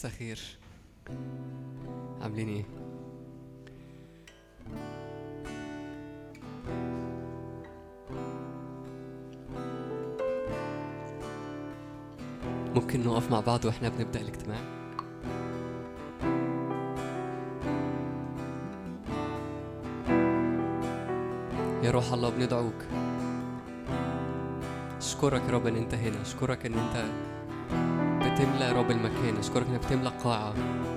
مساء خير، عاملين ايه؟ ممكن نقف مع بعض واحنا بنبدأ الاجتماع؟ يا روح الله بندعوك. اشكرك يا رب ان انت هنا، اشكرك ان انت بتملى يا رب المكان، اشكرك انك بتملى القاعة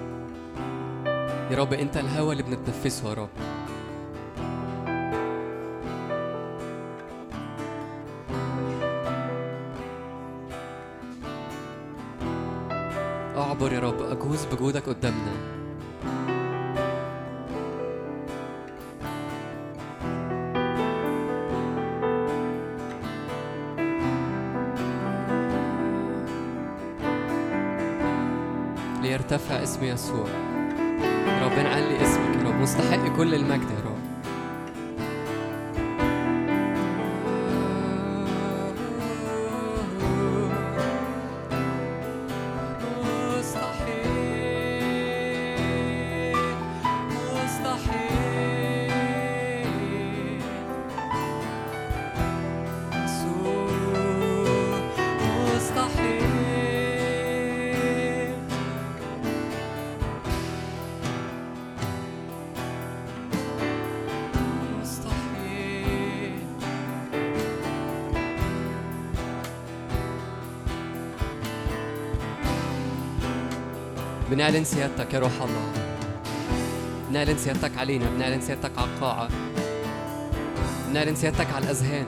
يا رب. انت الهوى اللي بنتنفسه يا رب. اعبر يا رب، اجوز بجودك قدامنا. ليرتفع اسم يسوع يا رب، نعلي اسمك يا رب، مستحق كل المجد يا رب. بنعلن سيادتك يا روح الله، بنعلن سيادتك علينا، بنعلن سيادتك على القاعة، بنعلن سيادتك على الأذهان.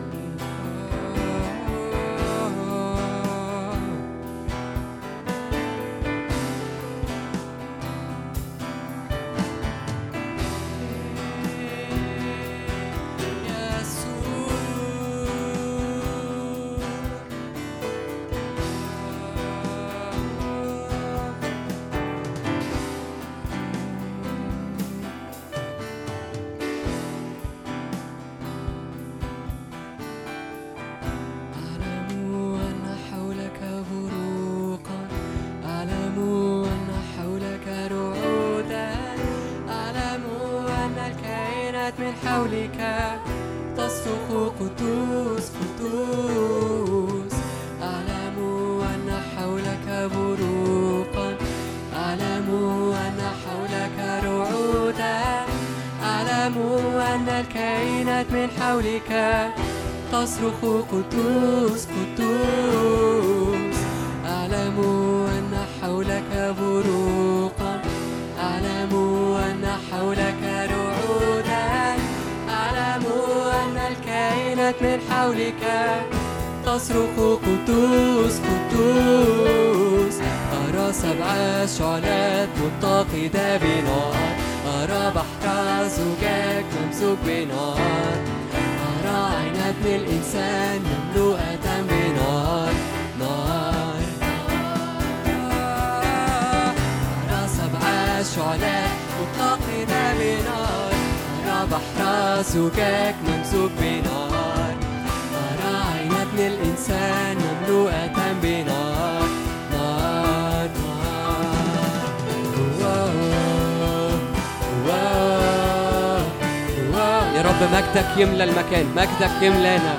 تصرخ قدوس قدوس، أعلم أن حولك بروقا، أعلم أن حولك رعودا، أعلم أن الكائنات من حولك تصرخ قدوس قدوس. أرى 7 شعلات متقدة بنار، أرى بحر زجاج ممزوج بنار، عين ابن الإنسان مملوءة بنار نار. أرى 7 شعلات متقدة بنار، أرى بحر زجاج ممزوج بنار، أرى عين ابن الإنسان مملوءة بنار نار نار. يا رب مجدك يملى المكان، مجدك يملانا.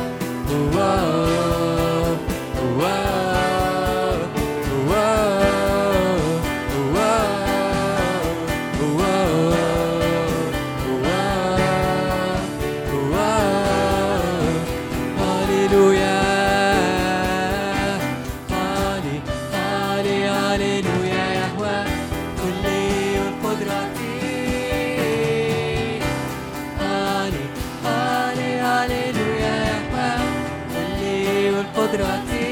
هاليلويا هالي هالي هاليلويا يهوه كلي القدرة. هاليلويا يهوه كلي والقدرة.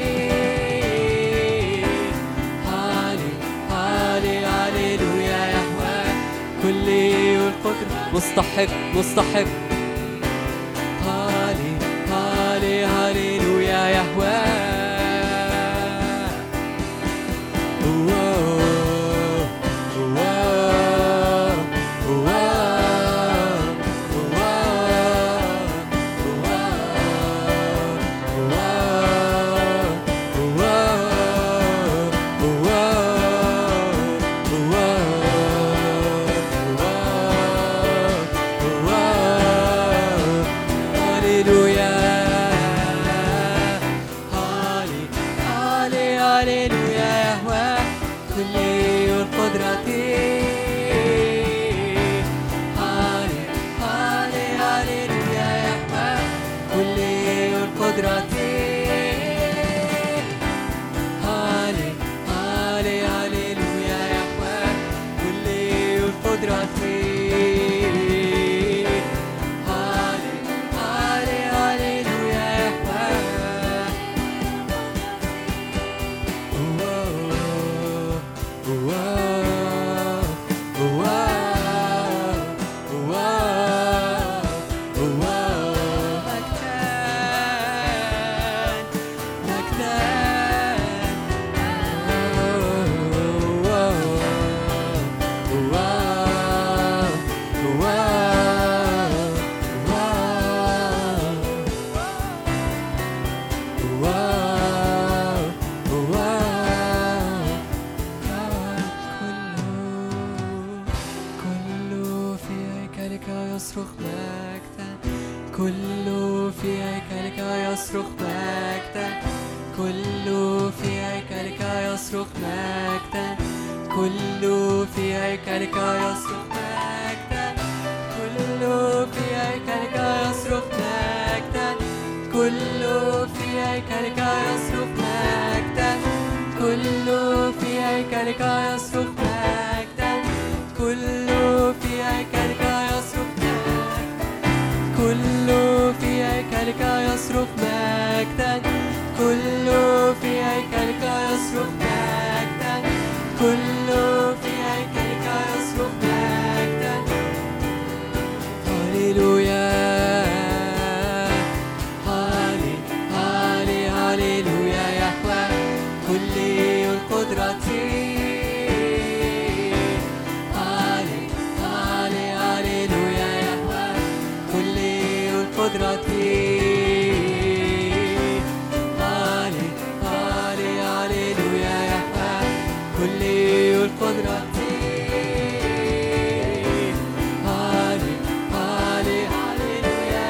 هاليلويا يهوه كلي والقدرة. مستحق مستحق. هاليلويا يهوه. هاليلويا هالي هالي هاليلويا يهوه كلي القدرة هالي هالي هاليلويا يهوه كلي القدرة هالي هالي هاليلويا يهوه كلي القدرة كله في هيكلك يصرخ مجدا كله في هيكلك يصرخ مجدا كله في هيكلك يصرخ مجدا كله في هيكلك يصرخ مجدا كله في هيكلك يصرخ مجدا كله في هيكلك يصرخ مجدا كله في هيكلك يصرخ كله في هيكلك يصرخ مجدا كله في هيكلك يصرخ مجدا كله في هيكلك يصرخ مجدا هاليلويا هالي هالي هاليلويا يهوه كلي القدرة هالي هالي هاليلويا يهوه كلي القدرة هالي هالي هاليلويا يهوه كلي القدرة هالي هالي هاليلويا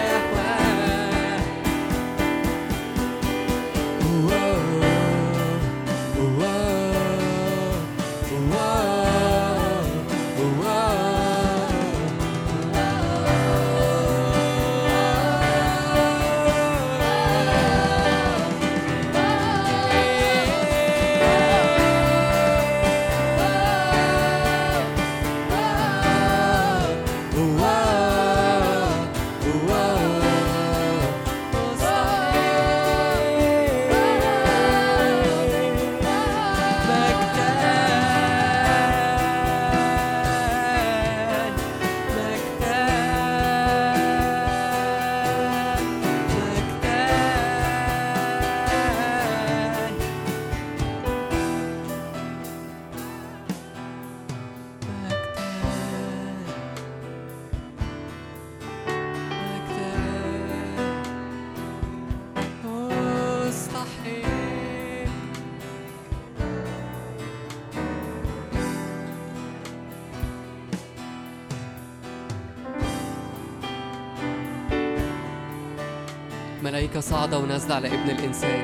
ملائكة صاعدة ونازلة على ابن الإنسان.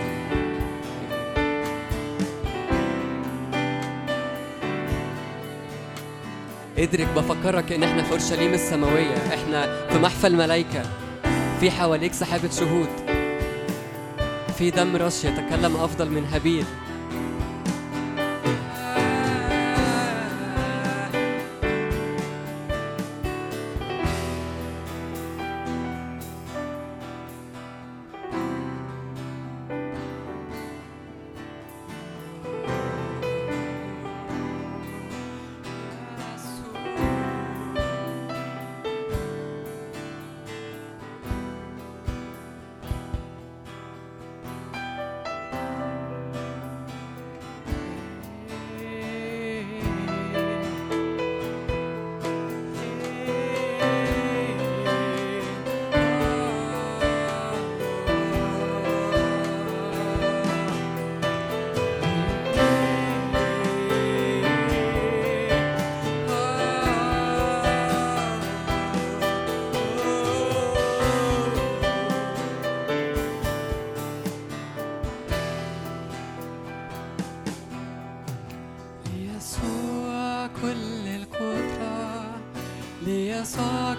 ادرك، بفكرك ان احنا في اورشليم السماوية، احنا في محفل ملائكة، في حواليك سحابة شهود، في دم رش يتكلم افضل من هابيل.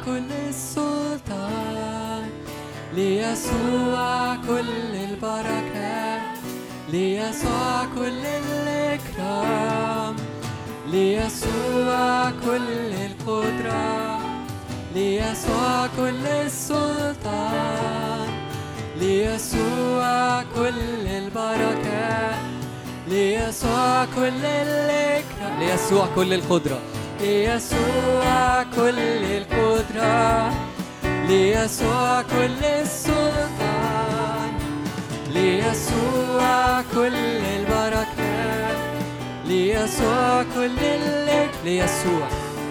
كل السلطان، ليسوع كل البركة، ليسوع كل الإكرام، ليسوع كل القدرة، ليسوع كل السلطان، ليسوع كل البركة، ليسوع كل الإكرام، ليسوع كل القدرة، ليسوع كل القدرة، ليسوع كل السلطان، ليسوع كل البركة، ليسوع كل ليسوع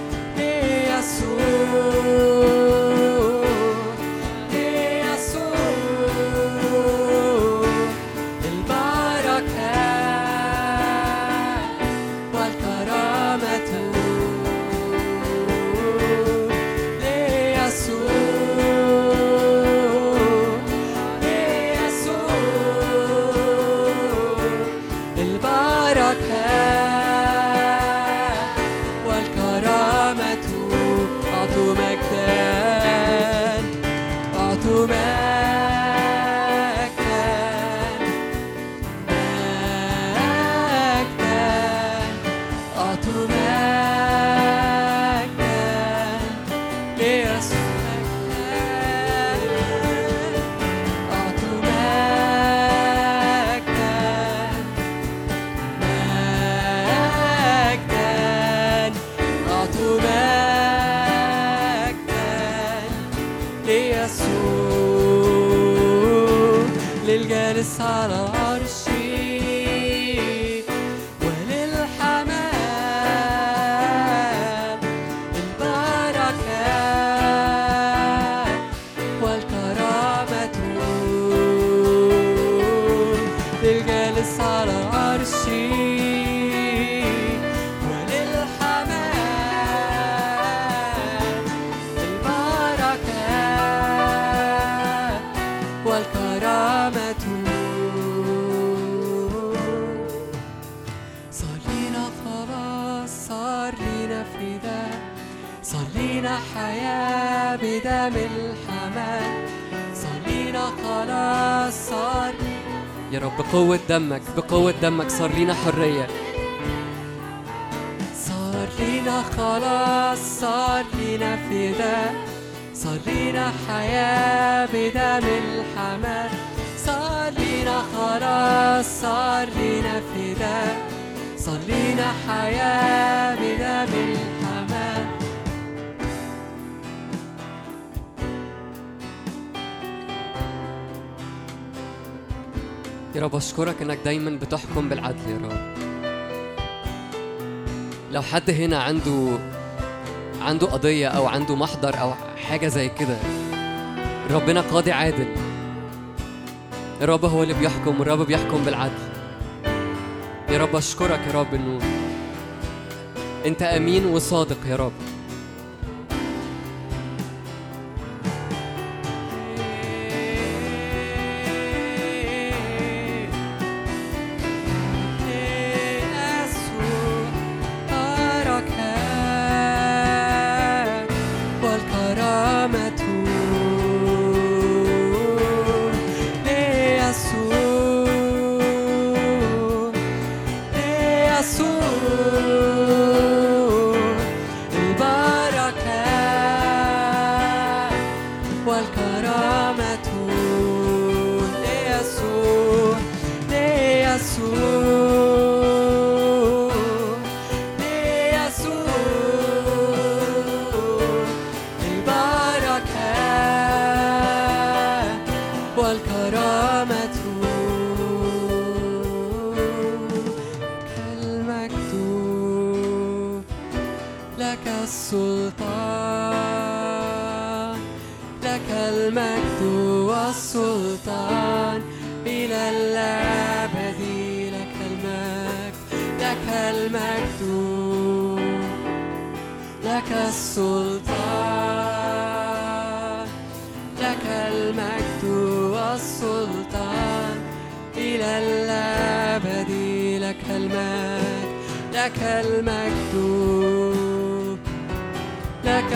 للجالس على العرش وللحمام البركة والكرامة، للجالس على العرش وللحمام البركة والكرامة. صار لينا خلاص، صار لينا فداء، صار لينا حياة بدم الحمام، صار لينا خلاص، صار يا رب بقوة دمك، بقوة دمك صار لينا حرية، صار لينا خلاص، صار لينا فداء، صار لينا حياة بدم الحمام، صار لينا خلاص، صار لينا فداء، صار لينا حياة بدم الحمام. يا رب أشكرك إنك دايما بتحكم بالعدل يا رب. لو حد هنا عنده قضية أو عنده محضر أو حاجة زي كده، ربنا قاضي عادل، الرب هو اللي بيحكم، والرب بيحكم بالعدل. يا رب أشكرك يا رب إنه أنت أمين وصادق يا رب. لك لك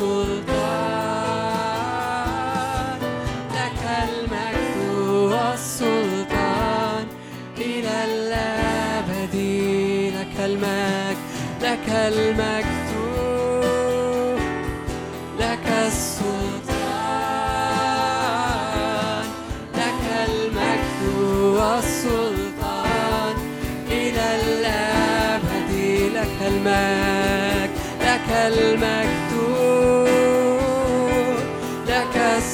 السلطان، لك المجد والسلطان إلى الأبد، لك المجد، لك المجد، لك السلطان، لك المجد والسلطان إلى الأبد، لك المجد، لك المجد، لك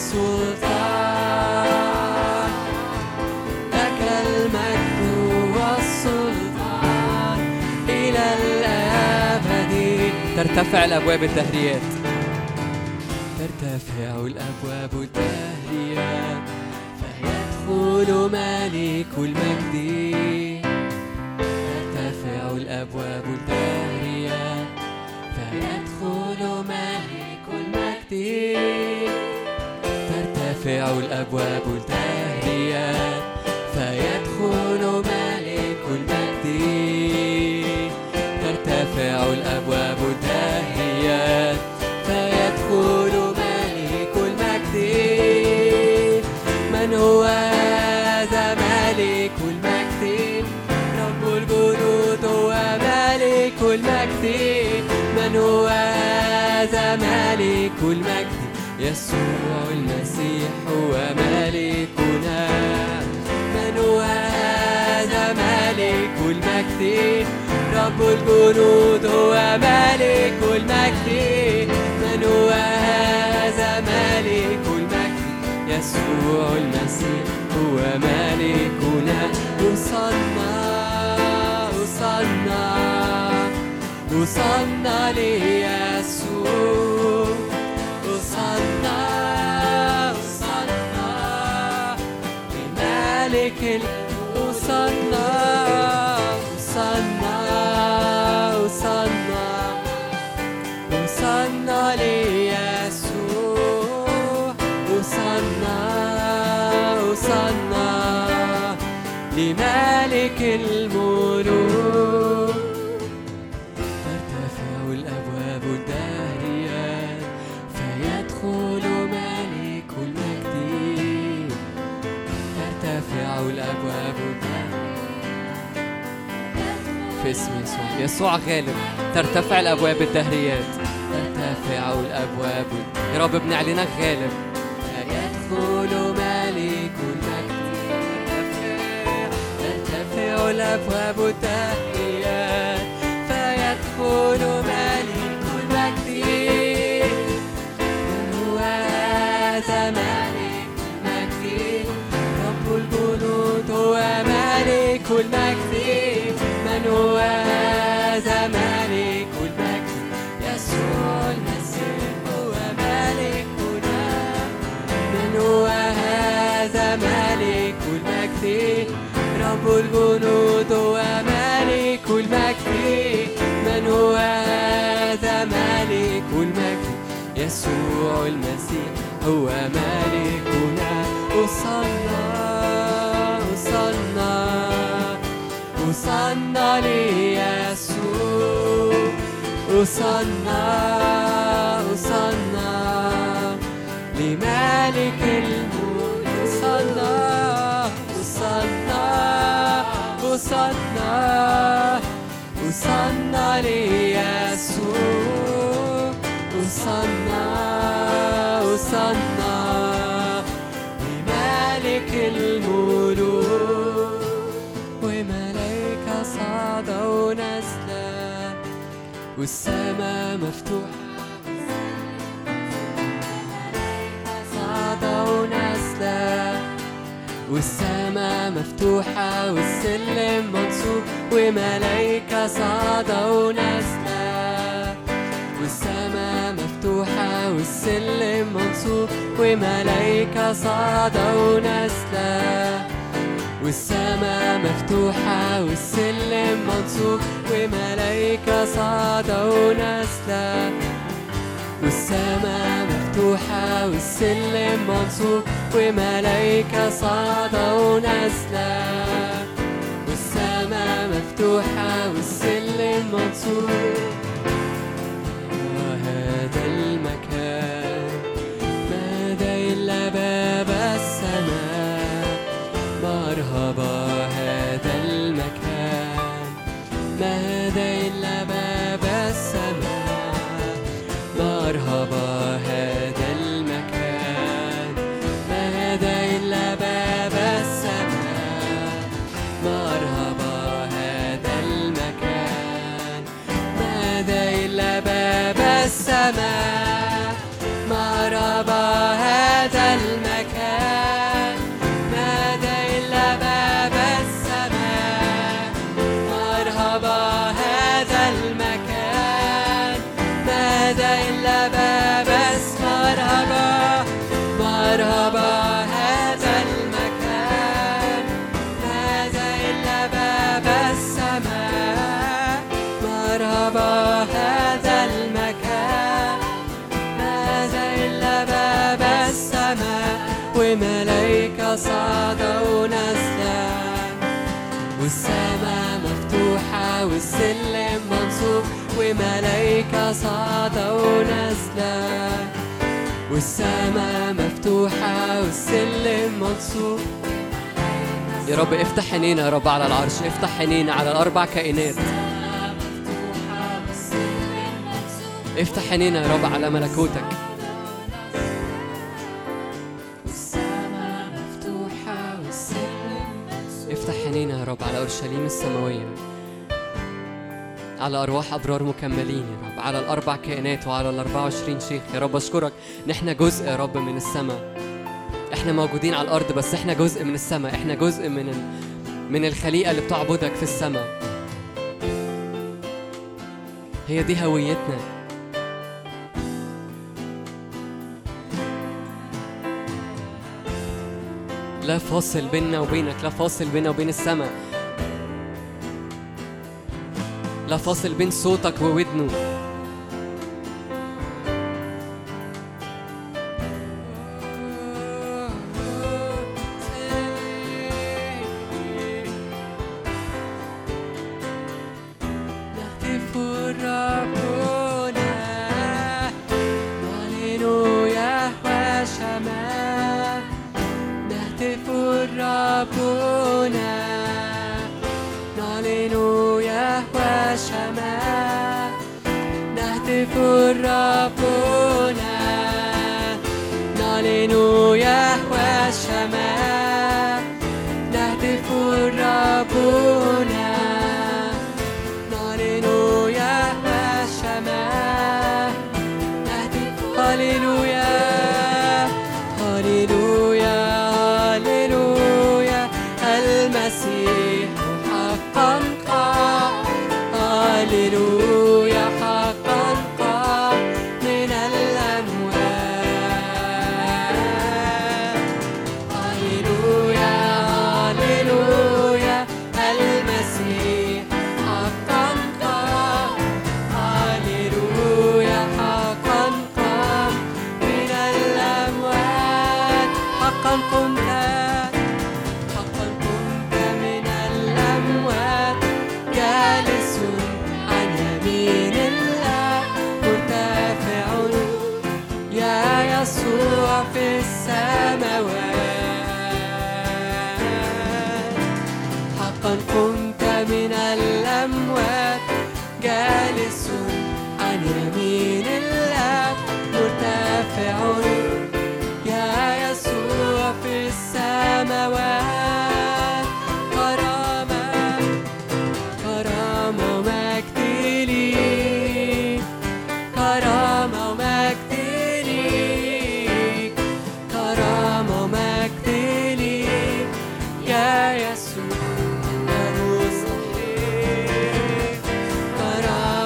السلطان، لك المجد والسلطان إلى الأبد. ترتفع الأبواب الدهريات، ترتفع الأبواب الدهريات، فيدخل ملك المجد. ترتفع الأبواب الدهريات، فيدخل ملك المجد. ترتفع الأبواب الدهريات، فيدخل ملك المجد. ترتفع الأبواب الدهريات، فيدخل ملك المجد. من هو هذا ملك المجد؟ رب الجنود هو ملك المجد. من هو هذا ملك المجد؟ يسوع المسيح هو ملكنا. من هو هذا ملك المجد؟ رب الجنود هو ملك المجد. من هو هذا ملك المجد؟ يسوع المسيح هو ملكنا. وصلنا وصلنا وصلنا ليسوع، وصلنا وصلنا لملك وصلنا وصلنا وصلنا وصلنا ليسوع، وصلنا وصلنا لملك الملوك. ترتفع الأبواب الدهريات، فيدخل ملك المجد. ترتفع الأبواب الدهريات في اسم يسوع. يسوع غالب. ترتفع الأبواب الدهريات، ترتفع الأبواب. يا رب بنعلنك غالب. فيدخل ملك المجد. ترتفع الأبواب الدهريات، فيدخل ملك المجد. من هو هذا ملك المجد؟ رب الجنود هو ملك المجد. من هو هذا ملك المجد؟ يسوع المسيح هو ملكنا. من هو هذا ملك المجد؟ رب الجنود هو ملك المجد. من هو هذا ملك المجد؟ يسوع المسيح هو ملكنا. وصلنا وصلنا وصلنا ليسوع، وصلنا وصلنا لملك الملك. وصلنا وصلنا وصلنا وصلنا ليسوع، وصلنا وصلنا لملك الملوك. وملائكة صعدوا نزلا، والسماء مفتوحة. صعدوا نزلا، والسماء مفتوحة، والسلم منصوب. وملائكة صعدوا نزلا، والسماء مفتوحة، والسلم منصوب. وملائكة صعدوا نزلا، والسماء مفتوحة، والسلم منصوب. وملائكة صعدوا نزلا، والسماء مفتوحة، والسلم منصوب. وملائكة صعدوا نزلا، والسماء مفتوحة، والسلم منصوب. وهذا السماء مرحبا هذا المكان ماذا إلا باب السماء مرحبا هذا المكان ماذا إلا باب مرحبا مرحبا هذا المكان ماذا إلا باب السماء مرحبا هذا المكان ماذا إلا باب السماء وملايكة صعدة ونازلة والسماء مفتوحة والسلم منصوب وملايكة صعدة ونازلة والسماء مفتوحة والسلم منصوب. يا رب افتح عينينا يا رب على العرش، افتح عينينا على الأربع كائنات، افتح عينينا يا رب على ملكوتك. افتح عينينا يا رب على أورشليم السماوية، على أرواح أبرار مكملين يا رب، على الأربع كائنات وعلى ال24 شيخ. يا رب أشكرك إن إحنا جزء يا رب من السماء. إحنا موجودين على الأرض بس إحنا جزء من السماء، إحنا جزء من الخليقة اللي بتعبدك في السماء. هي دي هويتنا. لا فاصل بيننا وبينك، لا فاصل بيننا وبين السماء، لا فاصل بين صوتك وودنه. نهتف ربنا نعلن يهوى شمال، نهتف ربنا نعلن يهوى شمال، نهتف ربنا نعلن يهوى شمال، نهتف ربنا نعلن يهوى شمال، نهتف هللويا هللويا هللويا المسيح حقا قام، هللويا حقا قام من الأموات، هللويا هللويا المسيح حقا قام، هللويا حقا قام من الأموات، حقا قمت حقا قمت من الأموات جالس عن يمين الله مرتفع يا يسوع في السماوات، حقا قمت من الأموات جالس عن يمين الله مرتفع يا يسوع في السماوات، كرامة كرامة ومجد ليك، كرامة ومجد ليك، كرامة ومجد ليك يا يسوع يا مستحيل، كرامة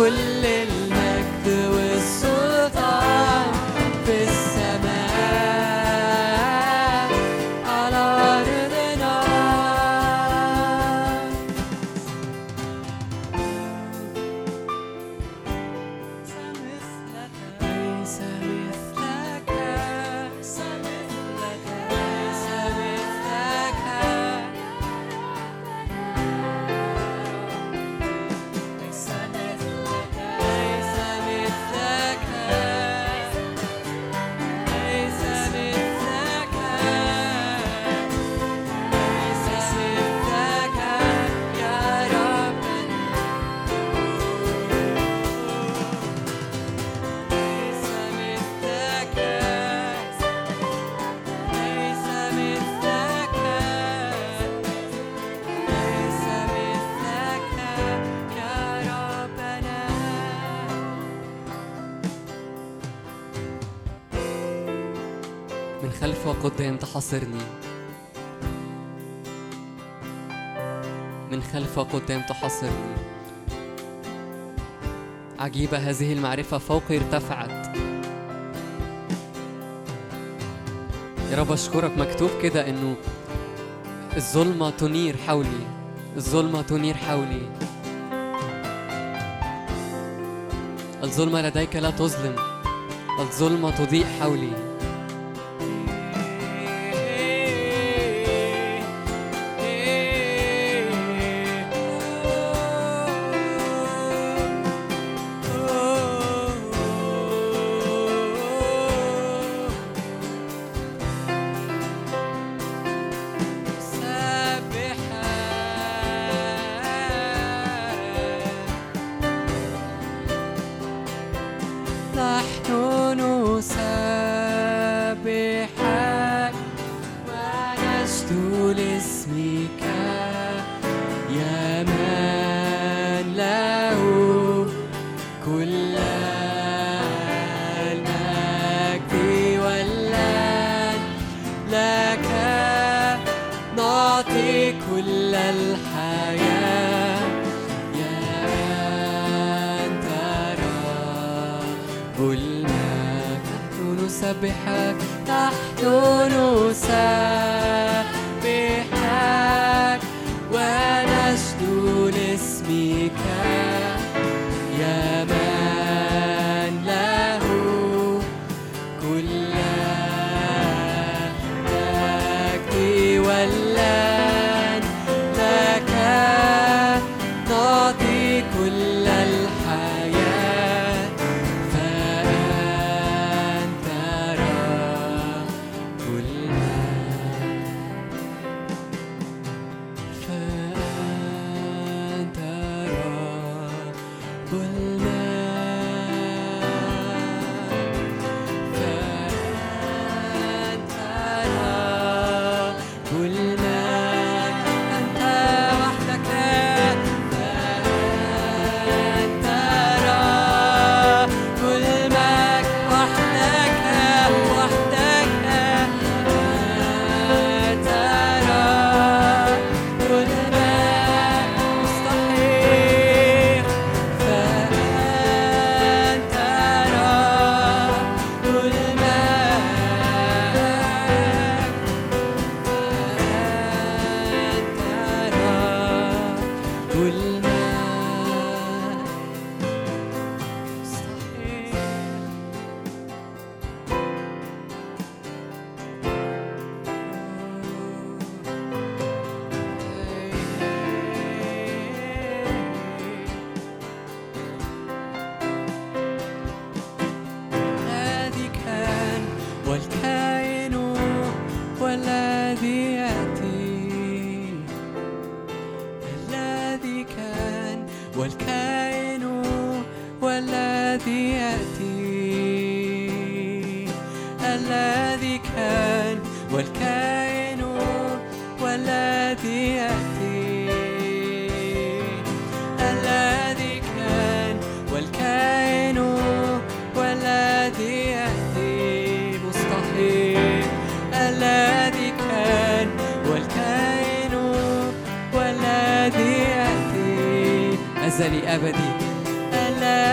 كل المجد والسلطان في السماء على أرضنا. ليس مثلك ليس مثلك ليس مثلك ليس مثلك ليس مثلك ليس مثلك ليس مثلك يا رب. ليس مثلك ليس مثلك ليس مثلك يا ربنا. من خلف وقدام تحاصرني، من خلف وقدام تحاصرني. عجيبة هذه المعرفة فوقي ارتفعت. يا رب أشكرك، مكتوب كده إنه الظلمة تنير حولي، الظلمة تنير حولي. الظلمة لديك لا تظلم، الظلمة تضيء حولي. نحن نسبحك ونشد لاسمك يا من له كل المجد واللان. لك نعطي كل الحياة يا أنت رب المجد. نحن نسبحك نحن نسبحك ونشد لاسمك يا من له كل المجد واللان. لك نعطي كل الحياة فأنت رب المجد. فأنت رب المجد. فأنت رب المجد. أنت وحدك. فأنت رب المجد وحدك وحدك. أنت رب المجد مستحيل. فأنت رب المجد. فأنت رب المجد مستحيل. الذي كان والكائن والذي يأتي. الذي كان والكائن والذي يأتي. الذي كان والكائن والذي يأتي. الذي كان والكائن والذي يأتي مستحيل. الذي كان والكائن والذي يأتي أزلي أبدي. الذي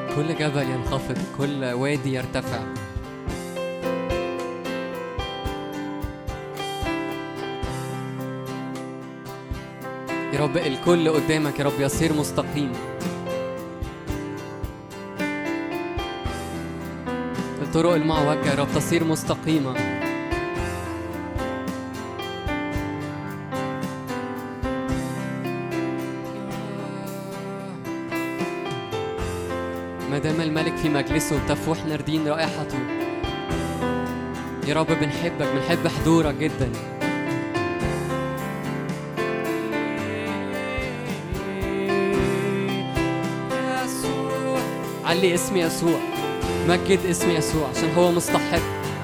كل جبل ينخفض، كل وادي يرتفع. يا رب الكل قدامك يا رب يصير مستقيم. الطرق المعوجة يا رب تصير مستقيمة. ما دام الملك في مجلسه تفوح ناردين رائحته. يا رب بنحبك، بنحب حضورك جدا. علي اسم يسوع، مجد اسم يسوع عشان هو مستحق.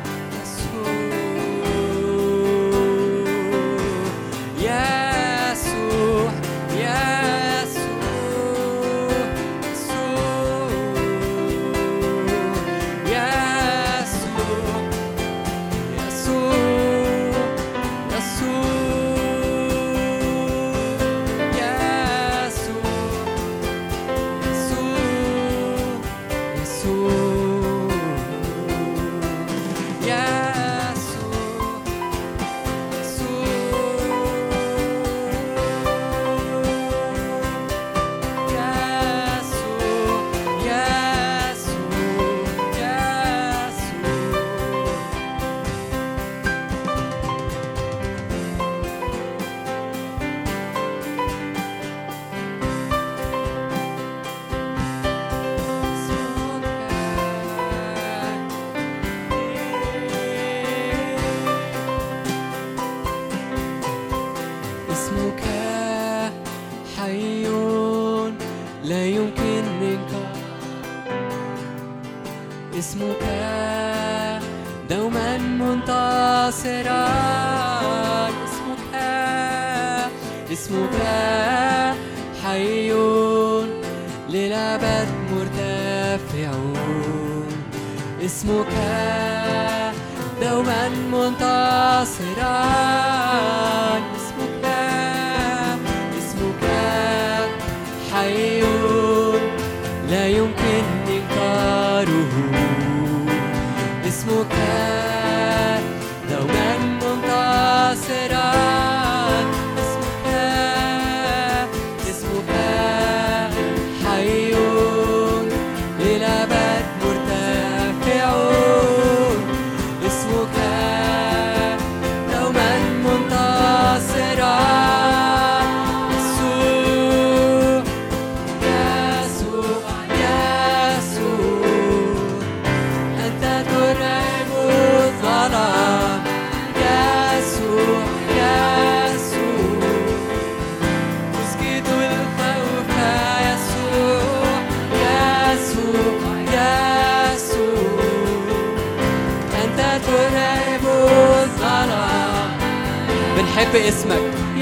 بنحب اسمك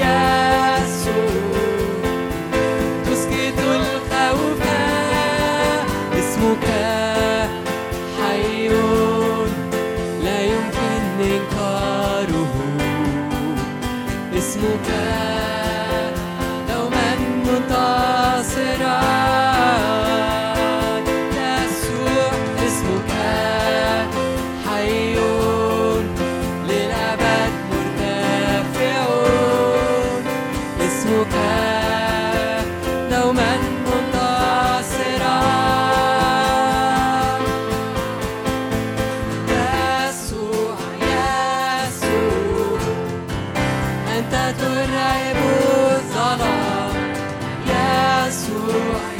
يسوع، تسكت الخوف. اسمك حي لا يمكن إنكاره. اسمك دوما منتصرا. يسوع اسمك حي دوما منتصرا. يسوع يسوع أنت ترعب الظلام. يسوع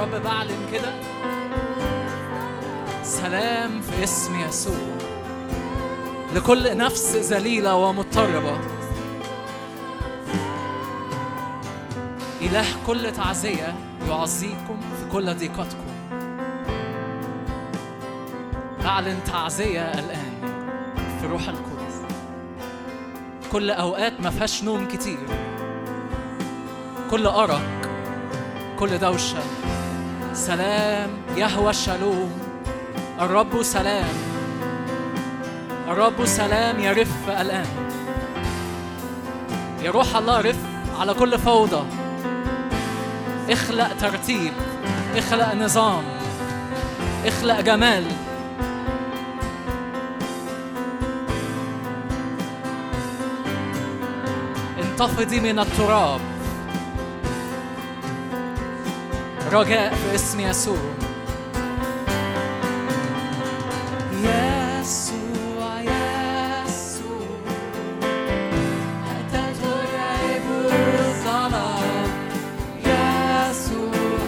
رب بعلن كده سلام في اسم يسوع لكل نفس ذليلة ومضطربة. إله كل تعزية يعزيكم في كل ضيقتكم. أعلن تعزية الآن في روح القدس. كل أوقات ما فيهاش نوم كتير، كل أرق، كل دوشة، سلام يهوى الشالوم. الرب سلام، الرب سلام يرف الآن. يا روح الله رف على كل فوضى. اخلق ترتيب، اخلق نظام، اخلق جمال. انتفضي من التراب. رجاء في اسم يسوع. يسوع يسوع أنت ترعب الظلام. يسوع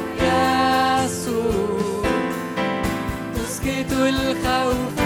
يسوع تسكت الخوف.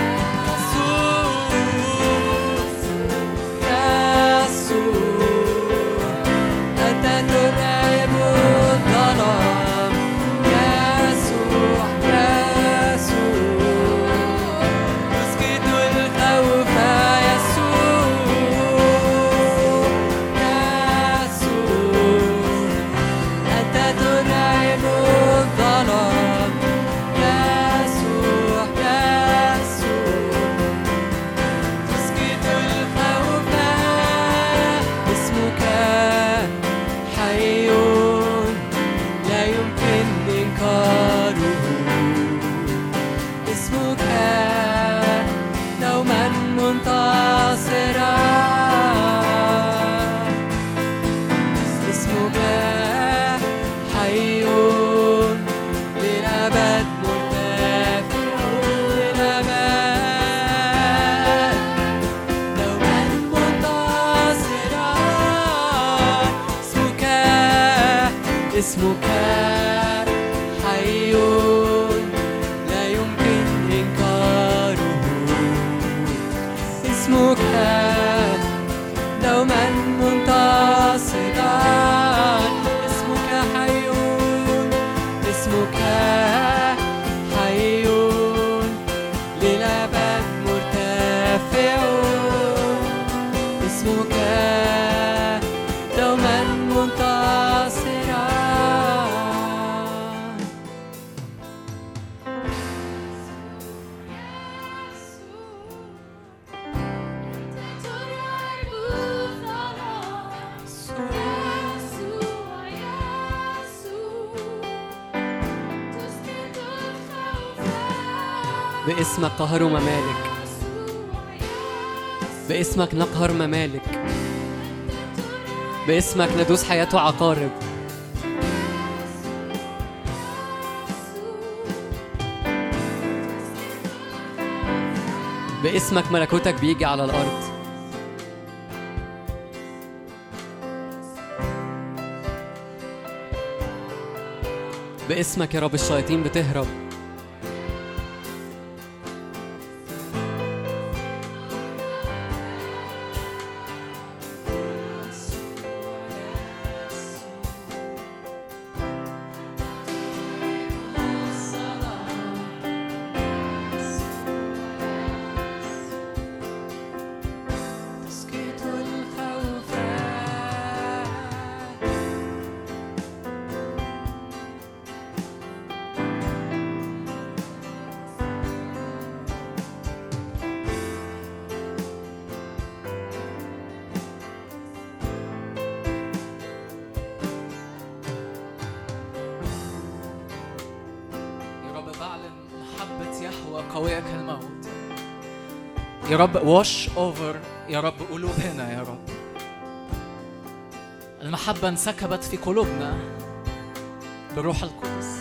اسمك حي لا يمكن إنكاره. اسمك دوما منتصرا. اسمك حي، اسمك حي للأبد مرتفع. اسمك دوما منتصرا. باسمك قهر ممالك، باسمك نقهر ممالك، باسمك ندوس حياة عقارب. باسمك ملكوتك بيجي على الأرض. باسمك يا رب الشياطين بتهرب. قوية كالموت يا رب. wash over يا رب قلوبنا يا رب. المحبة انسكبت في قلوبنا بالروح القدس.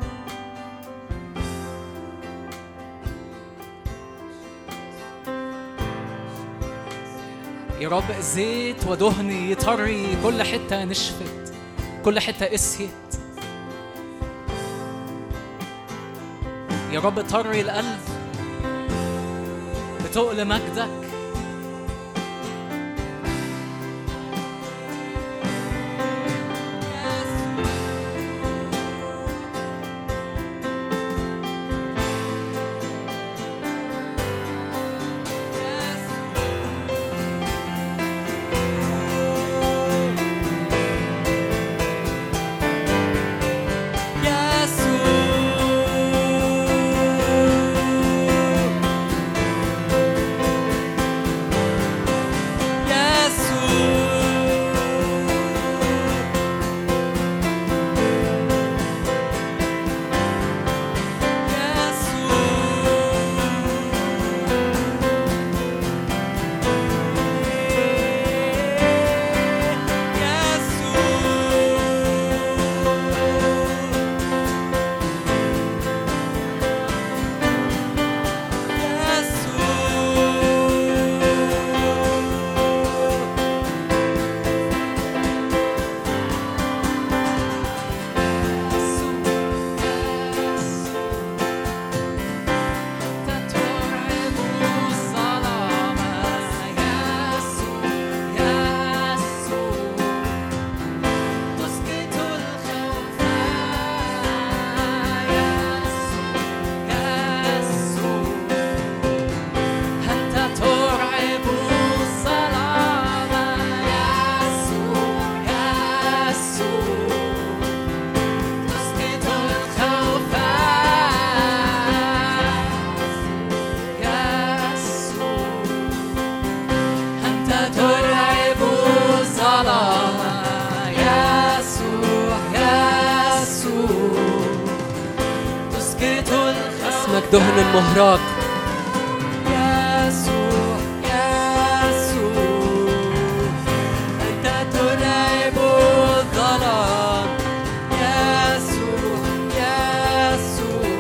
يا رب زيت ودهن يطري كل حتة نشفت، كل حتة اسيت. يا رب طري القلب بتقل مجدك. دهن المهراق. يسوع يسوع أنت ترعب الظلام. يسوع يسوع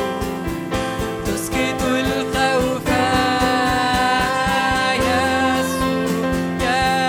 تسكت الخوف. يسوع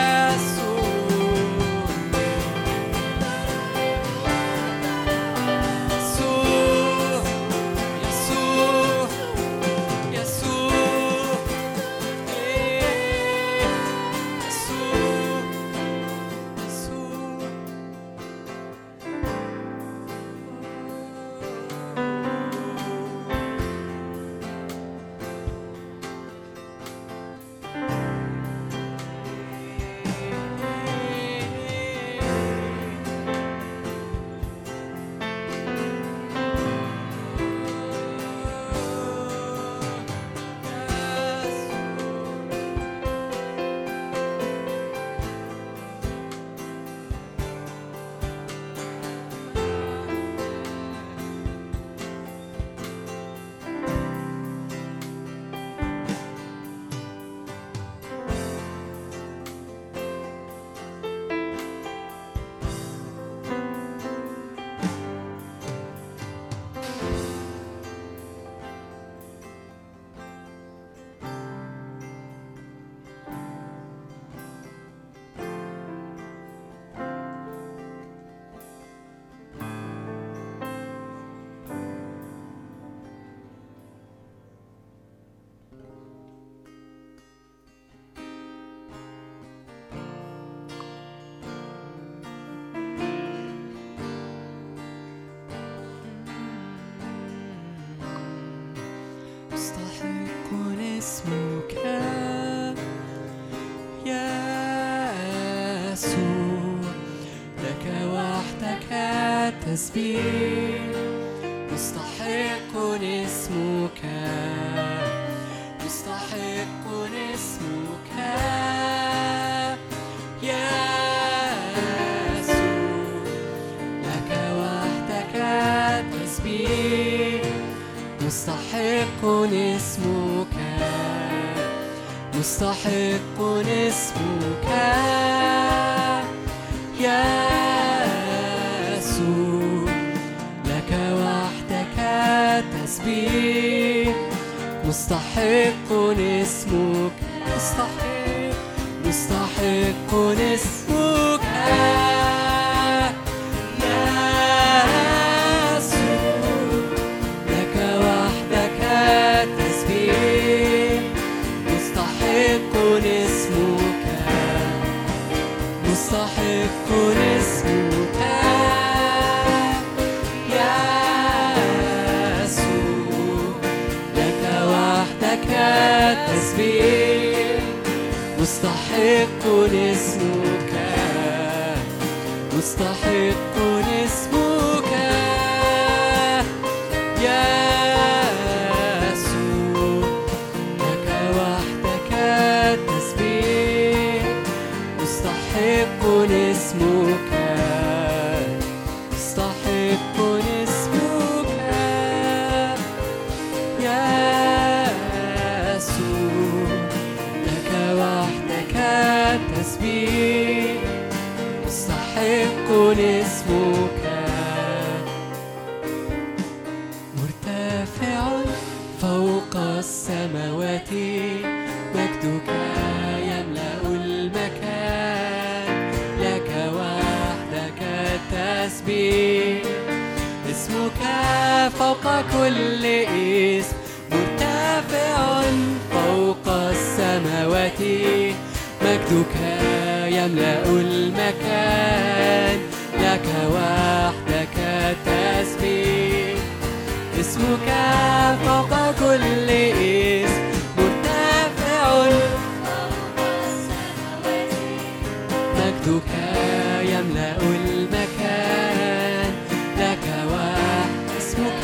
اسمك يسوع، لك وحدك التسبيح، مستحق اسمك، مستحق اسمك يسوع، لك وحدك التسبيح، مستحق اسمك، مستحق اسمك يسوع، لك وحدك التسبيح، مستحق اسمك، مستحق، مستحق اسمك يسوع، لك وحدك مستحق اسمك، مستحق اسمك يا يسوع، لك وحدك التسبيح. مستحق اسمك، مستحق اسمك يا يسوع، لك وحدك التسبيح. مستحق اسمك، مرتفع فوق السماوات، مجدك يملأ المكان، لك وحدك التسبيح. اسمك فوق كل اسم، مرتفع فوق السماوات، مجدك يملأ المكان، لك وحدك التسبيح. اسمك فوق كل اسم، مرتفع فوق السماوات، مجدك يملأ المكان، لك اسمك،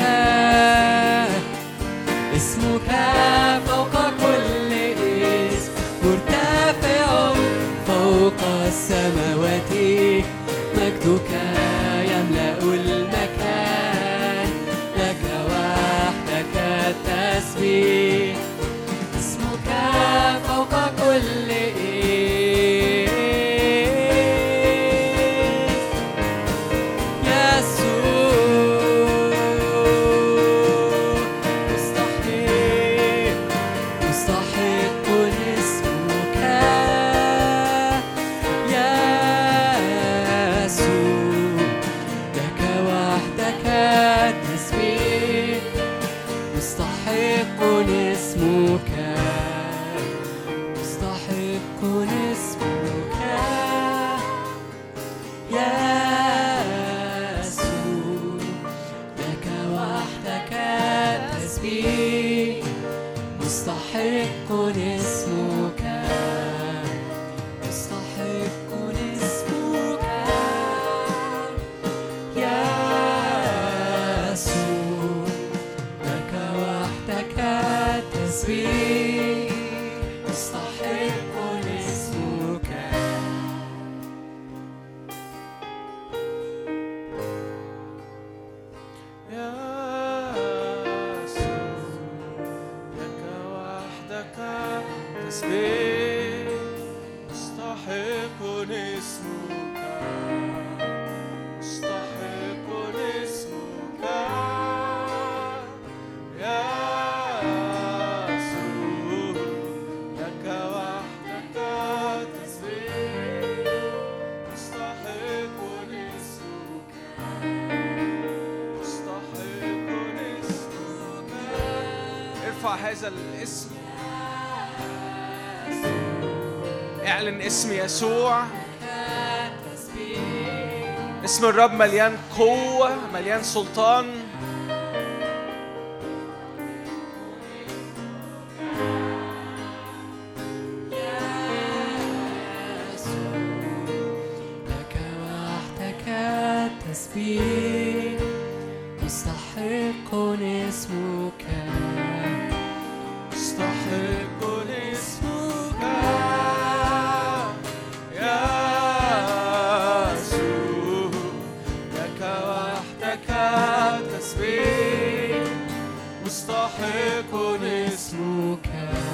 اسمك فوق كل اسم، مرتفع فوق السماوات، مجدك يملأ المكان، لك وحدك التسبيح. اسمك فوق كل اسم يسوع، مستحق، مستحق اسمك يا يسوع، لك وحدك التسبيح. مستحق اسمك، مستحق اسمك يا يسوع، لك وحدك التسبيح. مستحق اسمك، مستحق اسمك يا يسوع، لك وحدك التسبيح. مستحق اسمك. يا يسوع، لك وحدك تسبيح. مستحق اسمك، مستحق اسمك يا يسوع، لك وحدك تسبيح. مستحق اسمك، مستحق اسمك. ارفع هذا الاسم، اعلن اسم يسوع. اسم الرب مليان قوة، مليان سلطان. لك وحدك التسبيح. مستحق اسمك، مستحق اسمك يا يسوع، لك وحدك تسبيح. مستحق اسمك،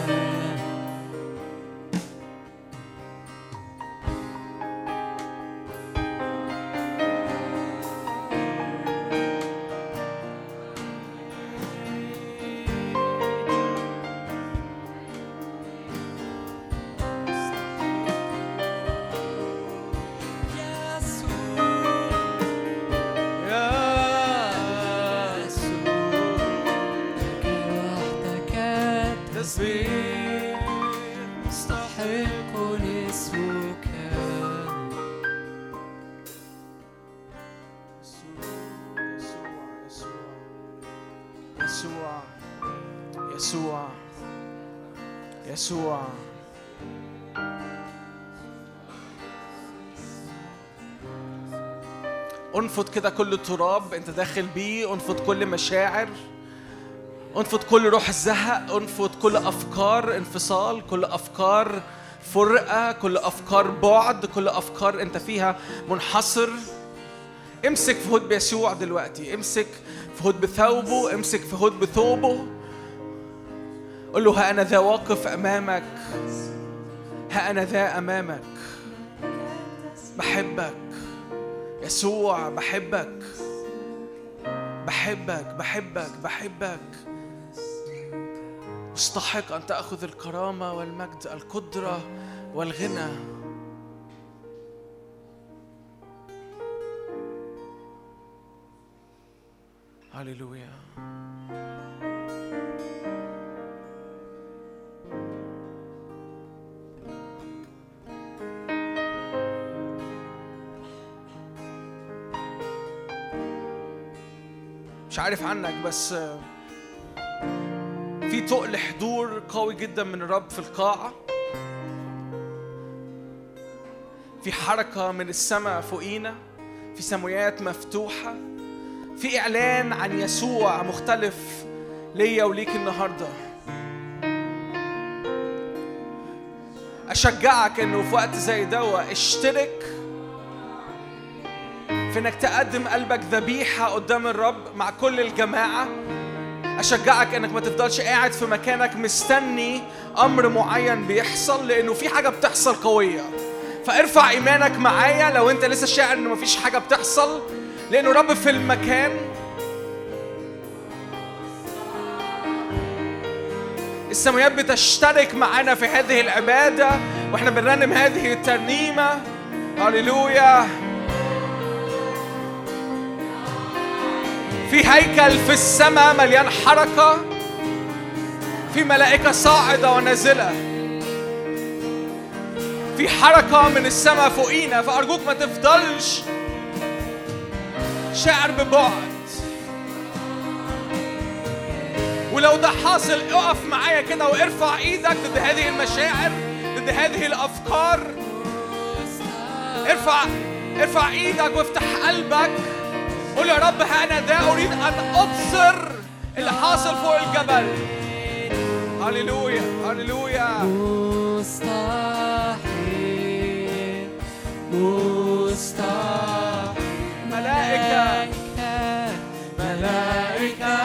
تسبيح. مستحق اسمك. يسوع يسوع يسوع انفض كده كل تراب انت داخل بيه، انفض كل مشاعر، انفض كل روح زهق، انفض كل افكار انفصال، كل افكار فرقة، كل افكار بعد، كل افكار انت فيها منحصر. امسك في هود بيسوع دلوقتي، امسك في هود بثوبه، امسك في هود بثوبه. قل له ها انا ذا واقف امامك، ها انا ذا امامك، بحبك يسوع، بحبك بحبك بحبك بحبك. مستحق أن تأخذ الكرامة والمجد، القدرة والغنى. هاليلويا. مش عارف عنك بس في تقل حضور قوي جدا من الرب في القاعة، في حركة من السماء فوقينا، في سماوات مفتوحة، في إعلان عن يسوع مختلف ليا وليك النهاردة. أشجعك إنه في وقت زي دوا اشترك في إنك تقدم قلبك ذبيحة قدام الرب مع كل الجماعة. أشجعك إنك ما تفضلش قاعد في مكانك مستني أمر معين بيحصل، لأنه في حاجة بتحصل قوية. فارفع إيمانك معايا لو أنت لسه شاعر إنه مفيش حاجة بتحصل، لأنه رب في المكان. السماوات بتشترك معنا في هذه العبادة وإحنا بنرنم هذه الترنيمة. هاليلويا. في هيكل في السماء مليان حركة، في ملائكة صاعدة ونازلة، في حركة من السماء فوقينا. فأرجوك ما تفضلش شاعر ببعد. ولو ده حاصل اقف معايا كده وارفع ايدك ضد هذه المشاعر، ضد هذه الأفكار. ارفع ايدك وافتح قلبك. قول يا رب ها أنا ذا أريد أن أبصر اللي حاصل فوق الجبل. هاليلويا هاليلويا. مستحيل مستحيل. ملائكة ملائكة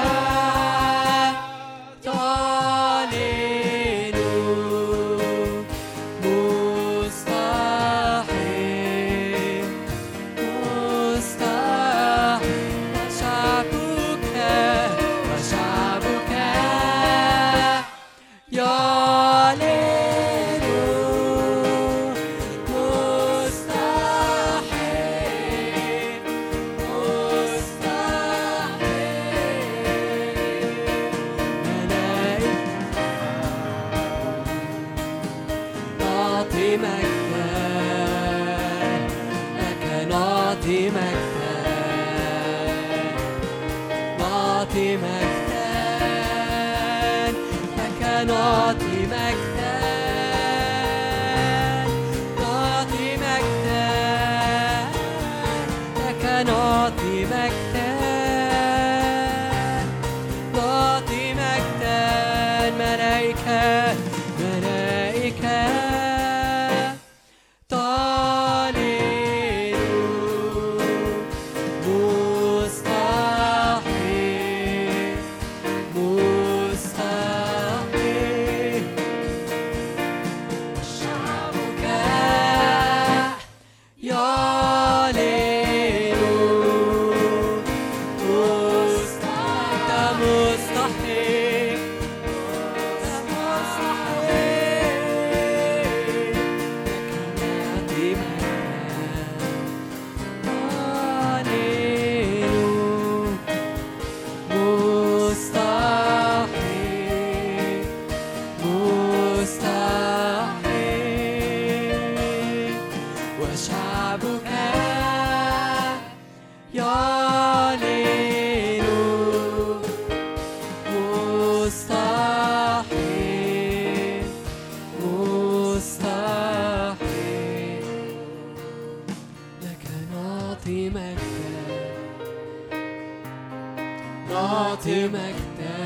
نعطي مجدا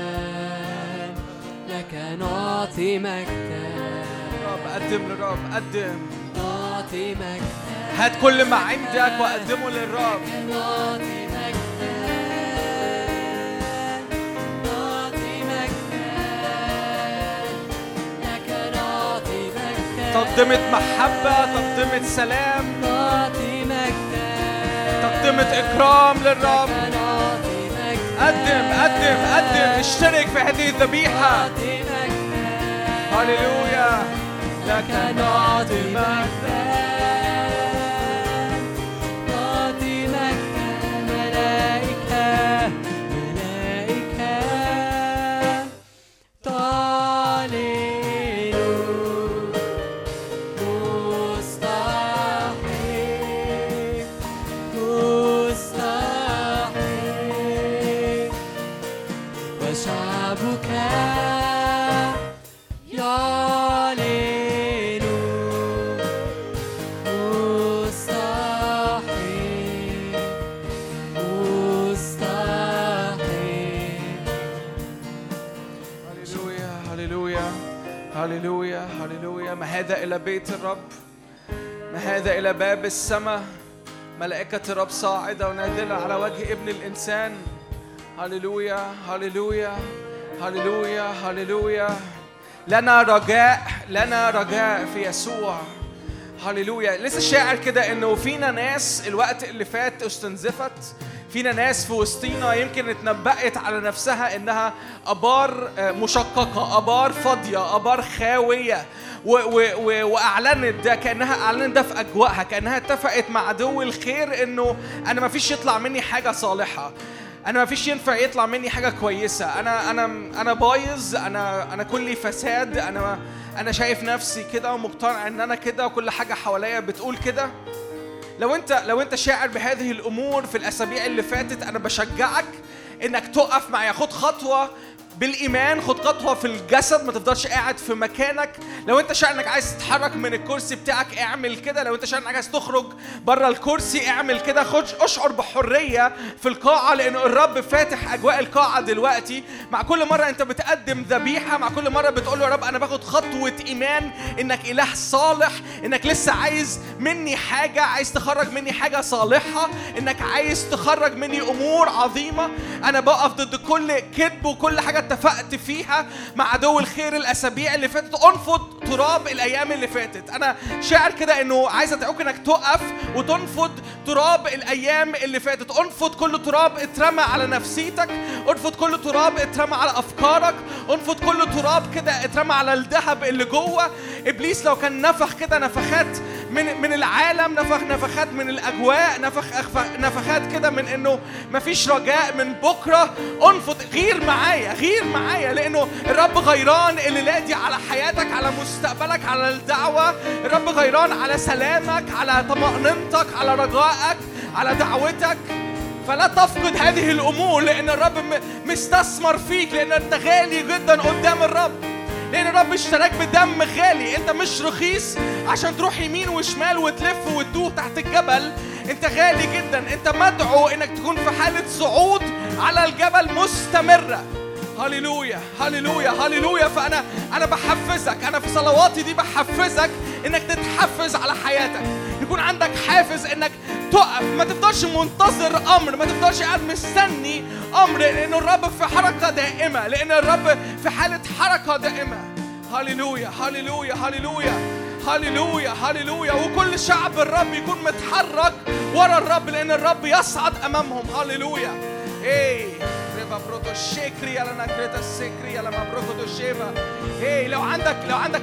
لك، نعطي مجدا. رب قدم للرب، قدم، نعطي مجدا. هات كل ما عندك وقدمه للرب. نعطي مجدا، نعطي مجدا لك، نعطي مجدا. تقدمة محبة، تقدمة سلام، نعطي مجدا، تقدمة إكرام للرب. نعطي مجدا. قدم قدم قدم، اشترك في هذه الذبيحة. هللويا، لك نعطي مجدا، نعطي مجدا. ملائكة ملائكة تعلن مستحق مستحق، وشعبك يعلن مستحق مستحق. هللويا هللويا هللويا هللويا. ما هذا إلى بيت الرب، ما هذا إلى باب السماء. ملائكة الرب صاعدة ونازلة على وجه ابن الإنسان. هللويا هللويا هللويا هللويا. لنا رجاء، لنا رجاء في يسوع. هللويا. لسه شاعر كده انه فينا ناس الوقت اللي فات استنزفت، فينا ناس في وسطينا يمكن اتنبأت على نفسها انها ابار مشققه، ابار فاضيه، ابار خاويه، واعلنت ده كانها اعلنت ده في اجواءها، كانها اتفقت مع عدو الخير انه انا ما فيش يطلع مني حاجه صالحه، انا ما فيش ينفع يطلع مني حاجه كويسه، انا بايظ، انا كلي فساد، انا شايف نفسي كده ومقتنع ان انا كده وكل حاجه حواليا بتقول كده. لو انت شاعر بهذه الامور في الاسابيع اللي فاتت، انا بشجعك انك تقف معايا، خد خطوه بالإيمان، خد خطوة في الجسد، ما تفضلش قاعد في مكانك. لو انت شاعر انك عايز تتحرك من الكرسي بتاعك اعمل كده، لو انت شاعر انك عايز تخرج بره الكرسي اعمل كده، اشعر بحرية في القاعة، لأن الرب فاتح أجواء القاعة دلوقتي. مع كل مرة انت بتقدم ذبيحة، مع كل مرة بتقول له يا رب أنا باخد خطوة إيمان إنك إله صالح، إنك لسه عايز مني حاجة، عايز تخرج مني حاجة صالحة، إنك عايز تخرج مني أمور عظيمة. أنا بقف ضد كل كذب وكل حاجة اتفقت فيها مع عدو الخير الاسابيع اللي فاتت. انفض تراب الايام اللي فاتت. انا شاعر كده انه عايز ادعوك انك تقف وتنفض تراب الايام اللي فاتت. انفض كل تراب اترمى على نفسيتك، انفض كل تراب اترمى على افكارك، انفض كل تراب كده اترمى على الذهب اللي جوه. ابليس لو كان نفخ كده نفخات من العالم، نفخات من الاجواء، نفخات كده من انه مفيش رجاء من بكره، انفض. غير معايا لانه الرب غيران الليله دي على حياتك، على مستقبلك، على الدعوه. الرب غيران على سلامك، على طمأنينتك، على رجائك، على دعوتك. فلا تفقد هذه الامور، لان الرب مستثمر فيك، لان انت غالي جدا قدام الرب، لان الرب اشتراك بدم غالي. انت مش رخيص عشان تروح يمين وشمال وتلف وتدوه تحت الجبل. انت غالي جدا، انت مدعو انك تكون في حالة صعود على الجبل مستمرة. هللويا هللويا هللويا. فأنا بحفزك، أنا في صلواتي دي بحفزك إنك تتحفز على حياتك، يكون عندك حافز إنك تقف، ما تفضلش منتظر أمر، ما تفضلش قاعد مستني أمر، لأن الرب في حركة دائمة، لأن الرب في حالة حركة دائمة. هللويا هللويا هللويا هللويا هللويا. وكل شعب الرب يكون متحرك ورا الرب، لأن الرب يصعد أمامهم. هللويا. إيه بروتو الشكري على نكرة السكري على مبروكو الشيفا. إيه لو عندك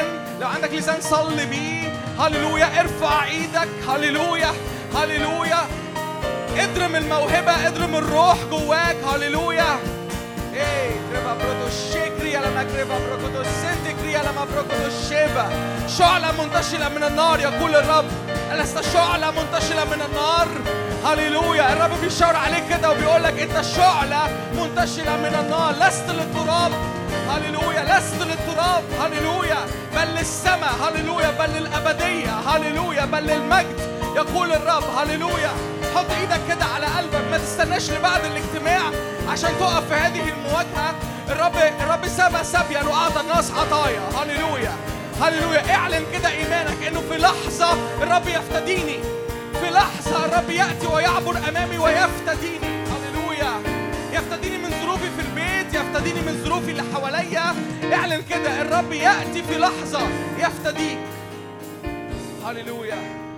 لسان صلي بيه. هللويا. ارفع ايدك. هللويا هللويا. اضرم الموهبة، اضرم الروح جواك. هللويا. إيه كريبا بروتو الشكري على نكريبا بروكو السنتكري على مبروكو الشيفا. شعلة منتشرة من النار يقول الرب. ألست شعلة منتشرة من النار؟ هللويا. الرب بيشاور عليك كده وبيقول لك انت شعلة منتشرة من النار، لست للتراب. هللويا. لست للتراب. هللويا. بل للسماء. هللويا. بل للأبدية. هللويا. بل للمجد يقول الرب. هللويا. حط ايدك كده على قلبك، ما تستناش لبعد الاجتماع. عشان تقف في هذه المواجهة. الرب سبى سبيا وأعطى الناس عطايا. هللويا هللويا. اعلن كده إيمانك إنه في لحظة الرب يفتديني، في لحظة الرب يأتي ويعبر أمامي ويفتديني. هللويا. يفتديني من ظروفي في البيت، يفتديني من ظروفي اللي حواليا. اعلن كده الرب يأتي في لحظة يفتديك. هللويا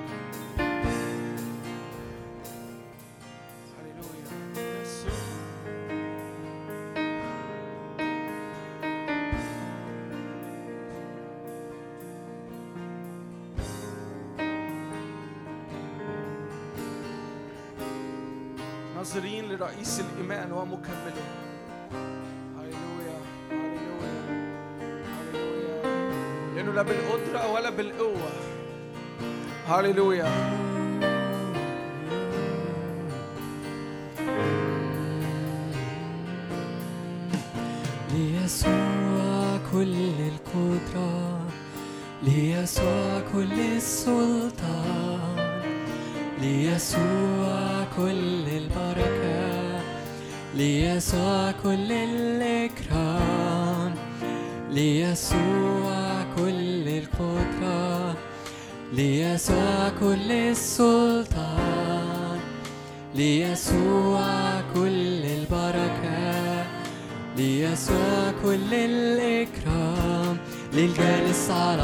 هللويا. ناظرين لرئيس الإيمان ومكمله. هللويا هللويا هللويا. لأنه لا بالقدرة ولا بالقوة. هللويا. ليسوع كل القدرة، ليسوع كل السلطان، ليسوع كل البركة، ليسوع كل الإكرام، ليسوع كل القدرة، ليسوع كل السلطان، ليسوع كل البركة، ليسوع كل الإكرام، للجالس على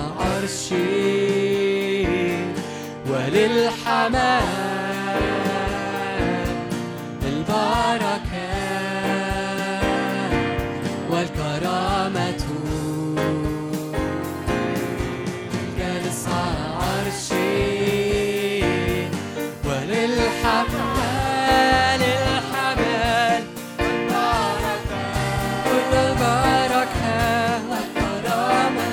عرشي وللحمام البركة والكرامة، للجالس على عرشي وللحمام الحمام والبركة والكرامة.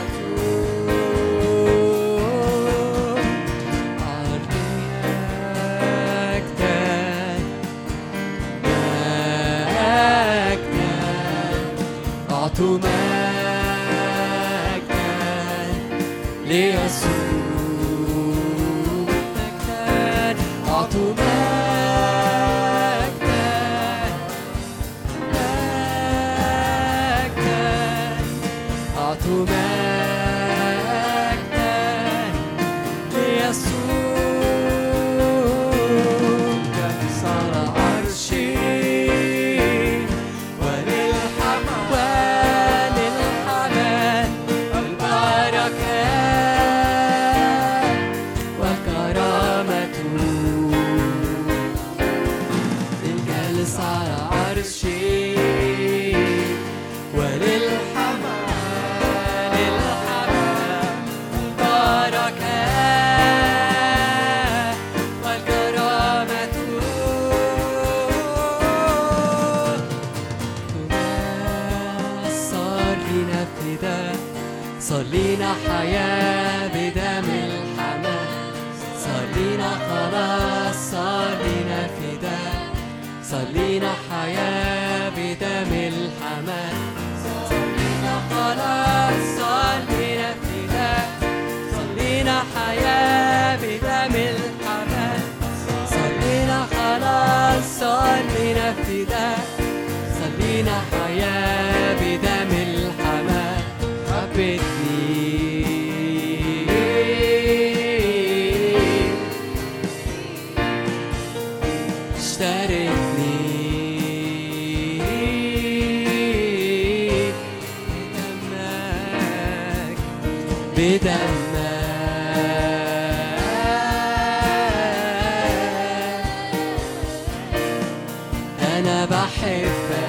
أعطوا مجدا ليسوع، أعطوا مجدا أعطوا مجدا ليسوع جالس على عرشي صلينا حياة بدم الحمام، صلينا خلاص، صلينا فداء، صلينا حياة بدم الحمام، صلينا خلاص، صلينا فداء، صلينا حياة بدم الحمام، صلينا خلاص، صلينا فداء، صلينا حياة بدم الحمام. اشتريتني بدمك أنا بحبك،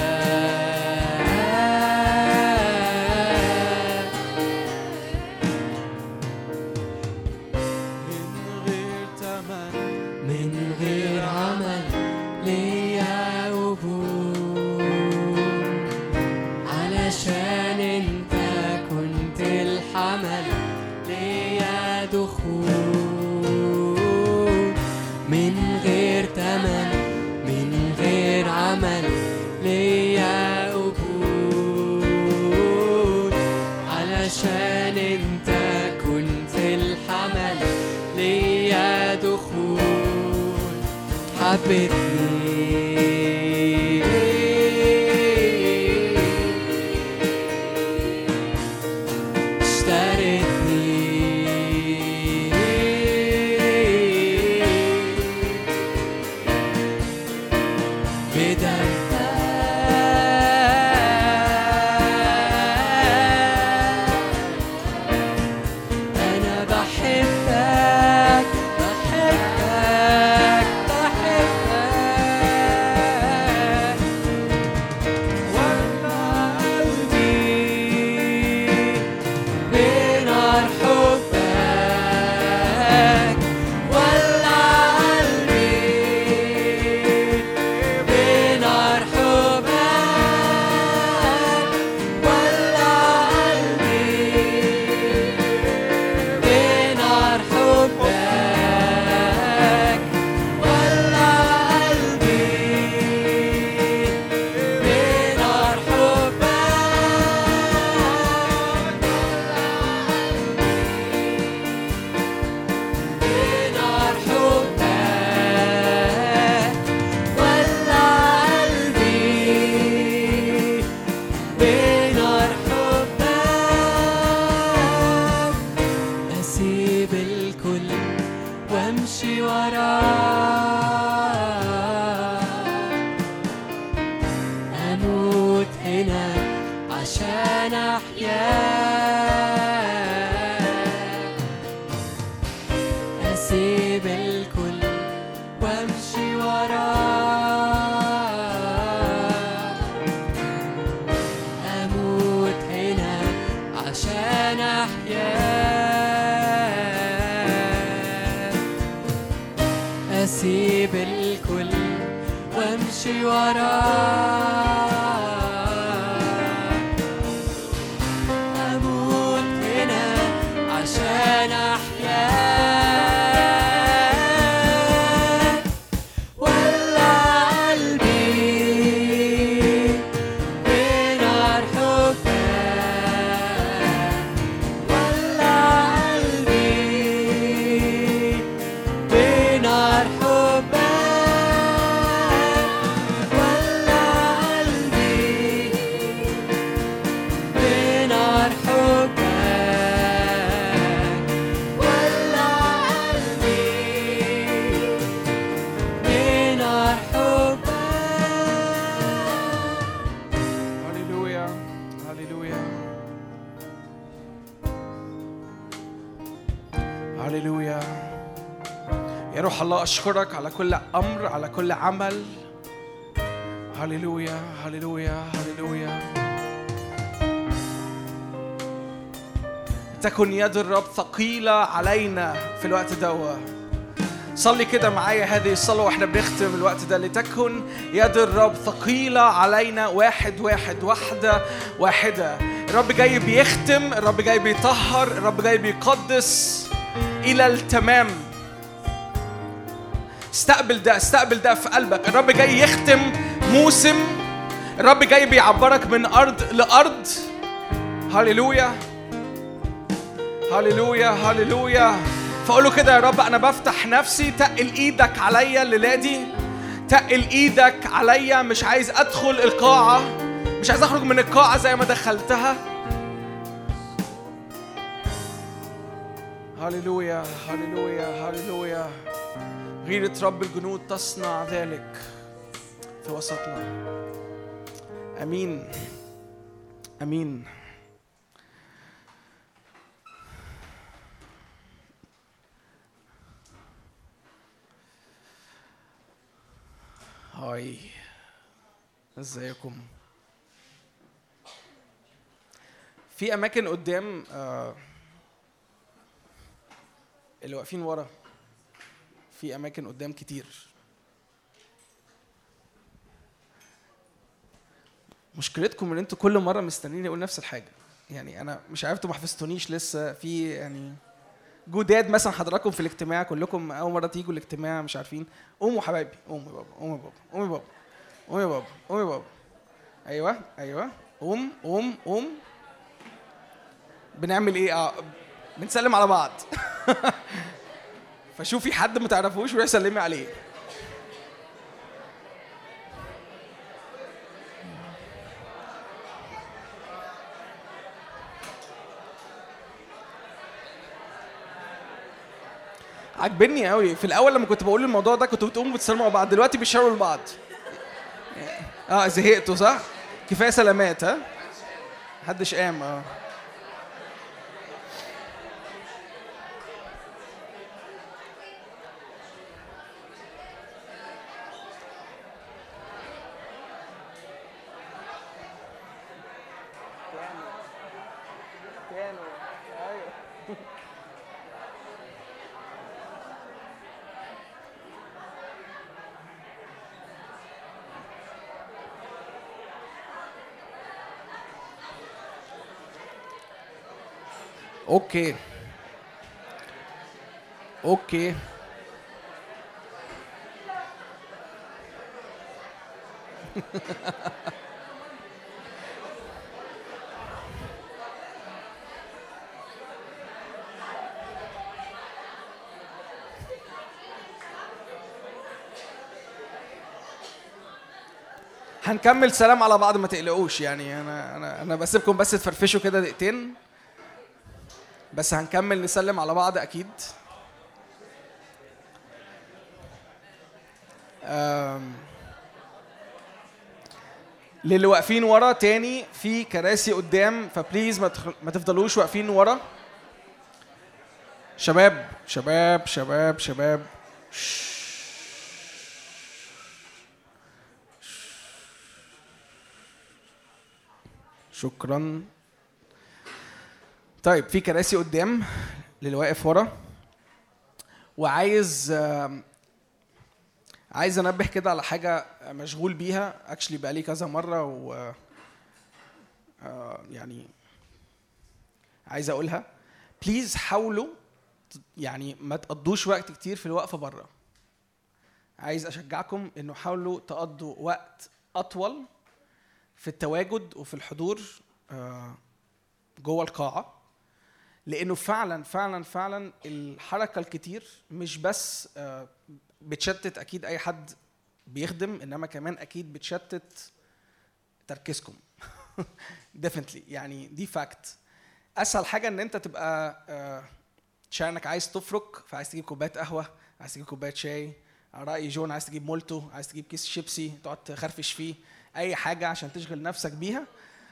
عشان انت كنت الحمل ليا دخول، حبيتني الله أشكرك على كل أمر، على كل عمل. هللويا هللويا هللويا. تكن يد الرب ثقيلة علينا في الوقت ده. صلي كده معايا هذه الصلاة واحنا بنختم الوقت ده. لتكن يد الرب ثقيلة علينا. واحد واحد، واحدة واحدة. الرب جاي بيختم، الرب جاي بيطهر، الرب جاي بيقدس إلى التمام. استقبل ده، استقبل ده في قلبك. الرب جاي يختم موسم، الرب جاي بيعبرك من أرض لأرض. هللويا هللويا هللويا. فقوله كده: يا رب أنا بفتح نفسي، تقل إيدك عليا الليلة دي، تقل إيدك عليا. مش عايز أدخل القاعة، مش عايز أخرج من القاعة زي ما دخلتها. هللويا هللويا هللويا. غيرة رب الجنود تصنع ذلك في وسطنا. أمين أمين. هاي، ازيكم؟ في أماكن قدام اللي واقفين ورا، في أماكن قدام كتير. مشكلتكم ان انتوا كل مرة مستنيين اقول نفس الحاجة. يعني انا مش عارف انتوا ما حفظتونيش لسه. في يعني جداد مثلا حضراتكم في الاجتماع، كلكم اول مرة تيجوا الاجتماع مش عارفين. قوموا حبايبي، قوموا يا بابا، قوموا يا بابا، قوموا يا بابا، قوموا يا بابا، قوموا يا بابا. ايوه ايوه، قوم قوم قوم. بنعمل ايه؟ بنسلم على بعض. فشوفي حد ما تعرفوش وروحي سلمي عليه. عجبني قوي. في الاول لما كنت بقول الموضوع ده كنتوا بتقوموا بتسلموا على بعض، دلوقتي بيشاوروا لبعض. زهقتوا صح؟ كفايه سلامات. ها محدش قام. اوكي هنكمل سلام على بعض، ما تقلقوش. يعني انا بسيبكم بس تفرفشوا كده دقيقتين، بس هنكمل نسلم على بعض اكيد. للي واقفين ورا تاني، في كراسي قدام، فبليز ما تفضلوش واقفين ورا. شباب شباب شباب شباب، شكرا. طيب في كراسي قدام للي واقف ورا، وعايز انبه كده على حاجه مشغول بيها اكشلي بقالي كذا مره، و يعني عايز اقولها. بليز حاولوا يعني ما تقضوش وقت كتير في الوقفه بره. عايز اشجعكم انه حاولوا تقضوا وقت اطول في التواجد وفي الحضور جوه القاعه، لانه فعلا فعلا فعلا الحركه الكتير مش بس بتشتت اكيد اي حد بيخدم، انما كمان اكيد بتشتت تركيزكم. definitely يعني دي فاكت. اسهل حاجه ان انت تبقى شانك عايز تفرك، فعايز تجيب كوبايه قهوه، عايز تجيب كوبايه شاي، على راي جون عايز تجيب مولتو، عايز تجيب كيس شيبسي تقعد تخرفش فيه، اي حاجه عشان تشغل نفسك بيها.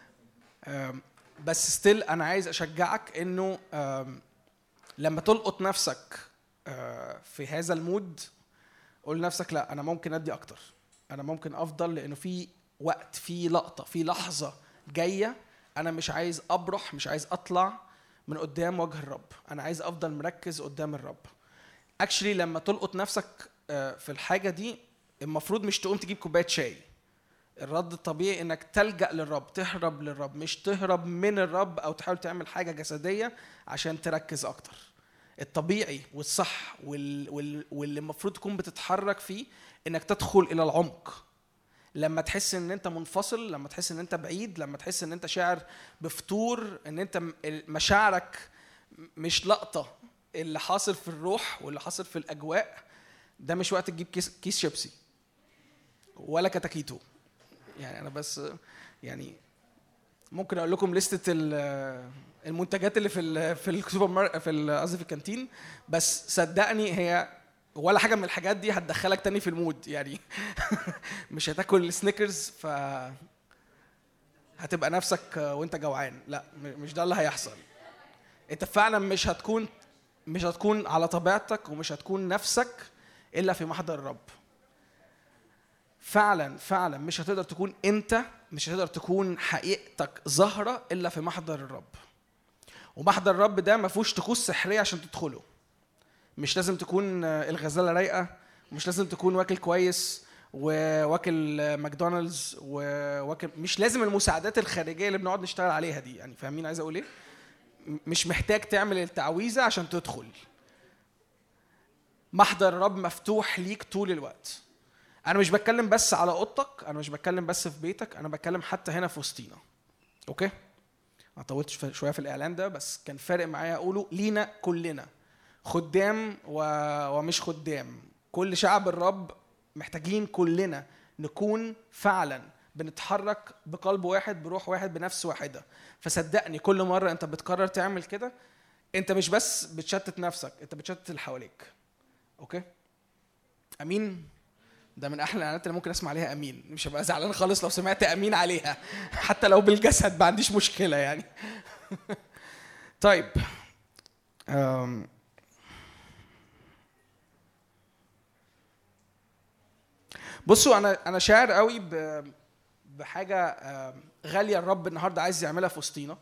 بس ستيل انا عايز اشجعك انه لما تلقط نفسك في هذا المود، قول لنفسك لا، انا ممكن ادي اكتر، انا ممكن افضل، لانه في وقت، في لقطه، في لحظه جايه انا مش عايز ابرح، مش عايز اطلع من قدام وجه الرب، انا عايز افضل مركز قدام الرب. اكشلي لما تلقط نفسك في الحاجه دي، المفروض مش تقوم تجيب كوبايه شاي. الرد الطبيعي انك تلجأ للرب، تهرب للرب، مش تهرب من الرب او تحاول تعمل حاجه جسديه عشان تركز اكتر. الطبيعي والصح واللي المفروض تكون بتتحرك فيه انك تدخل الى العمق. لما تحس ان انت منفصل، لما تحس ان انت بعيد، لما تحس ان انت شاعر بفتور، ان انت مشاعرك مش لقطه اللي حاصل في الروح واللي حاصل في الاجواء، ده مش وقت تجيب كيس شيبسي ولا كتاكيتو. يعني انا بس يعني ممكن اقول لكم لستة المنتجات اللي في السوبر ماركت، قصدي في الكانتين، بس صدقني هي ولا حاجه من الحاجات دي هتدخلك تاني في المود. يعني مش هتاكل سنيكرز ف هتبقى نفسك وانت جوعان، لا مش ده اللي هيحصل. انت فعلا مش هتكون على طبيعتك، ومش هتكون نفسك الا في محضر الرب. فعلا فعلا مش هتقدر تكون انت، مش هتقدر تكون حقيقتك ظاهره الا في محضر الرب. ومحضر الرب ده ما فيهوش طقوس سحريه عشان تدخله. مش لازم تكون الغزاله رايقه، ومش لازم تكون واكل كويس وواكل ماكدونالدز وواكل، مش لازم المساعدات الخارجيه اللي بنقعد نشتغل عليها دي. يعني فاهمين عايز اقول ايه؟ مش محتاج تعمل التعويذه عشان تدخل. محضر الرب مفتوح ليك طول الوقت. انا مش بتكلم بس على اوضتك، انا مش بتكلم بس في بيتك، انا بتكلم حتى هنا في وسطينا. اوكي؟ ما طولتش شويه في الاعلان ده، بس كان فارق معايا اقوله لينا كلنا، خدام ومش خدام، كل شعب الرب محتاجين كلنا نكون فعلا بنتحرك بقلب واحد، بروح واحد، بنفس واحده. فصدقني كل مره انت بتقرر تعمل كده، انت مش بس بتشتت نفسك، انت بتشتت اللي حواليك. اوكي؟ امين. ده من احلى الاعلانات اللي ممكن اسمع عليها امين. مش هبقى زعلان خالص لو سمعت امين عليها، حتى لو بالجسد ما عنديش مشكله يعني. طيب بصوا، انا شاعر قوي بحاجه غاليه الرب النهارده عايز يعملها في وسطينا.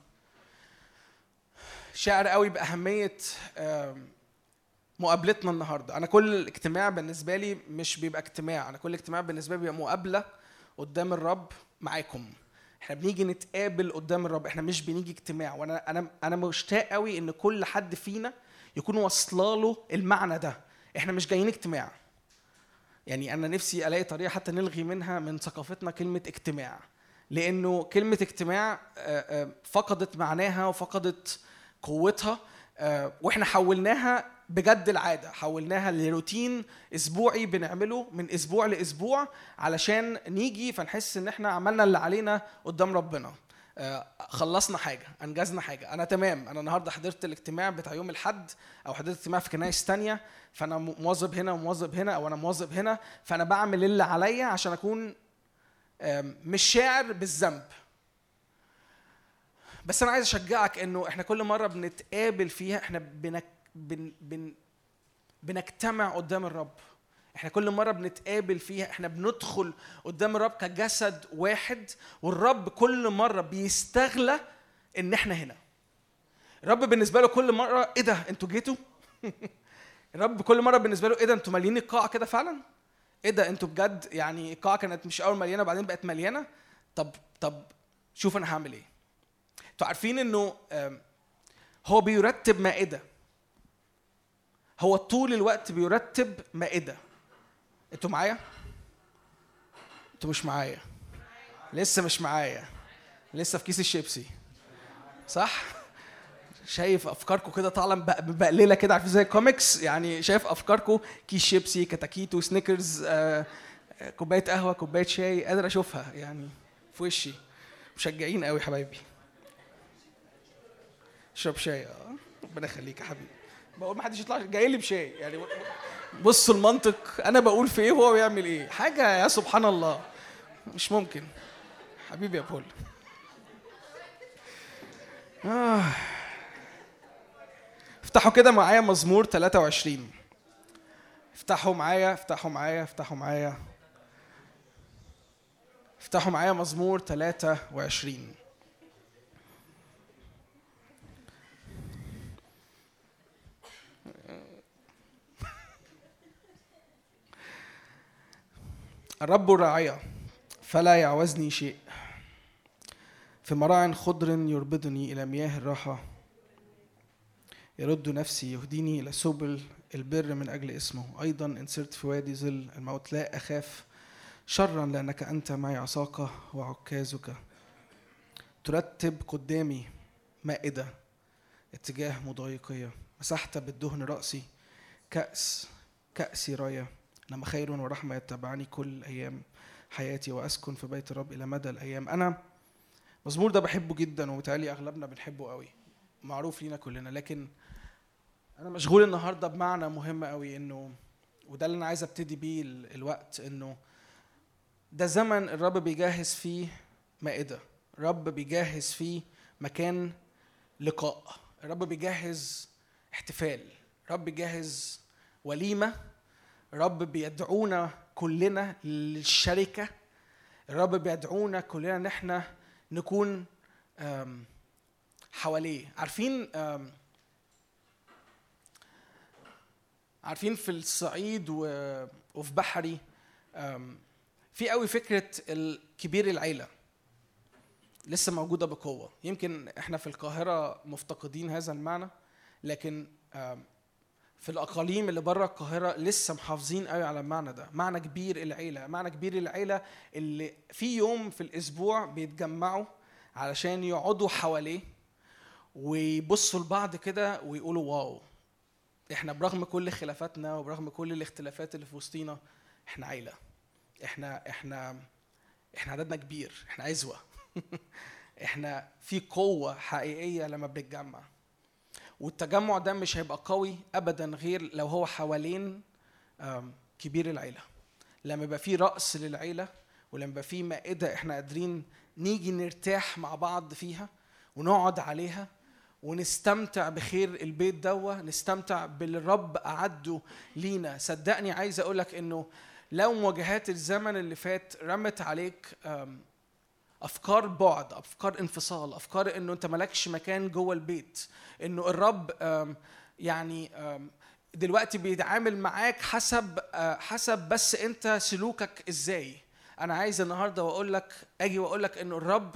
شاعر قوي باهميه مقابلتنا النهارده. انا كل اجتماع بالنسبه لي مش بيبقى اجتماع، انا كل اجتماع بالنسبه لي بيبقى مقابله قدام الرب معاكم. احنا بنيجي نتقابل قدام الرب، احنا مش بنيجي اجتماع. وانا انا مشتاق قوي ان كل حد فينا يكون واصله المعنى ده. احنا مش جايين اجتماع. يعني انا نفسي الاقي طريقه حتى نلغي منها من ثقافتنا كلمه اجتماع، لانه كلمه اجتماع فقدت معناها وفقدت قوتها، واحنا حولناها بجد العاده، حولناها لروتين اسبوعي بنعمله من اسبوع لاسبوع علشان نيجي فنحس ان احنا عملنا اللي علينا قدام ربنا. خلصنا حاجه، انجزنا حاجه. انا تمام، انا النهارده حضرت الاجتماع بتاع يوم الاحد او حضرت اجتماع في كنايس تانية، فانا مواظب هنا ومواظب هنا، او انا مواظب هنا، فانا بعمل اللي عليا عشان اكون مش شاعر بالذنب. بس انا عايز اشجعك انه احنا كل مره بنتقابل فيها احنا بنجتمع قدام الرب. احنا كل مره بنتقابل فيها احنا بندخل قدام الرب كجسد واحد، والرب كل مره بيستغلى ان احنا هنا. الرب بالنسبه له كل مره ايه ده انتوا جيتوا؟ الرب كل مره بالنسبه له ايه ده انتوا مالين القاعه كده فعلا؟ ايه ده انتوا بجد؟ يعني القاعه كانت مش اول مليانه وبعدين بقت مليانه. طب شوف انا هعمل ايه. انتوا عارفين انه هو بيرتب مائده. هو طول الوقت بيرتب مائده. انتوا معايا؟ انتوا مش معايا؟ لسه مش معايا، لسه في كيس الشيبسي صح؟ شايف افكاركم كده طالعه مبقلله كده، عارفين زي كوميكس يعني. شايف افكاركم كيس شيبسي، كتاكيتو، سنيكرز، كوبايه قهوه، كوبايه شاي، قادر اشوفها يعني في وشي. مشجعين قوي حبايبي. اشرب شاي. ربنا يخليك يا حبيبي. بقول ما حدش يطلع جاي لي بشاي يعني. بصوا المنطق، انا بقول في ايه وهو بيعمل ايه. حاجه يا سبحان الله، مش ممكن. حبيبي يا بول. افتحوا كده معايا مزمور 23. افتحوا معايا مزمور 23. الرب راعي فلا يعوزني شيء، في مراع خضر يربضني إلى مياه الراحة، يرد نفسي، يهديني إلى سبل البر من أجل اسمه. أيضا إن سرت في وادي ظل الموت لا أخاف شرا، لأنك أنت معي، عصاك وعكازك ترتب قدامي مائدة اتجاه مضايقية. مسحت بالدهن رأسي، كأسي راية. لما خير ورحمة يتبعني كل أيام حياتي، وأسكن في بيت الرب إلى مدى الأيام. أنا مزمور ده بحبه جدا، وبالتالي أغلبنا بنحبه قوي، معروف لينا كلنا. لكن أنا مشغول النهاردة بمعنى مهم قوي، إنه وده اللي أنا عايز أبتدي بيه الوقت، إنه ده زمن الرب بيجهز فيه مائدة، الرب بيجهز فيه مكان لقاء، الرب بيجهز احتفال، الرب بيجهز وليمة، الرب بيدعونا كلنا للشركة، الرب بيدعونا كلنا ان احنا نكون حواليه. عارفين في الصعيد وفي بحري في قوي فكرة الكبير العيلة لسه موجودة بقوة. يمكن احنا في القاهرة مفتقدين هذا المعنى، لكن في الأقاليم اللي بره القاهرة لسه محافظين قوي على المعنى ده. معنى كبير العيلة، معنى كبير العيلة اللي في يوم في الأسبوع بيتجمعوا علشان يقعدوا حواليه ويبصوا لبعض كده ويقولوا واو، احنا برغم كل خلافاتنا وبرغم كل الاختلافات اللي في وسطينا احنا عيلة، احنا عددنا كبير، احنا عزوة. احنا في قوة حقيقية لما بنتجمع. والتجمع ده مش هيبقى قوي ابدا غير لو هو حوالين كبير العيلة، لما يبقى في رأس للعيلة، ولما يبقى في مائدة احنا قادرين نيجي نرتاح مع بعض فيها ونقعد عليها ونستمتع بخير البيت دوا، نستمتع بالرب أعده لينا. صدقني عايز أقولك إنه لو مواجهات الزمن اللي فات رمت عليك أفكار بعد، أفكار انفصال، أفكار إنه أنت ملكش مكان جوه البيت، إنه الرب يعني دلوقتي بيتعامل معاك حسب بس أنت سلوكك إزاي. أنا عايز النهاردة أجي وأقول لك إنه الرب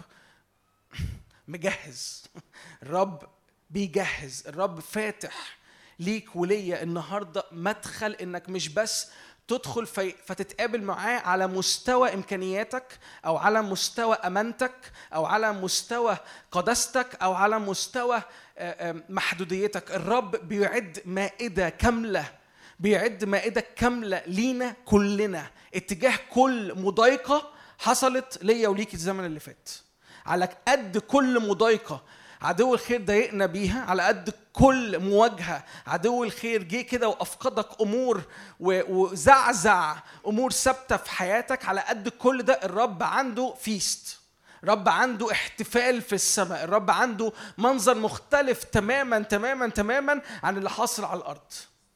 مجهز، الرب بيجهز، الرب فاتح ليك وليا النهارده مدخل انك مش بس تدخل فتتقابل معاه على مستوى امكانياتك او على مستوى امانتك او على مستوى قداستك او على مستوى محدوديتك. الرب بيعد مائدة كاملة، بيعد مائدة كاملة لينا كلنا اتجاه كل مضايقة حصلت ليا وليك الزمن اللي فات. على قد كل مضايقة عدو الخير ضايقنا بيها، على قد كل مواجهة عدو الخير جه كده وأفقدك أمور وزعزع أمور ثابتة في حياتك، على قد كل ده الرب عنده فيست، الرب عنده احتفال في السماء، الرب عنده منظر مختلف تماما تماما تماما عن اللي حاصل على الأرض.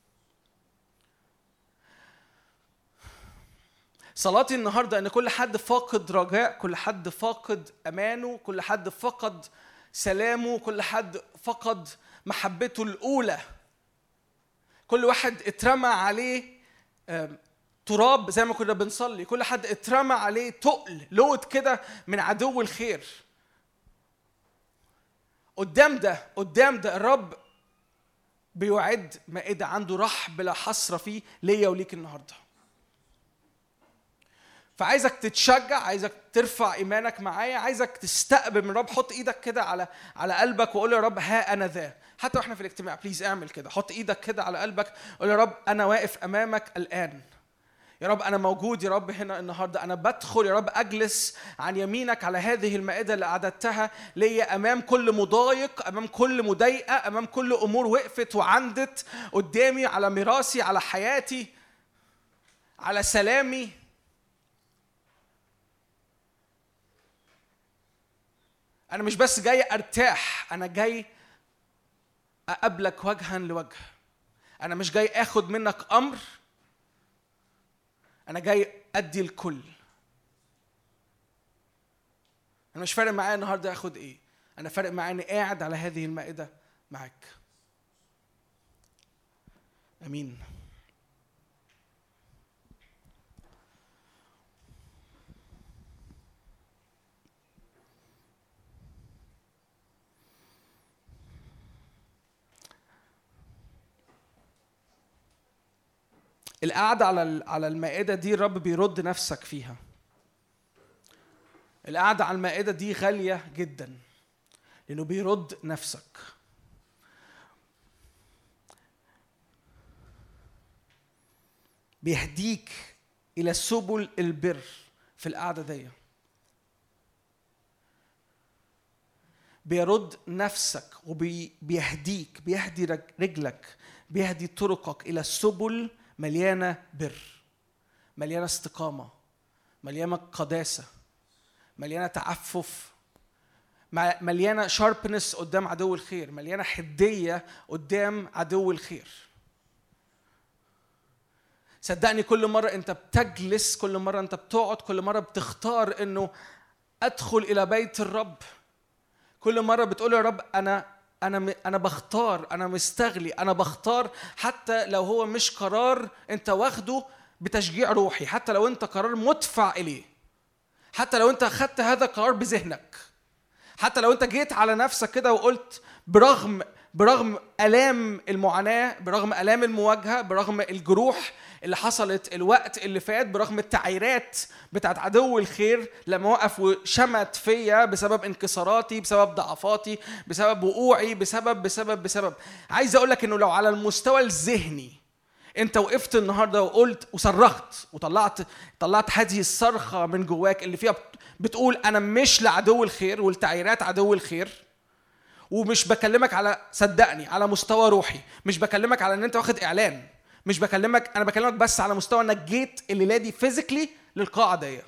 صلاتي النهاردة أن كل حد فاقد رجاء، كل حد فاقد أمانه، كل حد فقد سلامه، كل حد فقد محبته الأولى، كل واحد اترمى عليه تراب زي ما كنا بنصلي، كل حد اترمى عليه تقل لود كده من عدو الخير. قدام ده الرب بيوعد مائدة عنده رحب لا حصر فيه ليا وليك النهارده. فعايزك تتشجع، عايزك ترفع إيمانك معايا، عايزك تستقبل من رب. حط إيدك كده على قلبك وقول يا رب ها أنا ذا. حتى وإحنا في الاجتماع بليز اعمل كده، حط إيدك كده على قلبك قول يا رب أنا واقف أمامك الآن، يا رب أنا موجود يا رب هنا النهاردة، أنا بدخل يا رب أجلس عن يمينك على هذه المائدة اللي أعددتها ليا أمام كل مضايق، أمام كل مضايقة، أمام كل أمور وقفت وعندت قدامي، على ميراثي، على حياتي، على سلامي. أنا مش بس جاي أرتاح، أنا جاي أقابلك وجها لوجه. أنا مش جاي أخد منك أمر، أنا جاي أدي الكل. أنا مش فارق معايا النهاردة أخد إيه، أنا فارق معايا إني قاعد على هذه المائدة معاك. أمين. القعدة على المائدة دي الرب بيرد نفسك فيها. القعدة على المائدة دي غالية جدا لأنه بيرد نفسك. بيهديك إلى سبل البر في القعدة دي. بيرد نفسك وبيهديك، بيهدي رجلك، بيهدي طرقك إلى السبل مليانة بر، مليانة استقامة، مليانة قداسة، مليانة تعفف، مليانة شاربنس قدام عدو الخير، مليانة حدية قدام عدو الخير. صدقني كل مرة أنت بتجلس، كل مرة أنت بتقعد، كل مرة بتختار أنه أدخل إلى بيت الرب، كل مرة بتقول يا رب أنا بختار، أنا مستغلي، أنا بختار، حتى لو هو مش قرار أنت واخده بتشجيع روحي، حتى لو أنت قرار مدفع إليه، حتى لو أنت أخدت هذا القرار بذهنك، حتى لو أنت جيت على نفسك كده وقلت برغم آلام المعاناة، برغم آلام المواجهة، برغم الجروح اللي حصلت الوقت اللي فات، برغم التعيرات بتاعت عدو الخير لما وقف وشمت فيا بسبب انكساراتي، بسبب ضعفاتي، بسبب وقوعي، بسبب عايز أقولك إنه لو على المستوى الذهني أنت وقفت النهاردة وقلت وصرخت وطلعت هذه الصرخة من جواك اللي فيها بتقول أنا مش لعدو الخير والتعيرات عدو الخير، ومش بكلمك على، صدقني، على مستوى روحي، مش بكلمك على ان انت واخد اعلان، مش بكلمك، انا بكلمك بس على مستوى انك جيت الليله دي فيزيكلي للقاعه دي،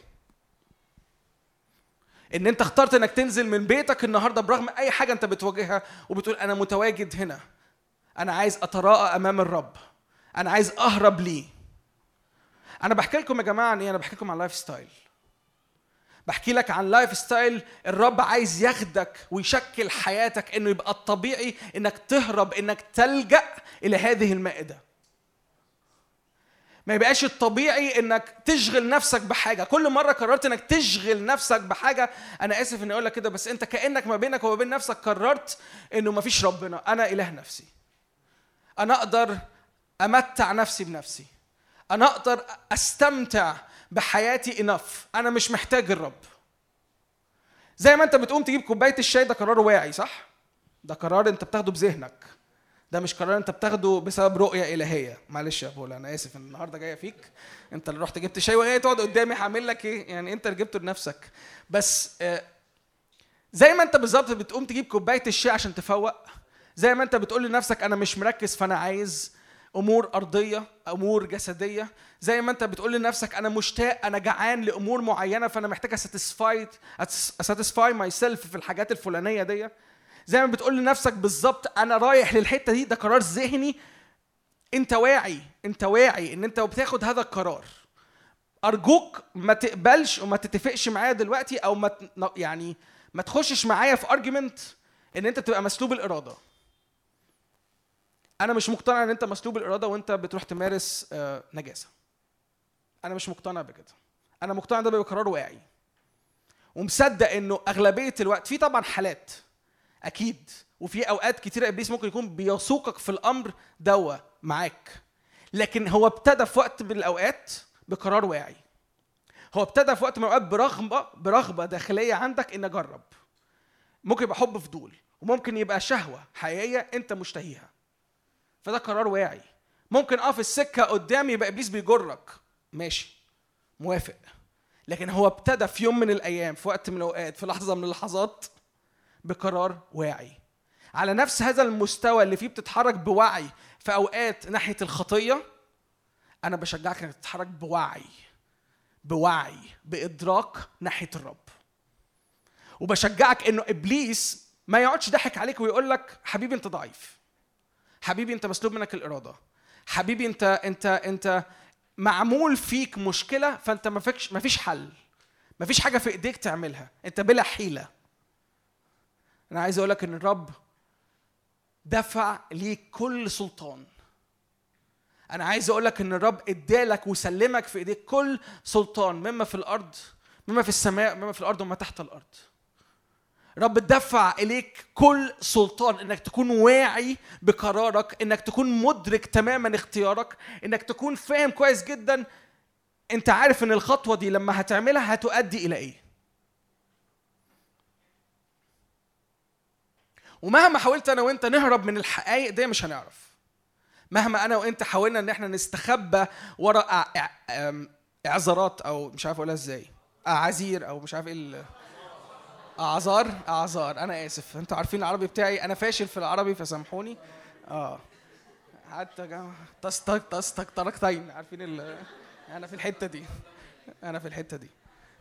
ان انت اخترت انك تنزل من بيتك النهارده برغم اي حاجه انت بتواجهها، وبتقول انا متواجد هنا، انا عايز اتراءى امام الرب، انا عايز اهرب ليه. انا بحكي لكم يا جماعه عن ايه؟ انا بحكي لكم عن لايف ستايل. بحكي لك عن لايف ستايل الرب عايز ياخدك ويشكل حياتك انه يبقى الطبيعي انك تهرب، انك تلجأ الى هذه المائده. ما يبقاش الطبيعي انك تشغل نفسك بحاجه. كل مره قررت انك تشغل نفسك بحاجه، انا اسف اني اقول لك كده، بس انت كانك ما بينك وما بين نفسك قررت انه ما فيش ربنا، انا اله نفسي، انا اقدر امتع نفسي بنفسي، انا اقدر استمتع بحياتي انف، انا مش محتاج الرب. زي ما انت بتقوم تجيب كوبايه الشاي، ده قرار واعي صح؟ ده قرار انت بتاخده بذهنك، ده مش قرار انت بتاخده بسبب رؤيه الهيه. معلش يا بولا انا اسف ان النهارده جايه فيك، انت اللي رحت جبت شاي وجاي تقعد قدامي هعمل لك ايه؟ يعني انت اللي جبته لنفسك. بس زي ما انت بالظبط بتقوم تجيب كوبايه الشاي عشان تفوق، زي ما انت بتقول لنفسك انا مش مركز فانا عايز امور ارضيه، امور جسديه، زي ما انت بتقول لنفسك انا مشتاق، انا جعان لامور معينه فانا محتاج اساتيسفاي ماي سيلف في الحاجات الفلانيه دي، زي ما بتقول لنفسك بالظبط انا رايح للحته دي، ده قرار ذهني. انت واعي ان انت بتاخد هذا القرار. ارجوك ما تقبلش وما تتفقش معايا دلوقتي، او ما تخشش معايا في ارجيومنت ان انت تبقى مسلوب الاراده. انا مش مقتنع ان انت مسلوب الاراده وانت بتروح تمارس نجاسه. انا مش مقتنع بكده. انا مقتنع ده بيبقى قرار واعي، ومصدق انه اغلبيه الوقت، في طبعا حالات اكيد، وفي اوقات كتيره ابليس ممكن يكون بيسوقك في الامر دوا معاك، لكن هو ابتدى في وقت من الاوقات بقرار واعي. هو ابتدى في وقت من الاوقات برغبه داخليه عندك ان اجرب. ممكن يبقى حب فضول، وممكن يبقى شهوه حقيقيه انت مشتهيها، فده قرار واعي. ممكن في السكه قدام يبقى ابليس بيجرك، ماشي موافق، لكن هو ابتدى في يوم من الايام، في وقت من الاوقات، في لحظه من اللحظات بقرار واعي. على نفس هذا المستوى اللي فيه بتتحرك بوعي في اوقات ناحيه الخطيه، انا بشجعك انك تتحرك بوعي بادراك ناحيه الرب. وبشجعك انه ابليس ما يقعدش ضحك عليك ويقول لك حبيبي انت ضعيف، حبيبي انت مسلوب منك الاراده، حبيبي انت معمول فيك مشكله فانت ما فيش حل، ما فيش حاجه في ايديك تعملها، انت بلا حيله. انا عايز اقول لك ان الرب دفع ليك كل سلطان. انا عايز اقول لك ان الرب ادالك وسلمك في ايديك كل سلطان، مما في الارض، مما في السماء، مما في الارض وما تحت الارض. رب دفع إليك كل سلطان إنك تكون واعي بقرارك، إنك تكون مدرك تماماً اختيارك، إنك تكون فاهم كويس جداً أنت عارف إن الخطوة دي لما هتعملها هتؤدي إلى إيه. ومهما حاولت أنا وإنت نهرب من الحقائق دي مش هنعرف. مهما أنا وإنت حاولنا إن إحنا نستخبى وراء إعذارات، أو مش عارف أقولها إزاي، أعاذير، أو مش عارف إيه، اعذار. انا اسف، انتوا عارفين العربي بتاعي، انا فاشل في العربي فسامحوني. حتى تستك تركتين، عارفين انا في الحته دي.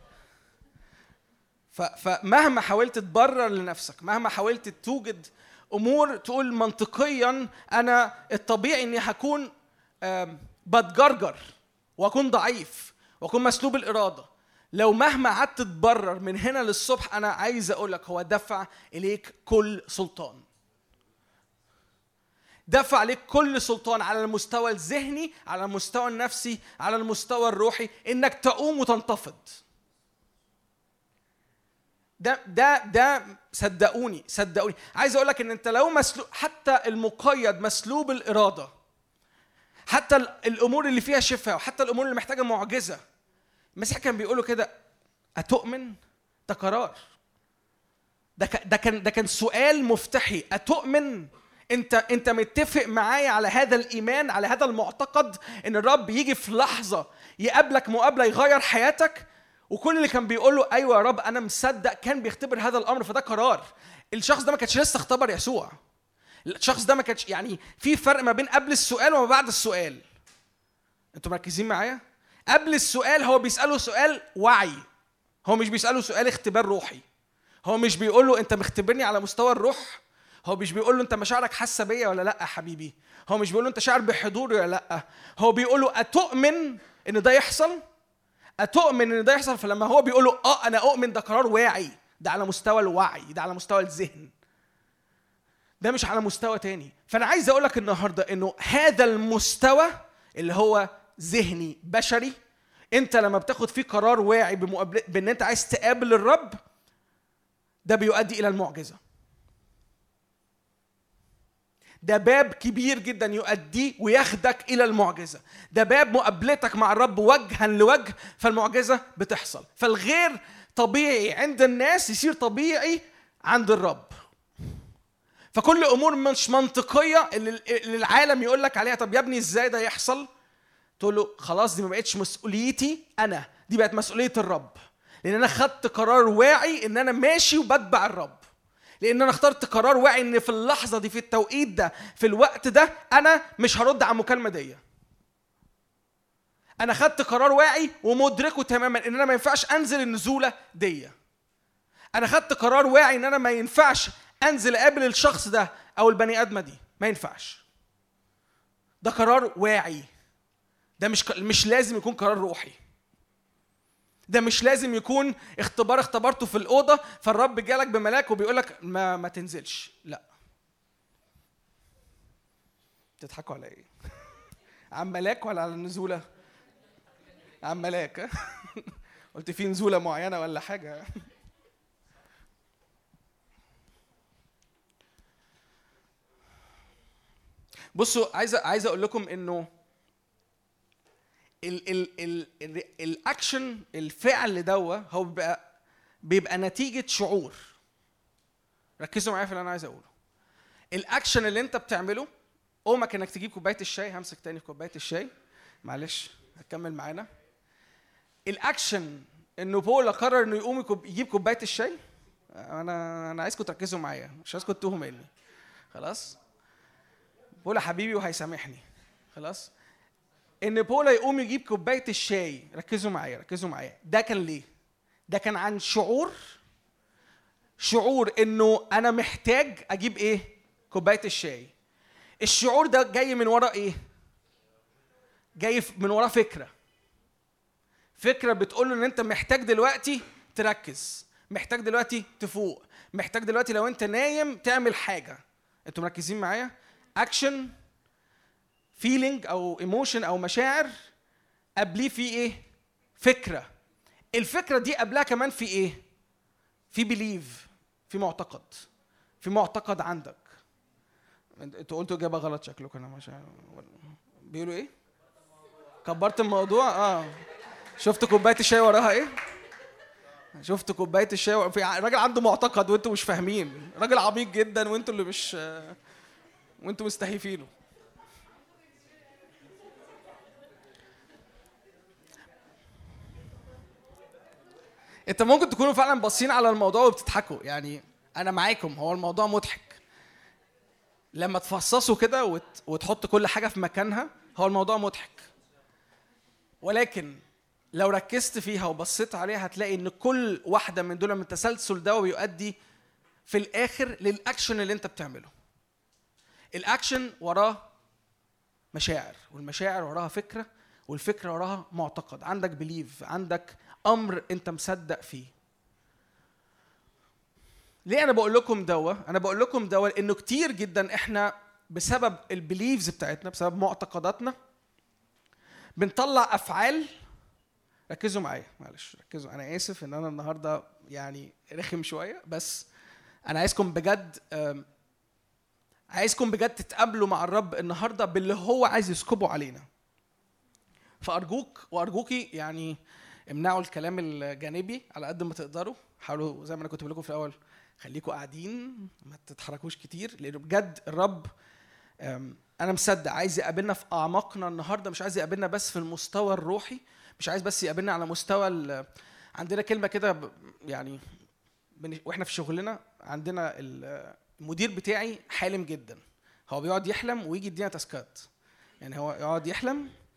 فمهما حاولت تبرر لنفسك، مهما حاولت توجد امور تقول منطقيا انا الطبيعي اني هكون بتجرجر واكون ضعيف واكون مسلوب الاراده، لو مهما قعدت تتبرر من هنا للصبح، أنا عايز أقولك هو دفع إليك كل سلطان. دفع عليك كل سلطان على المستوى الذهني، على المستوى النفسي، على المستوى الروحي، إنك تقوم وتنتفض. ده صدقوني. عايز أقولك إن أنت لو مسلوب، حتى المقيد مسلوب الإرادة، حتى الأمور اللي فيها شفاء، وحتى الأمور اللي محتاجة معجزة، المسيح كان بيقولوا كده أتؤمن؟ ده قرار. ده كان سؤال مفتاحي. أتؤمن؟ أنت متفق معايا على هذا الإيمان، على هذا المعتقد إن الرب يجي في لحظة يقابلك مقابلة يغير حياتك؟ وكل اللي كان بيقوله أيوة يا رب أنا مصدق كان بيختبر هذا الأمر، فده قرار. الشخص ده ما كانش لسه اختبر يسوع. الشخص ده ما كانش، يعني في فرق ما بين قبل السؤال وما بعد السؤال. انتوا مركزين معايا؟ قبل السؤال هو بيسأله سؤال وعي، هو مش بيسأله سؤال اختبار روحي. هو مش بيقول له انت مختبرني على مستوى الروح، هو مش بيقول له انت مشاعرك حاسه بيا ولا لا يا حبيبي، هو مش بيقول له انت شاعر بحضوري ولا لا، هو بيقول له اتؤمن ان ده يحصل؟ اتؤمن ان ده يحصل؟ فلما هو بيقول له انا اؤمن، ده قرار واعي، ده على مستوى الوعي، ده على مستوى الذهن، ده مش على مستوى تاني. فانا عايز اقول لك النهارده انه هذا المستوى اللي هو ذهني بشري، انت لما بتاخد فيه قرار واعي بان انت عايز تقابل الرب، ده بيؤدي الى المعجزه. ده باب كبير جدا يؤدي وياخدك الى المعجزه، ده باب مقابلتك مع الرب وجها لوجه، فالمعجزه بتحصل. فالغير طبيعي عند الناس يصير طبيعي عند الرب. فكل امور مش منطقيه اللي العالم يقول لك عليها طب يا ابني ازاي ده يحصل، تقول له خلاص دي ما بقتش مسؤوليتي انا، دي بقت مسؤوليه الرب، لان انا خدت قرار واعي ان انا ماشي وبتبع الرب، لان انا اخترت قرار واعي ان في اللحظه دي، في التوقيت ده، في الوقت ده، انا مش هرد على المكالمه دي. انا خدت قرار واعي ومدركه تماما ان انا ما ينفعش انزل النزوله دي. انا خدت قرار واعي ان انا ما ينفعش انزل اقابل الشخص ده او البني ادمه دي، ما ينفعش. ده قرار واعي، ده مش لازم يكون قرار روحي، ده مش لازم يكون اختبار اختبرته في الأوضة فالرب جالك بملاك وبيقولك ما تنزلش. لا، تضحكوا على ايه؟ عن ملاك ولا على النزولة؟ عن ملاك. قلت في نزولة معينة ولا حاجة؟ بصوا، عايز اقول لكم انه الاكشن، الفعل دوا هو بيبقى نتيجة شعور. ركزوا معايا في اللي انا عايز اقوله. الاكشن اللي انت بتعمله، قومك انك تجيب كوباية الشاي، همسك تاني في كوباية الشاي، معلش هتكمل معانا. الاكشن انه بولا قرر انه يقوم يجيب كوباية الشاي، انا عايزكم تركزوا معايا، مش عايزكم تتوهوا مني. خلاص، بولا حبيبي وهيسامحني. خلاص، ان بولا يقوم يجيب كوبايه الشاي، ركزوا معايا، ده كان ليه؟ ده كان عن شعور انه انا محتاج اجيب ايه؟ كوبايه الشاي. الشعور ده جاي من ورا ايه؟ جاي من ورا فكره بتقول له ان انت محتاج دلوقتي تركز، محتاج دلوقتي تفوق، محتاج دلوقتي لو انت نايم تعمل حاجه. انتوا مركزين معايا؟ اكشن، فيلينج او ايموشن او مشاعر، قبليه في ايه؟ فكره. الفكره دي قبلها كمان في ايه؟ في بيليف، في معتقد عندك. انتوا قلتوا اجابه غلط شكلكم. انا مش بيقولوا ايه؟ كبرت الموضوع. شفتوا كوبايه الشاي وراها ايه؟ شفتوا كوبايه الشاي في راجل عنده معتقد وانتوا مش فاهمين، راجل عميق جدا وانتوا اللي مش، وانتوا مستهيفينه. انت ممكن تكونوا فعلا باصين على الموضوع وبتضحكوا، يعني انا معاكم، هو الموضوع مضحك لما تفصصوا كده وتحط كل حاجه في مكانها، هو الموضوع مضحك. ولكن لو ركزت فيها وبصيت عليها هتلاقي ان كل واحده من دول من التسلسل ده بيؤدي في الاخر للاكشن اللي انت بتعمله. الاكشن وراه مشاعر، والمشاعر وراها فكره، والفكره وراها معتقد، عندك بليف، عندك امر انت مصدق فيه. ليه انا بقول لكم دوا؟ انا بقول لكم دوا لانه كتير جدا احنا بسبب البليفز بتاعتنا، بسبب معتقداتنا، بنطلع افعال. ركزوا معايا، معلش ركزوا، انا اسف ان انا النهارده يعني رخم شويه، بس انا عايزكم بجد تتقابلوا مع الرب النهارده باللي هو عايز يسكبه علينا. فارجوك وارجوكي يعني امنعوا الكلام الجانبي على قد ما تقدروا. حاولوا زي ما انا كنت بقول لكم في الاول، خليكم قاعدين ما تتحركوش كتير، لانه بجد الرب انا مصدق عايز يقابلنا في اعماقنا النهارده، مش عايز يقابلنا بس في المستوى الروحي، مش عايز بس يقابلنا على مستوى عندنا كلمه كده يعني واحنا في شغلنا، عندنا المدير بتاعي حالم جدا، هو بيقعد يحلم ويجي يدينا تاسكات. يعني هو يقعد يحلم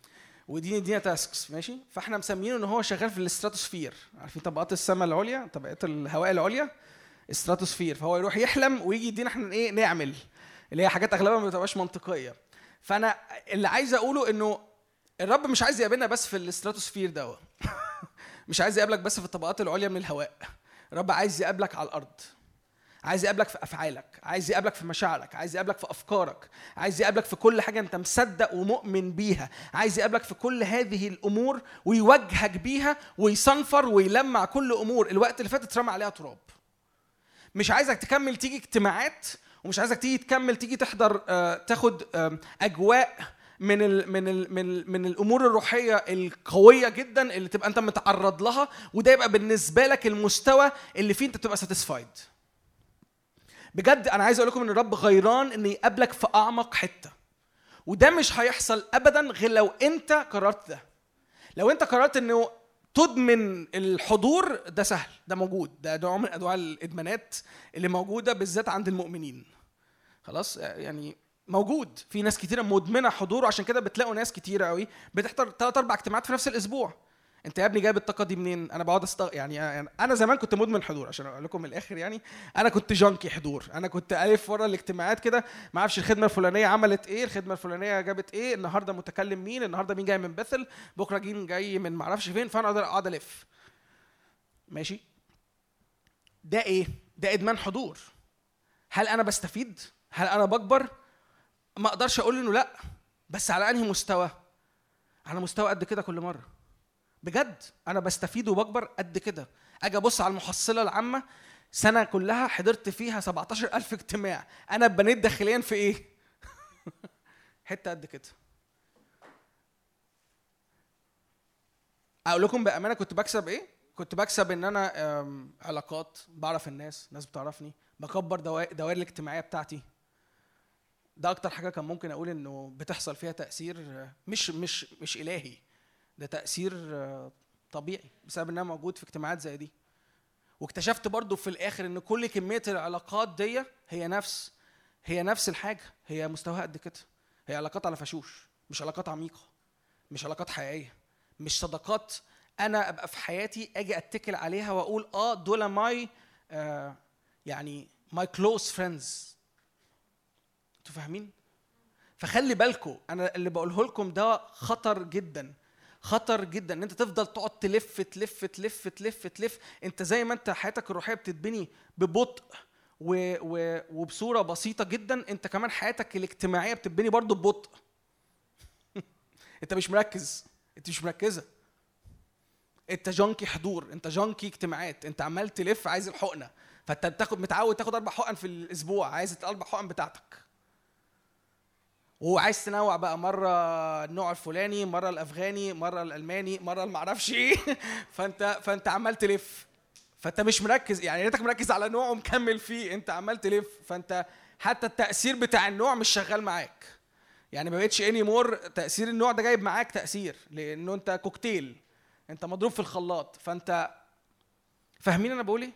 ودي تاسكس ماشي. فاحنا مسمينه ان هو شغال في الاستراتوسفير، عارفين طبقات السماء العليا، طبقات الهواء العليا، استراتوسفير. فهو يروح يحلم ويجي يدينا احنا ايه نعمل، اللي هي حاجات اغلبها ما بتبقاش منطقيه. فانا اللي عايز اقوله انه الرب مش عايز يقابلنا بس في الاستراتوسفير ده مش عايز يقابلك بس في الطبقات العليا من الهواء. الرب عايز يقابلك على الارض، عايز يقابلك في افعالك، عايز يقابلك في مشاعرك، عايز يقابلك في افكارك، عايز يقابلك في كل حاجه انت مصدق ومؤمن بيها، عايز يقابلك في كل هذه الامور ويوجهك بيها ويصنفر ويلمع كل امور الوقت اللي فات اترمى عليها تراب. مش عايزك تكمل تيجي اجتماعات، ومش عايزك تيجي تحضر تاخد اجواء من الامور الروحيه القويه جدا اللي تبقى انت متعرض لها، وده يبقى بالنسبه لك المستوى اللي فيه انت تبقى ساتيسفايد. بجد انا عايز اقول لكم ان الرب غيران ان يقابلك في اعمق حته، وده مش هيحصل ابدا غير لو انت قررت ده. لو انت قررت انه تدمن الحضور، ده سهل، ده موجود، ده نوع من انواع الادمانات اللي موجوده بالذات عند المؤمنين. خلاص يعني موجود في ناس كتيره مدمنه حضور، وعشان كده بتلاقوا ناس كتيره قوي بتحضر 3-4 اجتماعات في نفس الاسبوع. انت يا ابني جايب الطاقه دي منين؟ انا بقعد يعني انا زمان كنت مدمن حضور، عشان اقول لكم من الاخر يعني انا كنت جانكي حضور. انا كنت الف ورا الاجتماعات كده، ما اعرفش الخدمه الفلانيه عملت ايه، الخدمه الفلانيه جابت ايه، النهارده متكلم مين، النهارده مين جاي من بثل، بكره جاي من ما اعرفش فين. فانا اقعد الف ماشي. ده ايه؟ ده ادمان حضور. هل انا بستفيد؟ هل انا بكبر؟ ما اقدرش اقول انه لا، بس على انهي مستوى؟ على مستوى قد كده كل مره. بجد انا بستفيد وبكبر قد كده. اجي ابص على المحصله العامه، سنه كلها حضرت فيها 17,000 اجتماع، انا بنيت داخليا في ايه؟ حته قد كده. اقول لكم بامانه كنت بكسب ايه؟ كنت بكسب ان انا علاقات، بعرف الناس بتعرفني، بكبر دوائر الاجتماعيه بتاعتي. ده اكتر حاجه كان ممكن اقول انه بتحصل فيها تاثير مش الهي، ده تاثير طبيعي بسبب ان انا موجود في اجتماعات زي دي. واكتشفت برضو في الاخر ان كل كميه العلاقات دي هي نفس الحاجه، هي مستواها قد كده. هي علاقات على فشوش، مش علاقات عميقه، مش علاقات حقيقيه، مش صداقات انا ابقى في حياتي اجي اتكل عليها واقول دول ماي يعني ماي كلوز فريندز. انتوا فاهمين؟ فخلي بالكم، انا اللي بقوله لكم ده خطر جدا، خطر جدا ان انت تفضل تقعد تلف تلف تلف تلف تلف. انت زي ما انت حياتك الروحيه بتتبني ببطء وبصوره بسيطه جدا، انت كمان حياتك الاجتماعيه بتتبني برضو ببطء. انت مش مركز، انت مش مركزه، انت جانكي حضور، انت جانكي اجتماعات، انت عمال تلف عايز الحقنه. فانت متعود تاخد 4 حقن في الاسبوع، عايز ال4 حقن بتاعتك، وعايز تنوع بقى، مره النوع الفلاني، مره الافغاني، مره الالماني، مره المعرفش ايه. فانت عمال تلف، فانت مش مركز، يعني ريتك مركز على نوع ومكمل فيه، انت عمال تلف. فانت حتى التاثير بتاع النوع مش شغال معاك، يعني ما بقتش اني مور تاثير النوع ده جايب معاك تاثير، لانه انت كوكتيل، انت مضروب في الخلاط. فانت فاهمين انا بقول ايه؟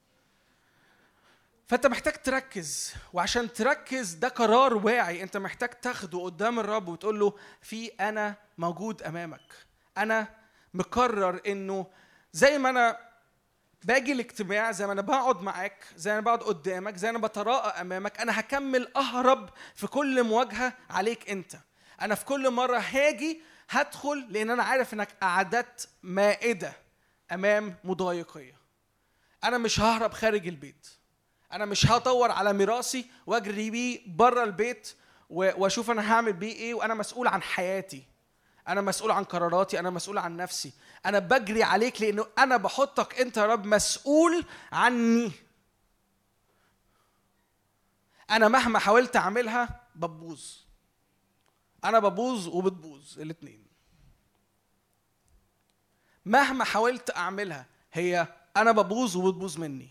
فانت محتاج تركز، وعشان تركز ده قرار واعي انت محتاج تاخده قدام الرب وتقول له انا موجود امامك، انا مقرر انه زي ما انا باجي الاجتماع، زي ما انا بقعد معاك، زي ما انا بقعد قدامك، زي ما انا بتراءى امامك، انا هكمل اهرب في كل مواجهه عليك انت. انا في كل مره هاجي هدخل لان انا عارف انك اعددت مائده امام مضايقيه. انا مش ههرب خارج البيت، انا مش هدور على ميراثي واجري بيه بره البيت واشوف انا هعمل بيه ايه، وانا مسؤول عن حياتي، انا مسؤول عن قراراتي، انا مسؤول عن نفسي. انا بجري عليك لانه انا بحطك انت يا رب مسؤول عني. انا مهما حاولت اعملها ببوظ، انا ببوظ وبتبوظ الاثنين. مهما حاولت اعملها هي انا ببوظ وبتبوظ مني.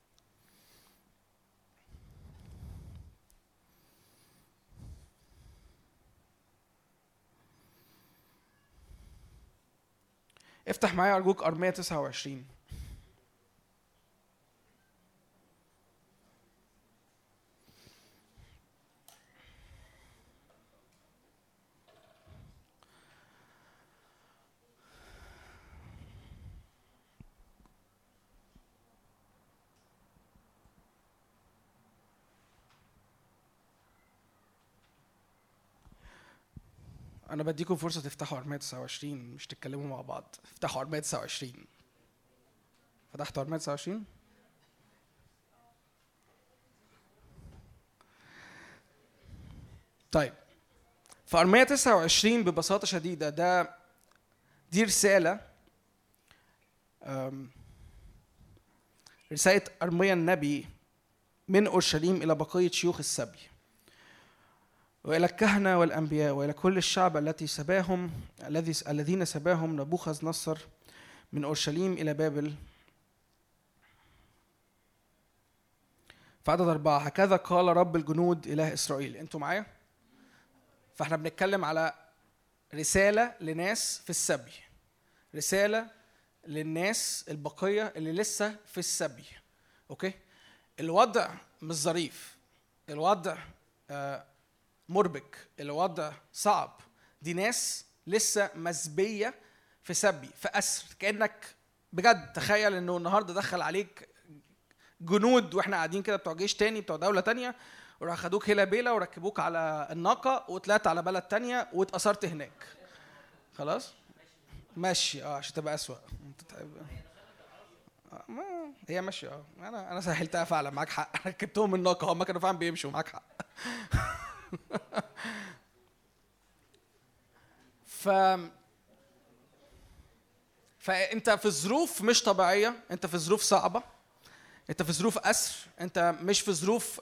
افتح معايا ارجوك ارمية 29. انا بديكم فرصه تفتحوا ارميه 29 مش تتكلموا مع بعض. افتحوا ارميه 29. فتحتوا ارميه 29؟ طيب في ارميه 29 ببساطه شديده دي رساله، رساله ارميا النبي من اورشليم الى بقيه شيوخ السبي وإلى الكهنة والأنبياء وإلى كل الشعب الذين سباهم نبوخذ نصر من أورشليم إلى بابل. في عدد 4: هكذا قال رب الجنود إله إسرائيل. أنتوا معايا؟ فإحنا بنتكلم على رسالة لناس في السبي، رسالة للناس البقية اللي لسه في السبي. أوكي؟ الوضع مش ظريف، الوضع مربك، الوضع صعب. دي ناس لسه مسبية في سبي، في أسر. كأنك بجد تخيل إنه النهاردة دخل عليك جنود وإحنا قاعدين كده بتوع جيش تاني بتوع دولة تانية، وراح خدوك هلا بيلا وركبوك على الناقة وطلعت على بلد تانية واتأثرت هناك. خلاص ماشي عشان تبقى أسوأ. هي ماشي انا سهلتها فعلا، معاك حق. ركبتهم الناقة، هم كانوا فعلا بيمشوا، معاك حق. فانت في ظروف مش طبيعيه، انت في ظروف صعبه، انت في ظروف اسر، انت مش في ظروف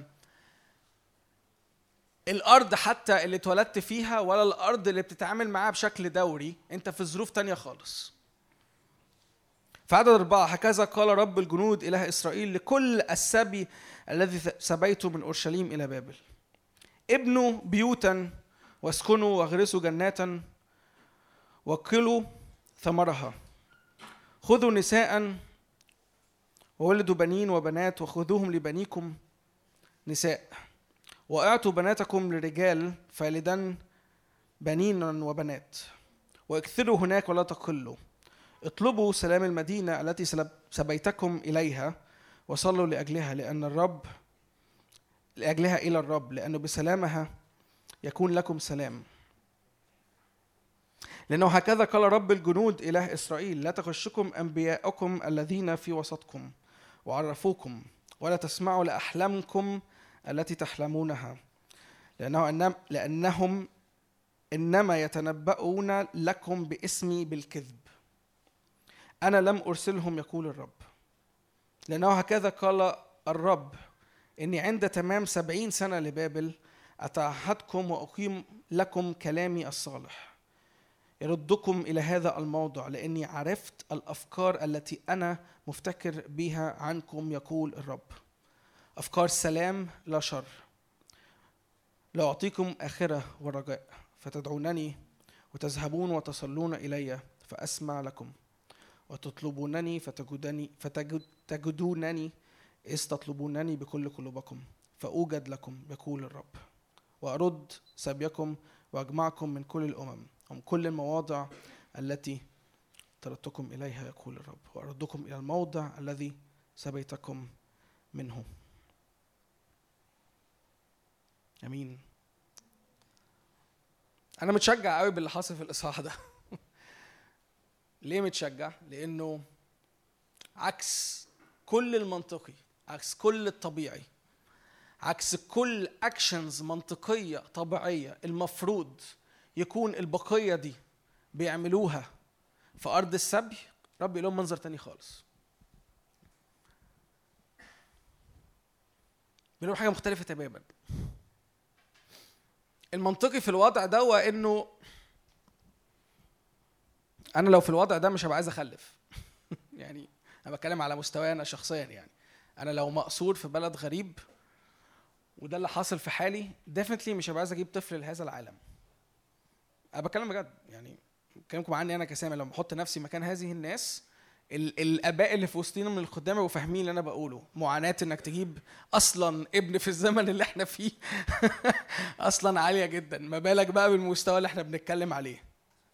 الارض حتى اللي اتولدت فيها ولا الارض اللي بتتعامل معاها بشكل دوري، انت في ظروف تانية خالص. في عدد 4: هكذا قال رب الجنود إله إسرائيل لكل السبي الذي سبيته من أورشليم إلى بابل: ابنوا بيوتا واسكنوا واغرسوا جناتا وكلوا ثمرها، خذوا نساء وولدوا بنين وبنات وخذوهم لبنيكم نساء، واعطوا بناتكم للرجال فالدا بنينا وبنات، واكثروا هناك ولا تقلوا. اطلبوا سلام المدينة التي سبيتكم إليها وصلوا لأجلها إلى الرب لأنه بسلامها يكون لكم سلام. لأنه هكذا قال رب الجنود إله إسرائيل: لا تغشكم أنبياءكم الذين في وسطكم وعرفوكم، ولا تسمعوا لأحلامكم التي تحلمونها، لأنهم إنما يتنبؤون لكم باسمي بالكذب. أنا لم أرسلهم يقول الرب. لأنه هكذا قال الرب: إني عند تمام 70 سنة لبابل أتعهدكم وأقيم لكم كلامي الصالح يردكم إلى هذا الموضع، لأني عرفت الأفكار التي أنا مفتكر بها عنكم يقول الرب، أفكار سلام لا شر، لا أعطيكم آخرة ورجاء. فتدعونني وتذهبون وتصلون إلي فأسمع لكم، وتطلبونني فتجدونني إذ تطلبونني بكل قلوبكم فأوجد لكم يقول الرب. وأرد سبيكم وأجمعكم من كل الأمم ومن كل المواضع التي طردتكم إليها يقول الرب، وأردكم إلى الموضع الذي سبيتكم منه. أمين. أنا متشجع قوي باللي حاصل في الإصحاح ده. ليه متشجع؟ لأنه عكس كل المنطقي، عكس كل الطبيعي، عكس كل أكشنز منطقية طبيعية المفروض يكون البقية دي بيعملوها في أرض السبي. رب يقول لهم منظر تاني خالص، بيقول لهم حاجة مختلفة تماما. المنطقي في الوضع ده هو إنه أنا لو في الوضع ده مش هبقى عايز أخلف. يعني أنا بتكلم على مستواي أنا شخصيا، يعني أنا لو مقصور في بلد غريب وده اللي حاصل في حالي، definitely مش هبقى عايز أجيب طفل لهذا العالم. أنا بتكلم بجد، يعني بكلمكم عني أنا كسامي. لو بحط نفسي مكان هذه الناس، الآباء اللي في وسطينا من الخدام يبقوا فاهمين اللي أنا بقوله. معاناة إنك تجيب أصلا ابن في الزمن اللي إحنا فيه أصلا عالية جدا، ما بالك بقى بالمستوى اللي إحنا بنتكلم عليه.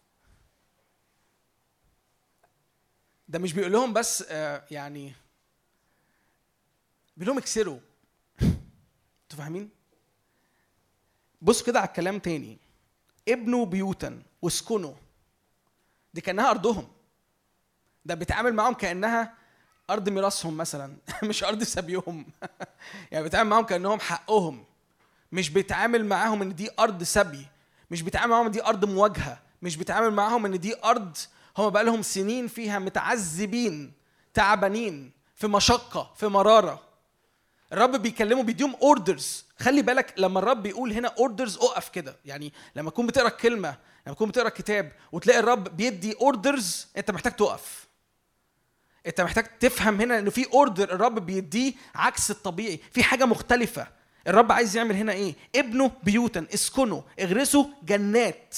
ده مش بيقول لهم بس يعني بيقول لهم اكسروا. انتوا فاهمين؟ بصوا كده على الكلام تاني. ابنوا بيوتا واسكنوا. دي كأنها أرضهم، ده بيتعامل معهم كأنها أرض ميراثهم مثلا مش أرض سبيهم يعني بيتعامل معهم كأنهم حقهم، مش بيتعامل معاهم إن دي أرض سبي، مش بيتعامل معاهم إن دي أرض مواجهة، مش بيتعامل معاهم إن دي أرض هم بقى لهم سنين فيها متعذبين تعبانين في مشقة في مرارة. الرب بيكلمه بيديهم اوردرز. خلي بالك لما الرب بيقول هنا اوردرز اقف كده، يعني لما تكون بتقرا كلمه، لما تكون بتقرا كتاب وتلاقي الرب بيدي اوردرز، انت محتاج تقف، انت محتاج تفهم هنا انه في اوردر الرب بيديه عكس الطبيعي، في حاجه مختلفه. الرب عايز يعمل هنا ايه؟ ابنوا بيوتا، اسكنوا، اغرسوا جنات.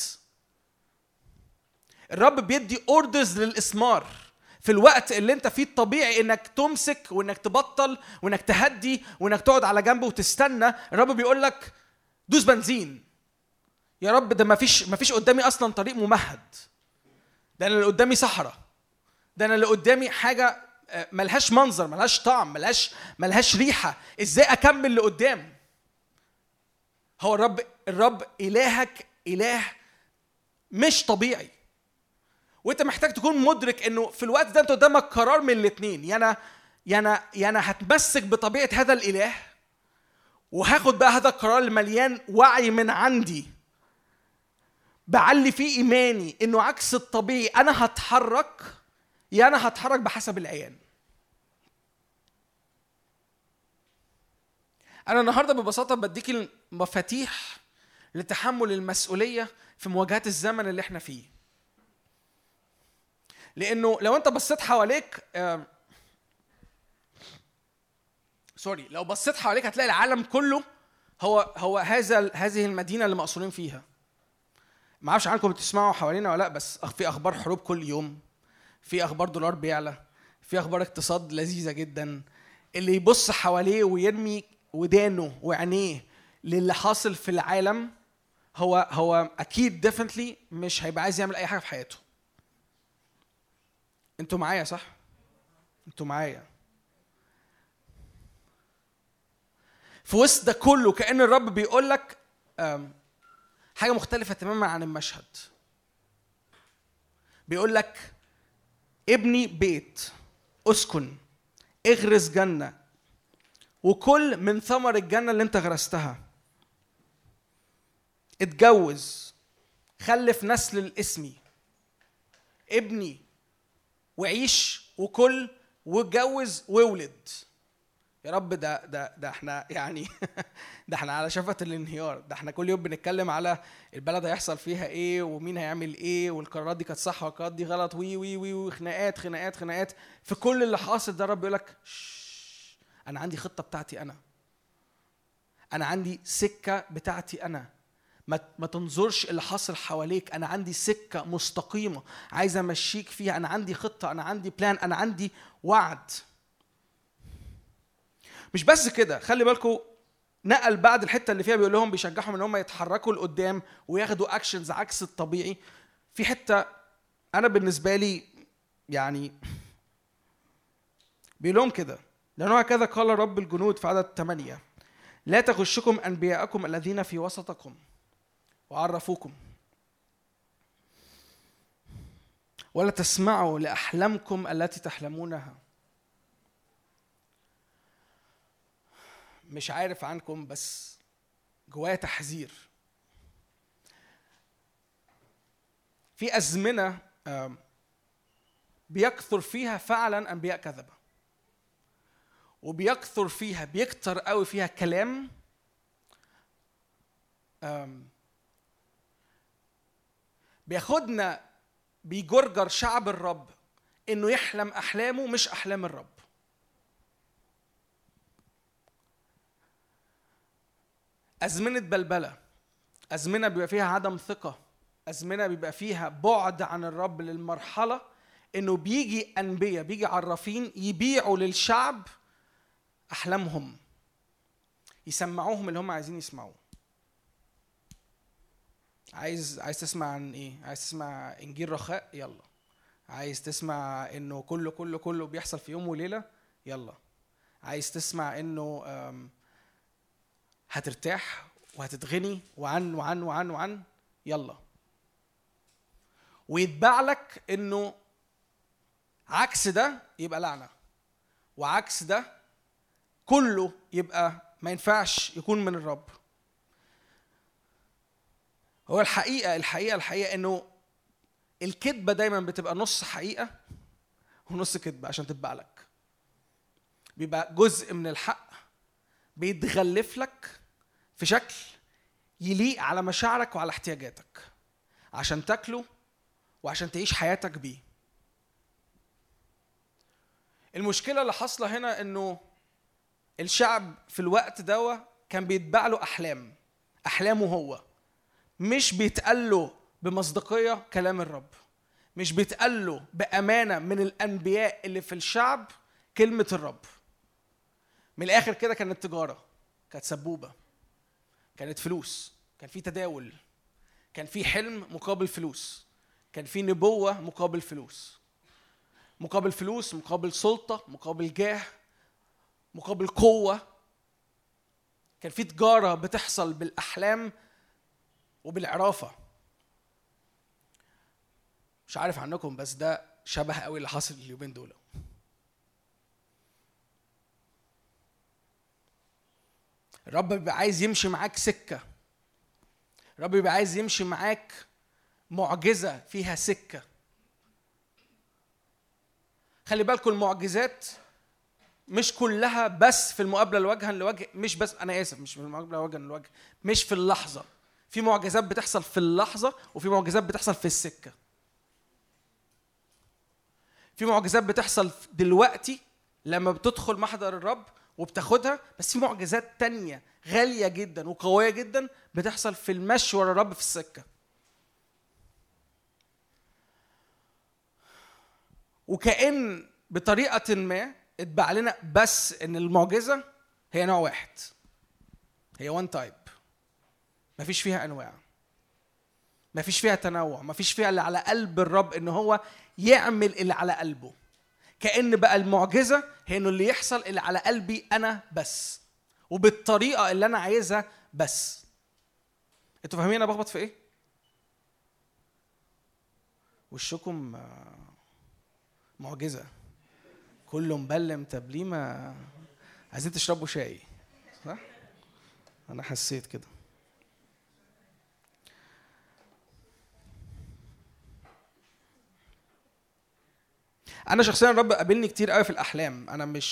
الرب بيدي اوردرز للاسمار في الوقت اللي انت فيه الطبيعي انك تمسك وانك تبطل وانك تهدي وانك تقعد على جنب وتستنى. الرب بيقول لك دوس بنزين. يا رب ده ما فيش قدامي اصلا طريق ممهد، ده انا اللي قدامي صحراء، ده انا اللي قدامي حاجه ملهاش منظر، ملهاش طعم، ملهاش ريحه، ازاي اكمل لقدام؟ هو الرب الهك اله مش طبيعي، وانت محتاج تكون مدرك انه في الوقت ده انت قدامك قرار من الاثنين. يا انا هتمسك بطبيعه هذا الاله وهاخد بقى هذا القرار المليان وعي من عندي بعلي فيه ايماني انه عكس الطبيعي، انا هتحرك، يا انا هتحرك بحسب العيان. انا النهارده ببساطه بديك المفاتيح لتحمل المسؤوليه في مواجهه الزمن اللي احنا فيه. لانه لو انت بصيت حواليك لو بصيت حواليك هتلاقي العالم كله هو هذه المدينه اللي مقصورين فيها. ما اعرفش عنكم بتسمعوا حوالينا ولا لا، بس في اخبار حروب كل يوم، في اخبار دولار بيعلى، في اخبار اقتصاد لذيذه جدا. اللي يبص حواليه ويرمي ودانه وعينيه للي حاصل في العالم هو اكيد definitely مش هيبقى عايز يعمل اي حاجه في حياته. انتوا معايا صح؟ انتوا معايا؟ في وسط ده كله كأن الرب بيقول لك حاجة مختلفة تماما عن المشهد. بيقول لك ابني بيت، اسكن، اغرس جنة، وكل من ثمر الجنة اللي انت غرستها، اتجوز، خلف نسل الاسمي، ابني وعيش وكل واتجوز وولد. يا رب ده احنا يعني ده احنا على شفة الانهيار. ده احنا كل يوم بنتكلم على البلد هيحصل فيها ايه ومين هيعمل ايه والقرارات دي كانت صح والقرارات دي غلط وي خناقات خناقات خناقات. في كل اللي حاصل ده الرب بيقول لك انا عندي خطة بتاعتي، انا عندي سكة بتاعتي، ما تنظرش اللي حاصل حواليك، انا عندي سكة مستقيمة عايز امشيك فيها، انا عندي خطة، انا عندي بلان، انا عندي وعد. مش بس كده، خلي بالكم نقل بعد الحتة اللي فيها بيقول لهم بيشجعهم ان هم يتحركوا لقدام وياخدوا اكشنز عكس الطبيعي. في حتة انا بالنسبة لي يعني بيقول لهم كده، لأنه هكذا قال رب الجنود في عدد 8: لا تغشكم أنبياءكم الذين في وسطكم وعرفوكم، ولا تسمعوا لأحلامكم التي تحلمونها. مش عارف عنكم بس جوايا تحذير. في أزمنة بيكثر فيها فعلا أنبياء كذبة، وبيكثر فيها بيكتر قوي فيها كلام بياخدنا بيجرجر شعب الرب انه يحلم احلامه مش احلام الرب. ازمنه بلبله، ازمنه بيبقى فيها عدم ثقه، ازمنه بيبقى فيها بعد عن الرب للمرحله انه بيجي انبياء بيجي عرافين يبيعوا للشعب احلامهم، يسمعوهم اللي هم عايزين يسمعوه. عايز تسمع عن ايه؟ عايز تسمع انجيل رخاء؟ يلا. عايز تسمع انه كله بيحصل في يوم وليله؟ يلا. عايز تسمع انه هترتاح وهتتغني وعن يلا، ويتبع لك انه عكس ده يبقى لعنة، وعكس ده كله يبقى ما ينفعش يكون من الرب. هو الحقيقة انه الكذبة دايما بتبقى نص حقيقة ونص كذبة عشان تتبع لك. بيبقى جزء من الحق بيتغلف لك في شكل يليق على مشاعرك وعلى احتياجاتك عشان تاكله وعشان تعيش حياتك بيه. المشكلة اللي حصلة هنا انه الشعب في الوقت ده كان بيتبع له احلامه هو، مش بيتقال له بمصداقية كلام الرب، مش بيتقال له بأمانة من الأنبياء اللي في الشعب كلمة الرب. من الآخر كده كانت تجارة، كانت سبوبة، كانت فلوس، كان في تداول، كان في حلم مقابل فلوس، كان في نبوة مقابل فلوس، مقابل سلطة، مقابل جاه، مقابل قوة. كان في تجارة بتحصل بالأحلام وبالعرافة. مش عارف عنكم بس ده شبه قوي اللي حاصل اليومين دول. الرب بيبقى عايز يمشي معاك سكة، الرب بيبقى عايز يمشي معاك معجزة فيها سكة. خلي بالكم المعجزات مش كلها بس في المقابلة الوجها لوجه، مش بس، أنا آسف، مش في المقابلة وجها لوجه، مش في اللحظة. في معجزات بتحصل في اللحظة وفي معجزات بتحصل في السكة. في معجزات بتحصل دلوقتي لما بتدخل محضر الرب وبتاخدها، بس في معجزات تانية غالية جدا وقوية جدا بتحصل في المشي ورا الرب في السكة. وكأن بطريقة ما اتبع لنا بس ان المعجزة هي نوع واحد، هي وان تايب، مفيش فيها انواع، مفيش فيها تنوع، مفيش فيها اللي على قلب الرب ان هو يعمل اللي على قلبه. كأن بقى المعجزة هي انه اللي يحصل اللي على قلبي انا بس، وبالطريقة اللي انا عايزها بس. انتوا فاهمين انا بخبط في ايه؟ وشكم معجزة، كله مبلم تبليمة، عايزين تشربوا شاي صح؟ انا حسيت كده. انا شخصيا الرب قابلني كتير قوي في الاحلام.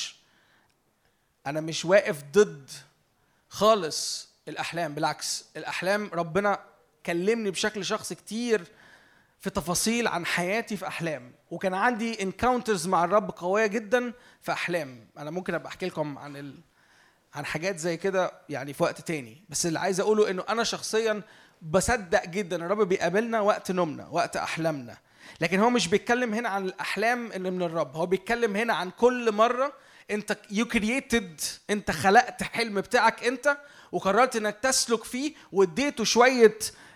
انا مش واقف ضد خالص الاحلام، بالعكس الاحلام ربنا كلمني بشكل شخصي كتير في تفاصيل عن حياتي في احلام، وكان عندي انكاونترز مع الرب قويه جدا في احلام. انا ممكن ابقى احكي لكم عن حاجات زي كده يعني في وقت تاني، بس اللي عايز اقوله انه انا شخصيا بصدق جدا الرب بيقابلنا وقت نومنا، وقت احلامنا. لكن هو مش بيتكلم هنا عن الاحلام اللي من الرب، هو بيتكلم هنا عن كل مره انت انت خلقت حلم بتاعك انت وقررت انك تسلك فيه واديته شويه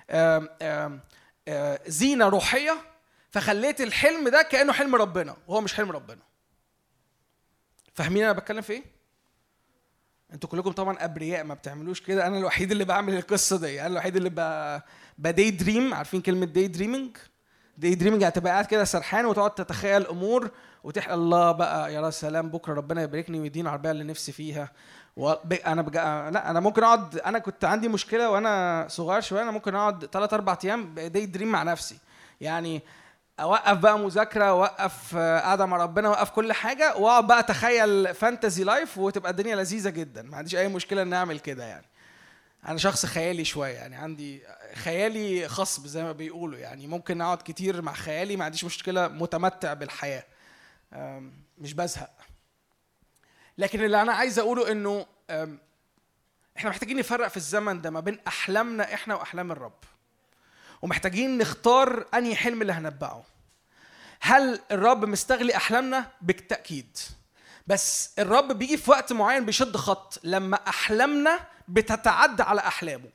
زينه روحيه، فخليت الحلم ده كانه حلم ربنا وهو مش حلم ربنا. فاهمين انا بتكلم في ايه؟ انتوا كلكم طبعا ابرياء ما بتعملوش كده، انا الوحيد اللي بعمل القصه دي. انا الوحيد اللي بداي دريم. عارفين كلمه داي دريمينج؟ داي دريمينج يعني تبقى قاعد كده سرحان وتقعد تتخيل امور وتحلم الله بقى يا سلام بكره ربنا يباركني ويديني العربيه اللي نفسي فيها. انا ممكن اقعد، انا كنت عندي مشكله وانا صغير شويه، انا ممكن اقعد 3-4 ايام داي دريم مع نفسي، يعني اوقف بقى مذاكره، اوقف قاعده مع ربنا، اوقف كل حاجه واقعد بقى اتخيل فانتزي لايف وتبقى الدنيا لذيذه جدا. ما عنديش اي مشكله ان اعمل كده، يعني انا شخص خيالي شويه، يعني عندي خيالي خصب زي ما بيقولوا، يعني ممكن اقعد كتير مع خيالي، ما عنديش مشكله، متمتع بالحياه، مش بزهق. لكن اللي انا عايز اقوله انه احنا محتاجين نفرق في الزمن ده ما بين احلامنا احنا واحلام الرب، ومحتاجين نختار انهي حلم اللي هنتبعه. هل الرب مستغلي احلامنا؟ بالتاكيد، بس الرب بيجي في وقت معين بيشد خط لما احلامنا بتتعدى على احلامه،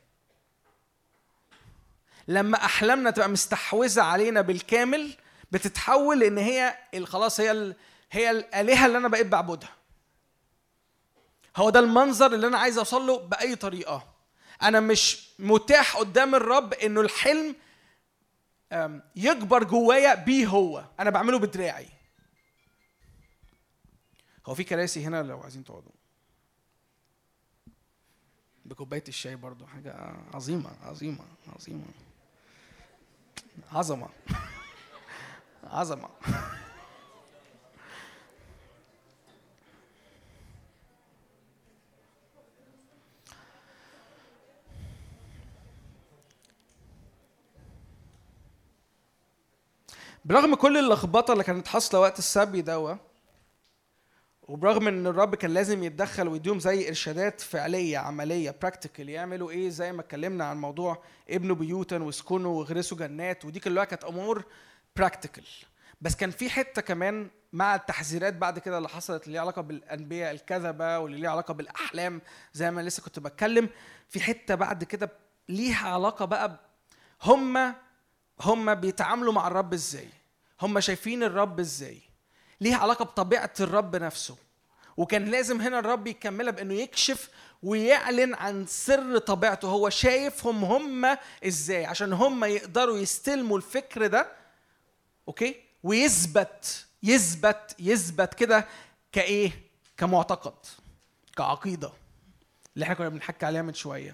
لما احلامنا تبقى مستحوذه علينا بالكامل، بتتحول لان هي خلاص هي الالهه اللي انا بقيت بعبدها. هو ده المنظر اللي انا عايز اوصل له باي طريقه. أنا مش متاح قدام الرب إنه الحلم يكبر جوايا بيه هو، أنا بعمله بدراعي. هو في كراسي هنا لو عايزين تقعدوا بكوباية الشاي برضو، حاجة عظيمة عظيمة عظيمة عظمة عظمة. برغم كل اللخبطة اللي كانت حاصلة وقت السبي دوا، وبرغم ان الرب كان لازم يتدخل ويديهم زي ارشادات فعليه عمليه براكتيكال يعملوا ايه، زي ما اتكلمنا عن موضوع ابنوا بيوتا واسكنوا واغرسوا جنات، ودي كلها كانت امور براكتيكال. بس كان في حته كمان مع التحذيرات بعد كده اللي حصلت اللي ليها علاقه بالانبياء الكذبه واللي ليها علاقه بالاحلام زي ما لسه كنت بتكلم. في حته بعد كده ليها علاقه بقى هم بيتعاملوا مع الرب ازاي، هم شايفين الرب ازاي، ليها علاقة بطبيعة الرب نفسه. وكان لازم هنا الرب يكملها بأنه يكشف ويعلن عن سر طبيعته، هو شايفهم هم ازاي، عشان هم يقدروا يستلموا الفكر ده اوكي، ويثبت كده كايه، كمعتقد، كعقيدة اللي احنا كنا بنحكي عليها من شوية.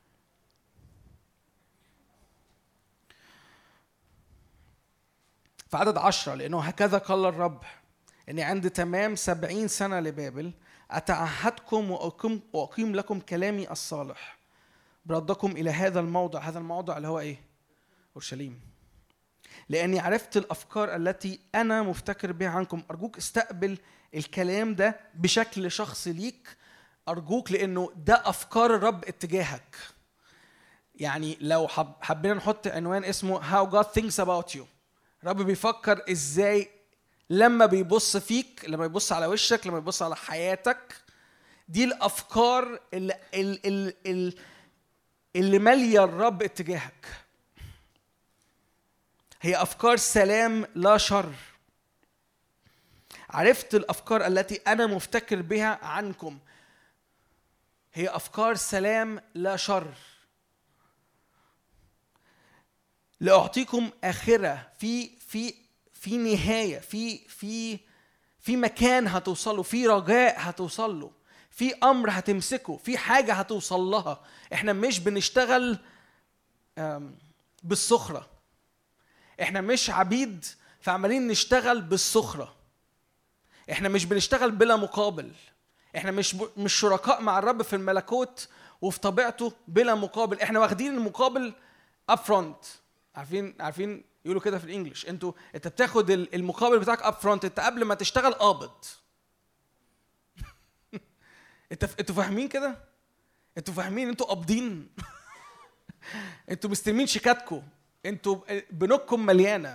في عدد 10، لأنه هكذا قال الرب إني عند تمام 70 سنة لبابل أتعهدكم وأقيم لكم كلامي الصالح بردكم إلى هذا الموضع اللي هو إيه؟ أورشليم، لأني عرفت الأفكار التي أنا مفتكر بها عنكم. أرجوك استقبل الكلام ده بشكل شخصي ليك، أرجوك، لأنه ده أفكار الرب اتجاهك. يعني لو حبينا نحط عنوان اسمه How God Thinks About You، الرب بيفكر إزاي لما بيبص فيك، لما يبص على وشك، لما يبص على حياتك. دي الأفكار اللي مالية الرب اتجاهك، هي أفكار سلام لا شر. عرفت الأفكار التي أنا مفتكر بها عنكم، هي أفكار سلام لا شر، لأعطيكم آخرة في نهاية، في مكان هتوصلوا، في رجاء هتوصلوا، في أمر هتمسكوا، في حاجة هتوصل لها. إحنا مش بنشتغل بالسخرة، إحنا مش عبيد فعمالين نشتغل بالسخرة، إحنا مش بنشتغل بلا مقابل، إحنا مش شركاء مع الرب في الملكوت وفي طبيعته بلا مقابل. إحنا واخدين المقابل up front. عارفين يقولوا كده في الانجليش، انت بتاخد المقابل بتاعك اب فرونت، انت قبل ما تشتغل قابض. انتوا فاهمين كده؟ انتوا فاهمين؟ انتوا قابضين. انتوا مستلمين شيكاتكم، انتوا بنوكم مليانه.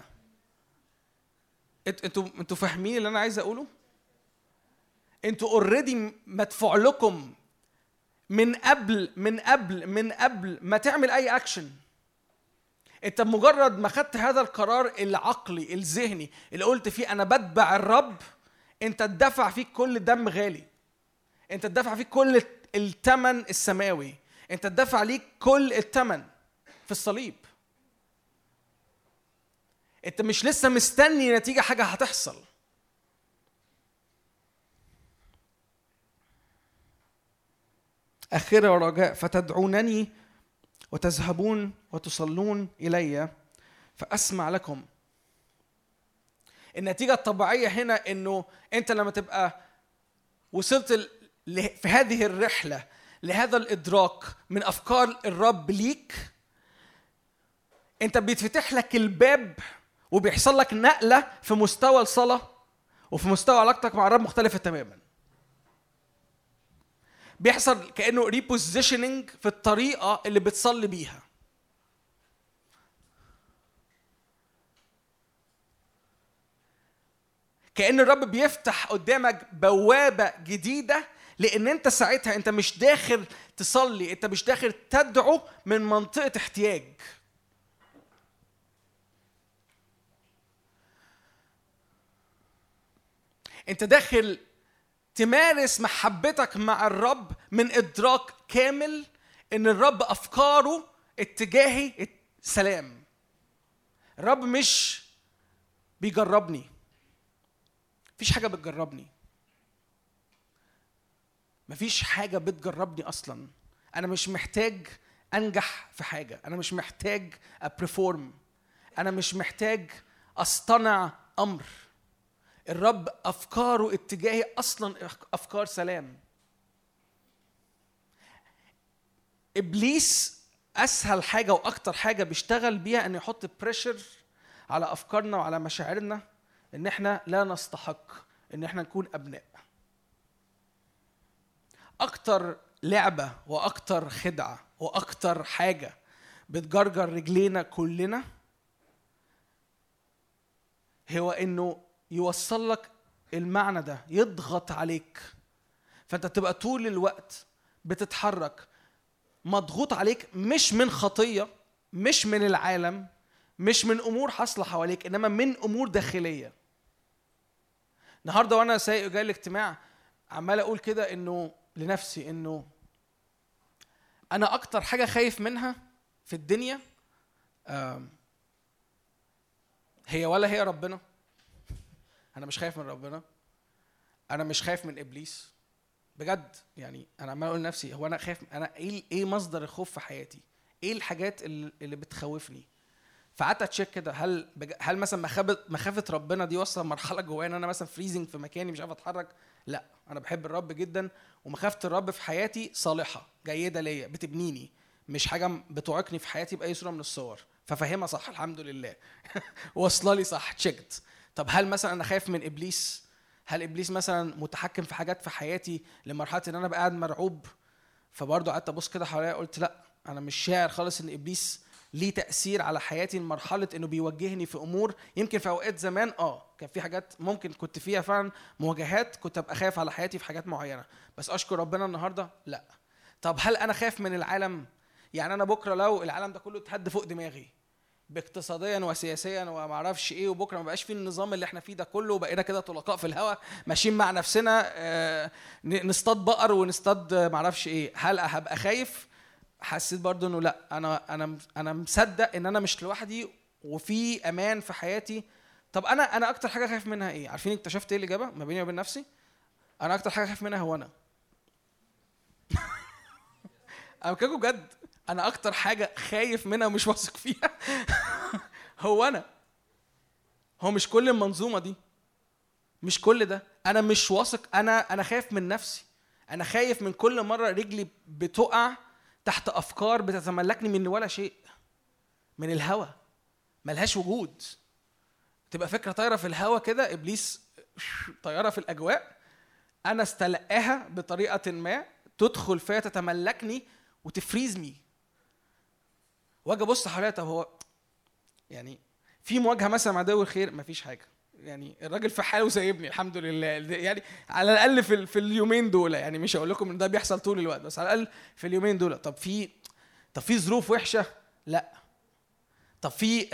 انتوا فاهمين اللي انا عايز اقوله؟ انتوا اوريدي مدفوع لكم من قبل ما تعمل اي اكشن. انت مجرد ما خدت هذا القرار العقلي الذهني اللي قلت فيه انا بتبع الرب، انت تدفع فيك كل دم غالي، انت تدفع فيك كل الثمن السماوي، انت تدفع ليك كل الثمن في الصليب. انت مش لسه مستني نتيجة حاجة هتحصل. آخرة ورجاء، فتدعونني وتذهبون وتصلون إلي فأسمع لكم. النتيجة الطبيعية هنا إنه أنت لما تبقى وصلت في هذه الرحلة لهذا الإدراك من أفكار الرب ليك، أنت بيتفتح لك الباب وبيحصل لك نقلة في مستوى الصلاة وفي مستوى علاقتك مع الرب مختلفة تماماً. بيحصل كأنه ريبوزيشننج في الطريقة اللي بتصلي بيها. كأن الرب بيفتح قدامك بوابة جديدة، لأن أنت ساعتها أنت مش داخل تصلي، أنت مش داخل تدعو من منطقة احتياج. أنت داخل تمارس محبتك مع الرب من إدراك كامل ان الرب افكاره اتجاهي سلام. الرب مش بيجربني، مفيش حاجه بتجربني، مفيش حاجه بتجربني اصلا. انا مش محتاج انجح في حاجه، انا مش محتاج ابرفورم، انا مش محتاج اصطنع امر. الرب افكاره اتجاهي اصلا افكار سلام. ابليس اسهل حاجه واكتر حاجه بيشتغل بيها ان يحط بريشر على افكارنا وعلى مشاعرنا، ان احنا لا نستحق ان احنا نكون ابناء. اكتر لعبه واكتر خدعه واكتر حاجه بتجرجر رجلينا كلنا هو انه يوصل لك المعنى ده، يضغط عليك، فانت تبقى طول الوقت بتتحرك مضغوط عليك، مش من خطيه، مش من العالم، مش من امور حاصله حواليك، انما من امور داخليه. النهارده وانا سايق جاي الاجتماع عمال اقول كده انه لنفسي انه انا اكتر حاجه خايف منها في الدنيا هي ربنا. انا مش خايف من ربنا، انا مش خايف من ابليس بجد. يعني انا عمال اقول لنفسي هو انا خايف، انا ايه مصدر الخوف في حياتي؟ ايه الحاجات اللي بتخوفني؟ فقعدت اتشيك كده، هل مثلا مخافه ربنا دي وصل مرحله جوايا ان انا مثلا فريزنج في مكاني مش عارف اتحرك؟ لا، انا بحب الرب جدا، ومخافه الرب في حياتي صالحه جيده ليا، بتبنيني، مش حاجه بتوعقني في حياتي باي صوره من الصور. ففهمها صح الحمد لله. وصل لي صح، تشيكت. طب هل مثلا انا خايف من ابليس؟ هل ابليس مثلا متحكم في حاجات في حياتي لمرحله ان انا قاعد مرعوب؟ فبرضه قعدت ابص كده حواليا، قلت لا، انا مش شاعر خالص ان ابليس ليه تاثير على حياتي لمرحله انه بيوجهني في امور. يمكن في اوقات زمان كان في حاجات ممكن كنت فيها فعلا مواجهات، كنت ابقى خايف على حياتي في حاجات معينه، بس اشكر ربنا النهارده لا. طب هل انا خايف من العالم؟ يعني انا بكره لو العالم ده كله اتهد فوق دماغي باقتصاديا وسياسيا وما اعرفش ايه، وبكره ما بقاش فيه النظام اللي احنا فيه ده كله، وبقينا كده طلقاء في الهواء ماشيين مع نفسنا، نصطاد بقر ونصطاد ما اعرفش ايه، هل هبقى خايف؟ حسيت برضو انه لا، انا مصدق ان انا مش لوحدي وفي امان في حياتي. طب انا اكتر حاجه خايف منها ايه؟ عارفين اكتشفت ايه الاجابه ما بيني وبين نفسي؟ انا اكتر حاجه خايف منها هو انا. انا بكلمكم بجد، انا اكتر حاجه خايف منها ومش واثق فيها هو انا. هو مش كل المنظومه دي، مش كل ده، انا مش واثق. انا خايف من نفسي، انا خايف من كل مره رجلي بتقع تحت افكار بتتملكني من ولا شيء، من الهوى ملهاش وجود. تبقى فكره طايره في الهوى كده، ابليس طياره في الاجواء، انا استلقاها بطريقه ما تدخل فيا تتملكني وتفريزني، واجي ابص حواليا. طب هو يعني في مواجهه مثلا مع عدو الخير؟ مفيش حاجه، يعني الراجل في حاله وسايبني الحمد لله. يعني على الاقل في اليومين دول، يعني مش هقول لكم ان ده بيحصل طول الوقت، بس على الاقل في اليومين دول. طب في ظروف وحشه؟ لا. طب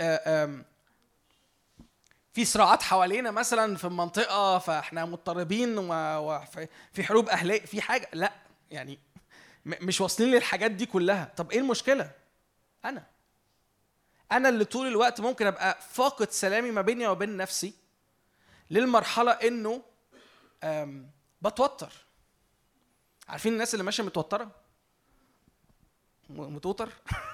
في صراعات حوالينا مثلا في المنطقه فاحنا مضطربين وفي حروب اهليه في حاجه؟ لا، يعني مش واصلين للحاجات دي كلها. طب ايه المشكله؟ انا اللي طول الوقت ممكن ابقى فاقد سلامي ما بيني وبين نفسي للمرحله انه بتوتر. عارفين الناس اللي ماشيه متوتره متوتر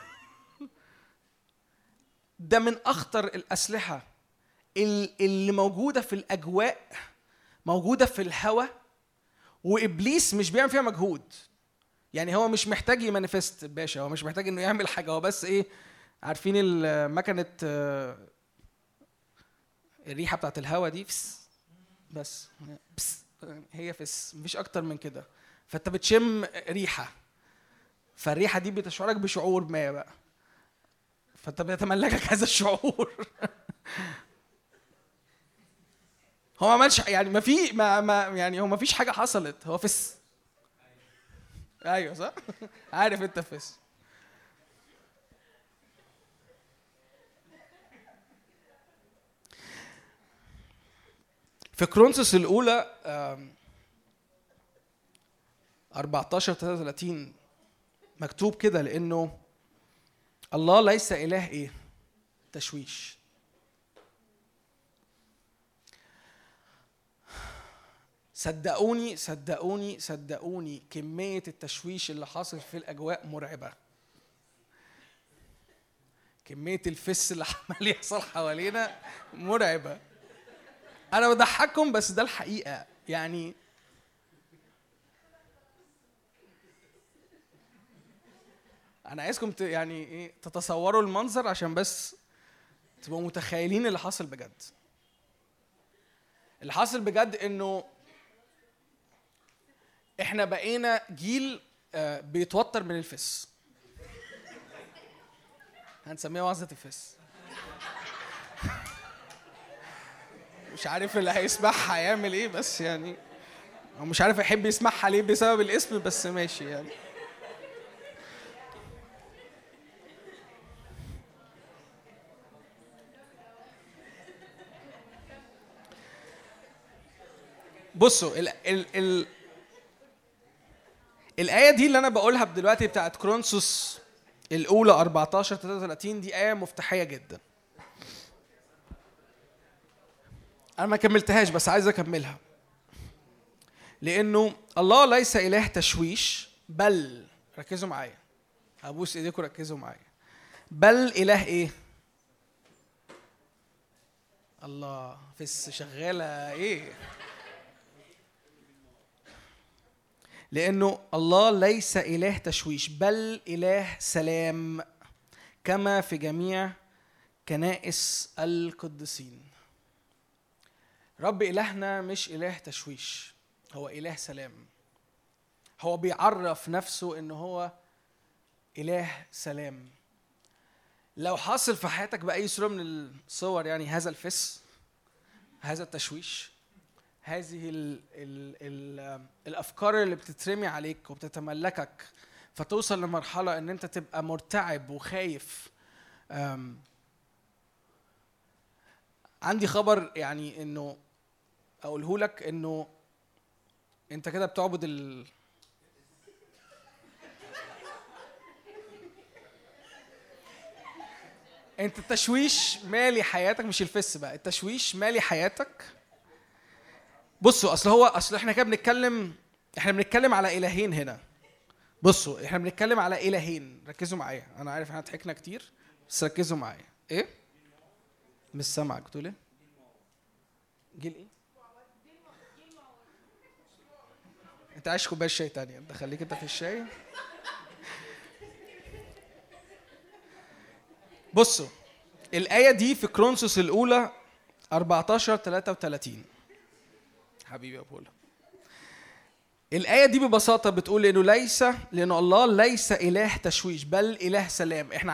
ده من اخطر الاسلحه اللي موجوده في الاجواء، موجوده في الهوى، وابليس مش بيعمل فيها مجهود. يعني هو مش محتاج يمانيفست باشا، هو مش محتاج انه يعمل حاجه، هو بس ايه، عارفين المكنه الريحه بتاعت الهوا دي، بس هي مفيش اكتر من كده. فانت بتشم ريحه، فالريحه دي بتشعرك بشعور ما بقى، فانت بيتملكك هذا الشعور. هو ما عملش يعني، يعني هو ما فيش حاجه حصلت، هو ايوه صح. عارف انت في كورنثوس الاولى 14-33 مكتوب كده لأنه الله ليس إله إيه؟ تشويش. صدقوني صدقوني صدقوني كمية التشويش اللي حاصل في الأجواء مرعبة. كمية الفس اللي عمال يحصل حوالينا مرعبة. أنا بضحككم بس ده الحقيقة. يعني أنا عايزكم يعني إيه تتصوروا المنظر عشان بس تبقوا متخيلين اللي حاصل بجد. اللي حاصل بجد إنه إحنا بقينا جيل بيتوتر من الفس. هنسميها وعظة الفس. مش عارف اللي هيسمعها هيعمل ايه، بس يعني هو مش عارف يحب يسمعها ليه بسبب الاسم، بس ماشي يعني. بصوا الآية دي اللي أنا بقولها دلوقتي بتاعت كورنثوس الأولى 14-33 دي آية مفتاحية جدا. أنا ما كملتهاش بس عايز أكملها. لأنه الله ليس إله تشويش، بل ركزوا معايا، أبوس إيديكم ركزوا معايا، بل إله إيه؟ الله فس شغالة إيه؟ لأنه الله ليس إله تشويش بل إله سلام، كما في جميع كنائس القديسين. رب إلهنا مش إله تشويش، هو إله سلام. هو بيعرف نفسه إنه هو إله سلام. لو حاصل في حياتك بأي صورة من الصور يعني هذا الفس، هذا التشويش، هذه الأفكار اللي بتترمي عليك وبتتملكك، فتوصل لمرحلة إن أنت تبقى مرتعب وخايف. عندي خبر يعني إنه أقوله لك إنه أنت كده بتعبد أنت التشويش مالي حياتك، مش الفس بقى، التشويش مالي حياتك. بصوا أصل إحنا كده بنتكلم على إلهين هنا. بصوا إحنا بنتكلم على إلهين، ركزوا معايا. أنا عارف إحنا ضحكنا كتير بس ركزوا معايا. إيه؟ مش سامعك بتقول إيه؟ جيل إيه؟ أنت عايش كوباية شاي تانية، أنت خليك أنت في الشاي. بصوا الآية دي في كورنثوس الأولى 14-33. حبيبي يا بولا، الآية دي ببساطة بتقول لأنه الله ليس إله تشويش بل إله سلام. إحنا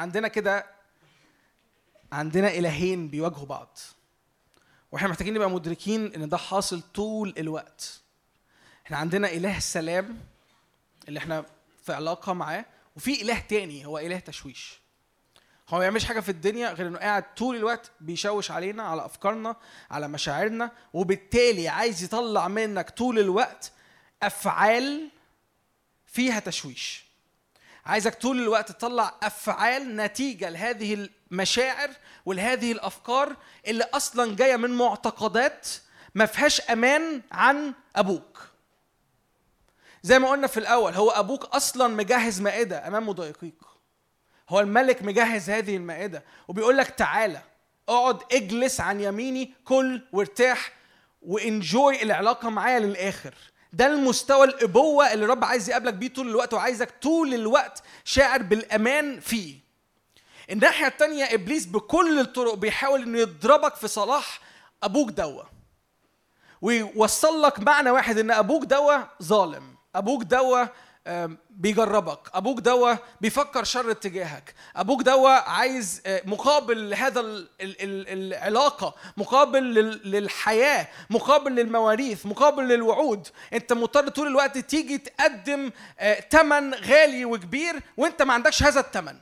عندنا إلهين بيواجهوا بعض، وإحنا محتاجين نبقى مدركين إن ده حاصل طول الوقت. إحنا عندنا إله سلام اللي إحنا في علاقة معاه، وفي إله تاني هو إله تشويش. هو ما يعملش حاجة في الدنيا غير إنه قاعد طول الوقت بيشوش علينا، على أفكارنا، على مشاعرنا، وبالتالي عايز يطلع منك طول الوقت أفعال فيها تشويش. عايزك طول الوقت تطلع أفعال نتيجة لهذه المشاعر ولهذه الأفكار اللي أصلاً جاية من معتقدات ما فيهاش أمان عن أبوك. زي ما قلنا في الأول، هو أبوك أصلاً مجهز مائدة أمام مضايقيك. هو الملك مجهز هذه المائدة وبيقول لك تعالى اقعد اجلس عن يميني، كل وارتاح وانجوي العلاقة معايا للآخر. ده المستوى الأبوة اللي رب عايز يقابلك بيه طول الوقت، وعايزك طول الوقت شاعر بالأمان فيه. الناحية التانية إبليس بكل الطرق بيحاول إنه يضربك في صلاح أبوك دوا، ويوصل لك معنى واحد إن أبوك دوا ظالم، أبوك دوا بيجربك، أبوك دوا بيفكر شر اتجاهك، أبوك دوا عايز مقابل هذا العلاقة، مقابل للحياة، مقابل للمواريث، مقابل للوعود. أنت مضطر طول الوقت تيجي تقدم ثمن غالي وكبير وأنت ما عندكش هذا الثمن.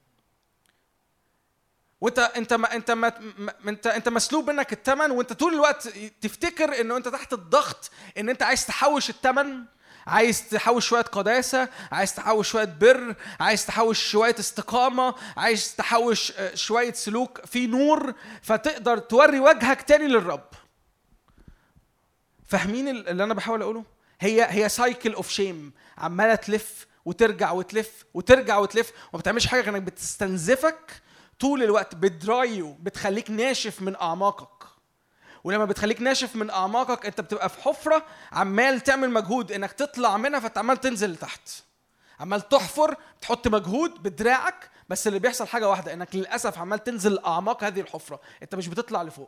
وانت مسلوب منك الثمن، وانت طول الوقت تفتكر انه انت تحت الضغط، ان انت عايز تحوش الثمن، عايز تحوش شوية قداسة، عايز تحوش شوية بر، عايز تحوش شوية استقامة، عايز تحوش شوية سلوك في نور، فتقدر توري وجهك تاني للرب. فاهمين اللي أنا بحاول أقوله؟ هي سايكل اوف شيم، عمالة تلف وترجع وتلف وترجع وتلف، وما بتعملش حاجة غير انك بتستنزفك طول الوقت، بتدرايو، بتخليك ناشف من أعماقك. ولما بتخليك ناشف من أعماقك أنت بتبقى في حفرة عمال تعمل مجهود إنك تطلع منها، فتعمل تنزل لتحت، عمال تحفر، تحط مجهود بدراعك، بس اللي بيحصل حاجة واحدة، إنك للأسف عمال تنزل أعماق هذه الحفرة، أنت مش بتطلع لفوق.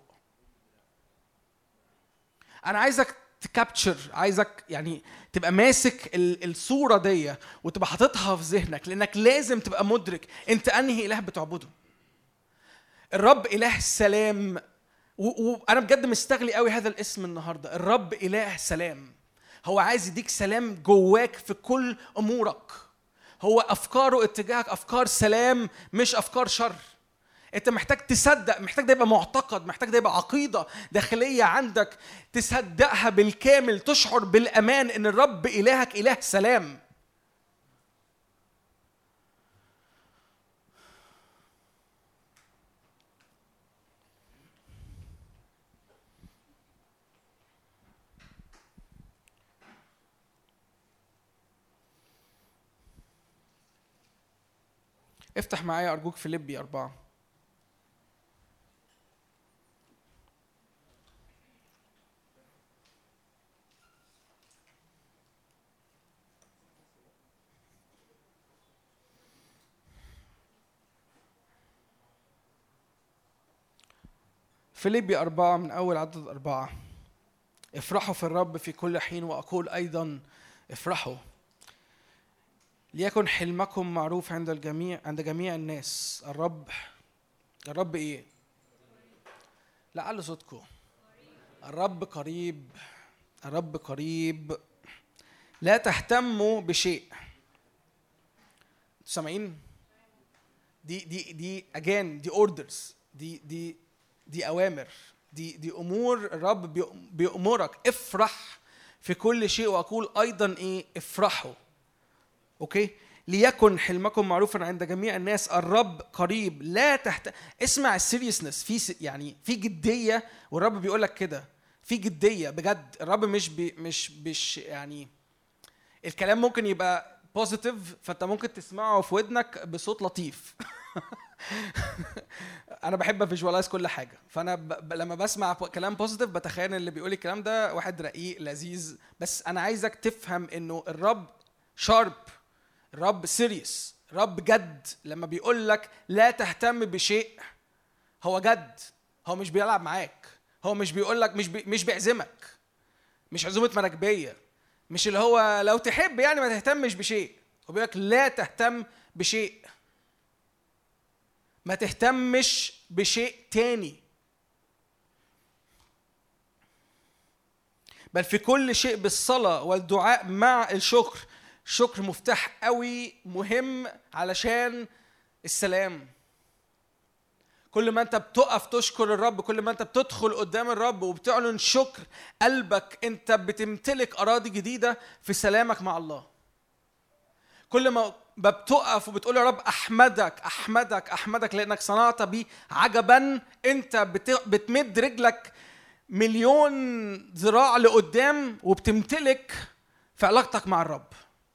أنا عايزك تكابتشر، عايزك يعني تبقى ماسك الصورة دي وتبقى حاططها في ذهنك، لأنك لازم تبقى مدرك أنت أنهي إله بتعبده. الرب إله السلام، وأنا بجد مستغلي قوي هذا الاسم النهاردة. الرب إله سلام، هو عايز يديك سلام جواك في كل أمورك. هو أفكاره اتجاهك أفكار سلام مش أفكار شر. أنت محتاج تصدق، محتاج ده يبقى معتقد، محتاج ده يبقى عقيدة داخلية عندك تصدقها بالكامل، تشعر بالأمان إن الرب إلهك إله سلام. افتح معايا أرجوك فيليبي 4. فيليبي 4 من أول عدد 4. افرحوا في الرب في كل حين، وأقول أيضا افرحوا. ليكن حلمكم معروف عند الجميع، عند جميع الناس. الرب إيه؟ لعل صوتكم. الرب قريب، الرب قريب. لا تهتموا بشيء. سامعين؟ دي again دي orders، دي أوامر، دي أمور الرب بيأمرك. افرح في كل شيء، وأقول أيضا إيه؟ افرحوا. أوكي؟ ليكن حلمكم معروفا عند جميع الناس. الرب قريب. لا اسمع السيريسنس، في يعني في جدية، والرب بيقول لك كده في جدية بجد. الرب مش يعني الكلام ممكن يبقى بوزيتيف، فأنت ممكن تسمعه في ودنك بصوت لطيف. انا بحب افيجوالايز كل حاجه، فانا لما بسمع كلام بوزيتيف بتخيل اللي بيقول الكلام ده واحد رقيق لذيذ. بس انا عايزك تفهم انه الرب شارب، الرب سيريس، الرب جد. لما بيقول لك لا تهتم بشيء، هو جد، هو مش بيلعب معاك، هو مش بيقول لك مش بيعزمك، مش عزومه مراكبيه، مش اللي هو لو تحب يعني ما تهتمش بشيء. هو بيقول لك لا تهتم بشيء، ما تهتمش بشيء تاني، بل في كل شيء بالصلاة والدعاء مع الشكر. الشكر مفتاح قوي مهم علشان السلام. كل ما انت بتقف تشكر الرب، كل ما انت بتدخل قدام الرب وبتعلن شكر قلبك، انت بتمتلك أراضي جديدة في سلامك مع الله. كل ما بتقف وبتقول يا رب أحمدك أحمدك أحمدك لأنك صنعت بي عجبا، أنت بتمد رجلك مليون ذراع لقدام وبتمتلك في علاقتك مع الرب.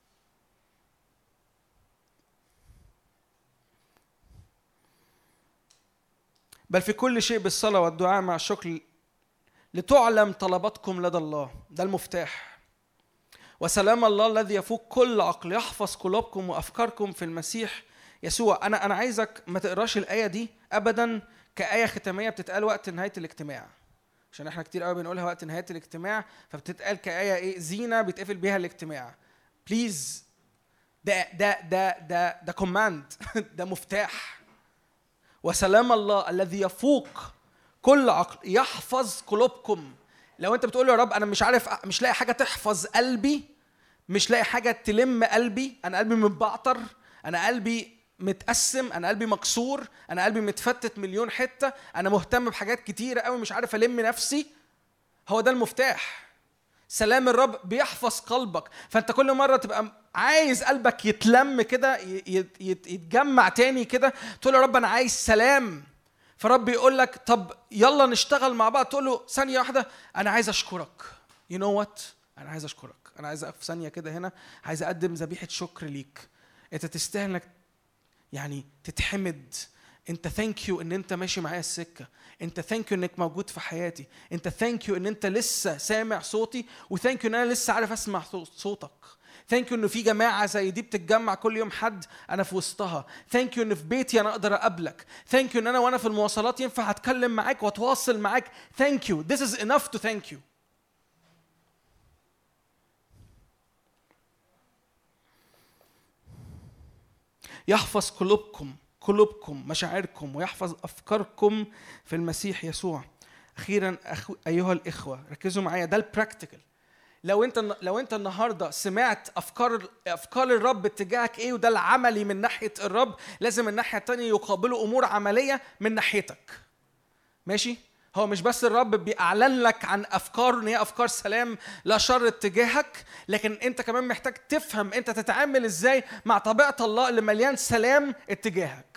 بل في كل شيء بالصلاة والدعاء مع الشكر لتعلم طلباتكم لدى الله. ده المفتاح. وسلام الله الذي يفوق كل عقل يحفظ قلوبكم وأفكاركم في المسيح يسوع. أنا عايزك ما تقراش الآية دي أبدا كآية ختامية بتتقال وقت نهاية الاجتماع، عشان احنا كتير قوي بنقولها وقت نهاية الاجتماع، فبتتقال كآية ايه؟ زينة بيتقفل بيها الاجتماع. بليز، ده كوماند. ده مفتاح. وسلام الله الذي يفوق كل عقل يحفظ قلوبكم. لو انت بتقول يا رب انا مش عارف، مش لاقي حاجه تحفظ قلبي، مش لاقي حاجه تلم قلبي، انا قلبي متبعتر، انا قلبي متقسم، انا قلبي مكسور، انا قلبي متفتت مليون حته، انا مهتم بحاجات كتيره قوي مش عارف الم نفسي. هو ده المفتاح. سلام الرب بيحفظ قلبك. فانت كل مره تبقى عايز قلبك يتلم كده، يتجمع تاني كده، تقول يا رب انا عايز سلام. فرب يقول لك طب يلا نشتغل مع بعض. تقول له ثانيه واحده انا عايز اشكرك. You know what؟ انا عايز اشكرك. انا عايز اقف ثانيه كده هنا، عايز اقدم ذبيحه شكر ليك. انت تستاهل انك يعني تتحمد. انت ثانك يو ان انت ماشي معايا السكه. انت ثانك يو انك موجود في حياتي. انت ثانك يو ان انت لسه سامع صوتي، وثانك يو ان انا لسه عارف اسمع صوتك. ثانك يو انه في جماعه زي دي بتتجمع كل يوم حد انا في وسطها. ثانك يو ان في بيتي انا اقدر اقابلك. ثانك يو ان انا وانا في المواصلات ينفع اتكلم معاك واتواصل معاك. ثانك يو. This is enough to thank you. يحفظ قلوبكم مشاعركم ويحفظ أفكاركم في المسيح يسوع. أخيراً أيها الإخوة ركزوا معايا، ده البراكتيكال. لو أنت النهاردة سمعت أفكار الرب اتجاهك إيه، وده العملي من ناحية الرب، لازم الناحية التانية يقابله أمور عملية من ناحيتك. ماشي؟ هو مش بس الرب بيعلن لك عن أفكار إن هي أفكار سلام لا شر اتجاهك، لكن أنت كمان محتاج تفهم أنت تتعامل إزاي مع طبيعة الله اللي مليان سلام اتجاهك.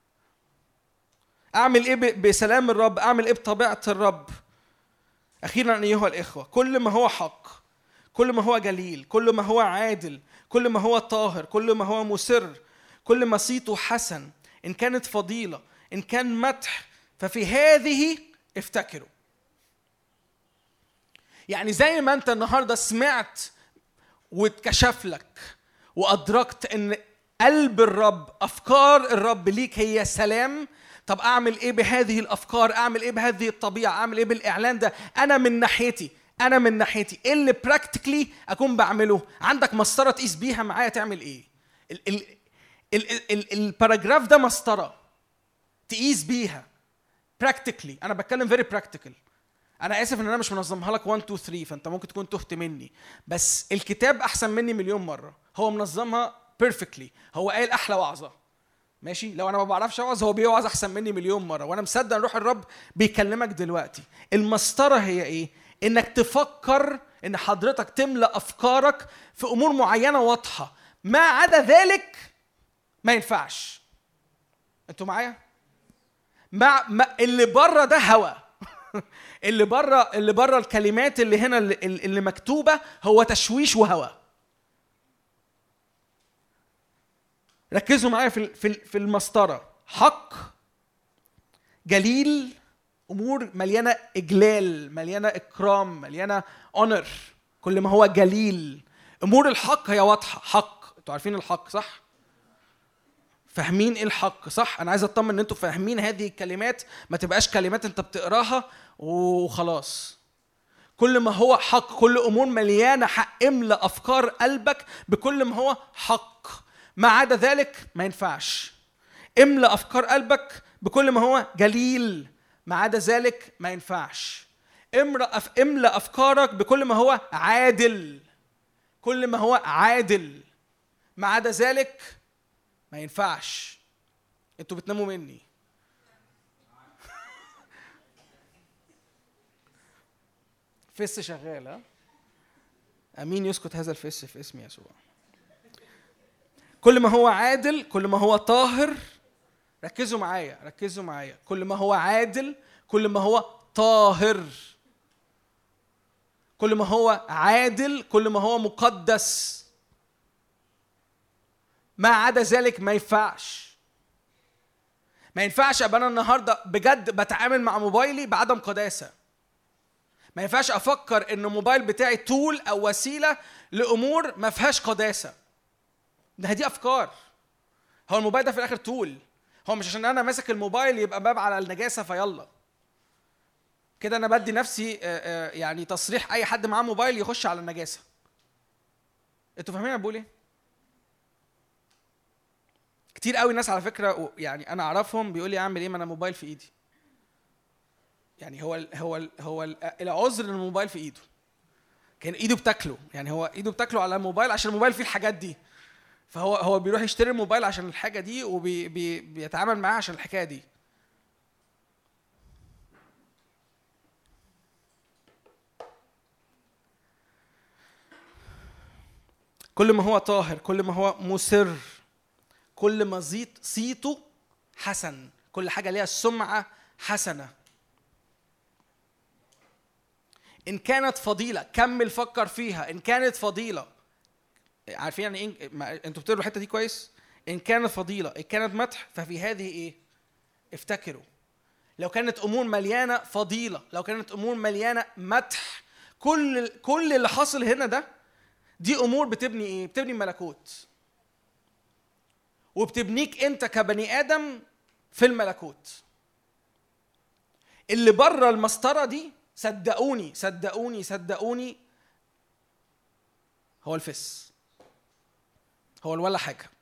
أعمل إيه بسلام الرب؟ أعمل إيه بطبيعة الرب؟ أخيراً أيها الإخوة، كل ما هو حق، كل ما هو جليل، كل ما هو عادل، كل ما هو طاهر، كل ما هو مسر، كل ما صيته حسن، إن كانت فضيلة، إن كان مدح، ففي هذه افتكروا. يعني زي ما انت النهارده سمعت واتكشف لك وادركت ان قلب الرب، افكار الرب ليك هي سلام. طب اعمل ايه بهذه الافكار؟ اعمل ايه بهذه الطبيعه؟ اعمل ايه بالاعلان ده؟ انا من ناحيتي ايه اللي براكتيكلي اكون بعمله؟ عندك مسطره تقيس بيها معايا تعمل ايه؟ الباراجراف ده مسطره تقيس بيها براكتيكلي. انا بتكلم فيري براكتيكال. انا اسف ان انا مش منظمها لك 1 2 3، فانت ممكن تكون تهت مني، بس الكتاب احسن مني مليون مره. هو منظمها بيرفكتلي. هو قايل احلى وعظه. ماشي؟ لو انا ما بعرفش اوعظ هو بيوعظ احسن مني مليون مره، وانا مصدق ان روح الرب بيكلمك دلوقتي. المسطره هي ايه؟ انك تفكر ان حضرتك تملأ افكارك في امور معينه واضحه، ما عدا ذلك ما ينفعش. انتوا معايا؟ اللي بره ده هوا. اللي بره الكلمات اللي هنا اللي مكتوبه هو تشويش وهوا. ركزوا معايا في المسطره. حق، جليل، امور مليانه اجلال، مليانه اكرام، مليانه اونر. كل ما هو جليل، امور الحق هي واضحه. حق، انتوا عارفين الحق صح؟ فاهمين ايه الحق صح؟ انا عايز اطمن ان انتوا فاهمين هذه الكلمات، ما تبقاش كلمات انت بتقراها وخلاص. كل ما هو حق، كل امور مليانه حق. املأ افكار قلبك بكل ما هو حق، ما عدا ذلك ما ينفعش. املأ افكار قلبك بكل ما هو جليل، ما عدا ذلك ما ينفعش. املأ افكارك بكل ما هو عادل، كل ما هو عادل، ما عدا ذلك ما ينفعش. انتوا بتناموا مني. فس شغال. ها امين. يسكت هذا الفس في اسم يسوع. كل ما هو عادل، كل ما هو طاهر. ركزوا معايا. كل ما هو عادل، كل ما هو طاهر، كل ما هو عادل، كل ما هو مقدس، ما عدا ذلك ما ينفعش. ما ينفعش ابقى انا النهارده بجد بتعامل مع موبايلي بعدم قداسه. ما ينفعش افكر ان الموبايل بتاعي تول او وسيله لامور ما فيهاش قداسه. دي افكار. هو الموبايل ده في الاخر تول. هو مش عشان انا ماسك الموبايل يبقى باب على النجاسه فيلا كده انا بدي نفسي يعني تصريح اي حد معاه موبايل يخش على النجاسه. انتوا فاهمين انا بقول ايه؟ كتير قوي ناس على فكره يعني انا اعرفهم بيقول لي اعمل ايه ما انا موبايل في ايدي. يعني هو العذر ان الموبايل في ايده. كان ايده بتاكله، يعني هو ايده بتاكله على الموبايل عشان الموبايل فيه الحاجات دي. فهو بيروح يشتري الموبايل عشان الحاجه دي وبيتعامل معاها عشان الحكايه دي. كل ما هو طاهر، كل ما هو مسر، كل ما صيته حسن، كل حاجة ليها سمعة حسنة. إن كانت فضيلة، كمل فكر فيها. إن كانت فضيلة، عارفين يعني إيه؟ أنتوا بتقروا الحتة دي كويس؟ إن كانت فضيلة، إن كانت مدح، ففي هذه إيه؟ افتكروا. لو كانت أمور مليانة فضيلة، لو كانت أمور مليانة مدح، كل اللي حاصل هنا ده، دي أمور بتبني إيه؟ بتبني ملكوت، وبتبنيك أنت كبني آدم في الملكوت. اللي بره المسطرة دي، صدقوني صدقوني صدقوني، هو الفس، هو ولا حاجة.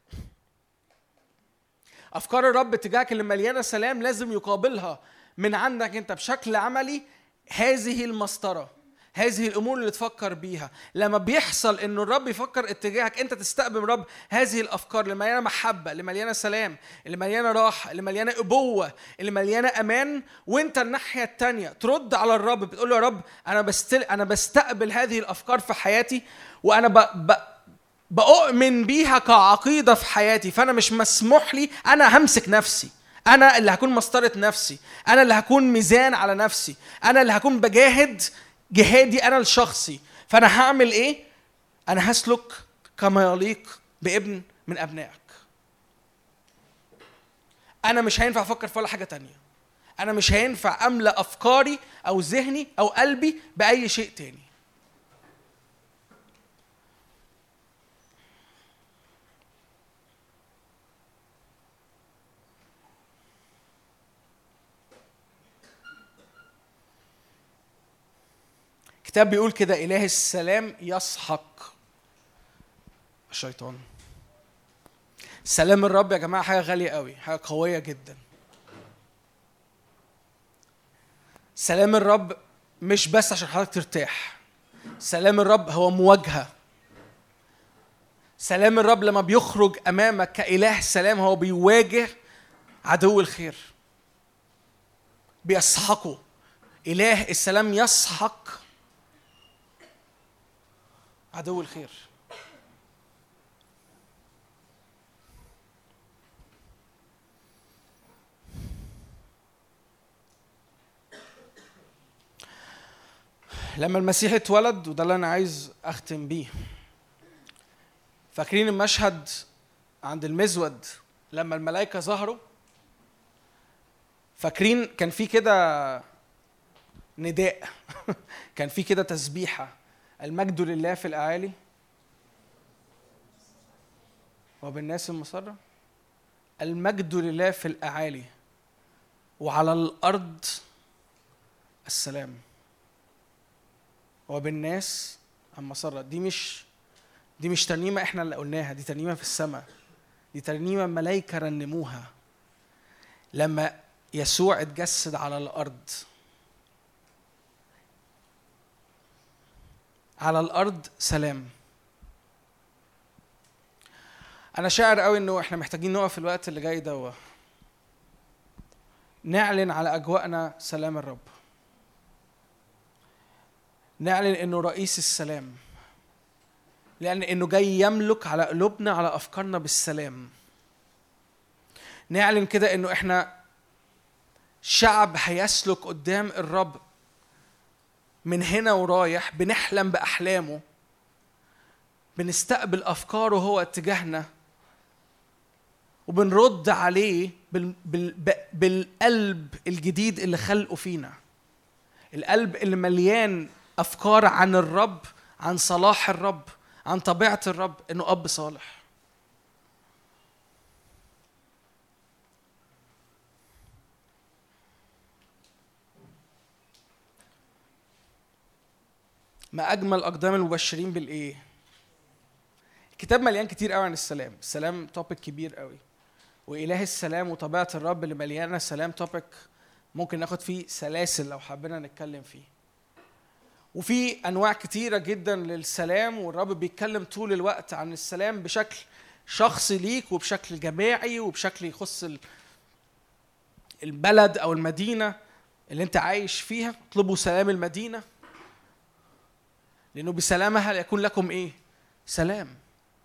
أفكار الرب تجاهك اللي مليانة سلام لازم يقابلها من عندك أنت بشكل عملي هذه المسطرة، هذه الأمور اللي تفكر بيها. لما بيحصل إنه الرب يفكر اتجاهك، أنت تستقبل الرب هذه الأفكار اللي مليانة محبة، اللي مليانة سلام، اللي مليانة راحة، اللي مليانة أبوة، اللي مليانة أمان. وأنت الناحية التانية ترد على الرب، بتقول له يا رب أنا بستقبل هذه الأفكار في حياتي، وأنا بأؤمن بيها كعقيدة في حياتي، فأنا مش مسموح لي، أنا همسك نفسي، أنا اللي هكون مسطرة نفسي، أنا اللي هكون ميزان على نفسي، أنا اللي هكون بجاهد جهادي أنا الشخصي. فأنا هعمل إيه؟ أنا هسلك كما يليق بابن من أبنائك. أنا مش هينفع أفكر في ولا حاجة تانية، أنا مش هينفع أملأ أفكاري أو ذهني أو قلبي بأي شيء تاني. الكتاب بيقول كده: إله السلام يسحق الشيطان. سلام الرب يا جماعة حاجة غالية قوي، حاجة قوية جدا. سلام الرب مش بس عشان حضرتك ترتاح، سلام الرب هو مواجهة. سلام الرب لما بيخرج أمامك كإله سلام هو بيواجه عدو الخير، بيسحقه. إله السلام يسحق عدو الخير. لما المسيح اتولد، وده اللي أنا عايز أختم بيه، فاكرين المشهد عند المزود لما الملائكة ظهروا؟ فاكرين كان في كده نداء كان في كده تسبيحة: المجد لله في الأعالي وبالناس المسرة. المجد لله في الأعالي وعلى الأرض السلام وبالناس المسرة. دي مش ترنيمة احنا اللي قلناها، دي ترنيمة في السماء، دي ترنيمة ملائكة رنموها لما يسوع اتجسد على الأرض. على الأرض سلام. أنا شاعر قوي إنه إحنا محتاجين نقف في الوقت اللي جاي ده نعلن على أجواءنا سلام الرب، نعلن إنه رئيس السلام، لأن إنه جاي يملك على قلوبنا، على أفكارنا بالسلام. نعلن كده إنه إحنا شعب هيسلك قدام الرب من هنا ورايح، بنحلم بأحلامه، بنستقبل أفكاره هو اتجاهنا، وبنرد عليه بالقلب الجديد اللي خلقه فينا، القلب اللي مليان أفكار عن الرب، عن صلاح الرب، عن طبيعة الرب، إنه أب صالح. ما أجمل أقدام المبشرين بالإيه؟ الكتاب مليان كتير قوي عن السلام. السلام توبيك كبير قوي، وإله السلام وطبيعة الرب اللي مليانة سلام توبيك ممكن ناخد فيه سلاسل لو حبينا نتكلم فيه. وفي أنواع كتيرة جدا للسلام، والرب بيتكلم طول الوقت عن السلام بشكل شخصي ليك، وبشكل جماعي، وبشكل يخص البلد أو المدينة اللي أنت عايش فيها. اطلبوا سلام المدينة لأنه بسلامها يكون لكم إيه؟ سلام.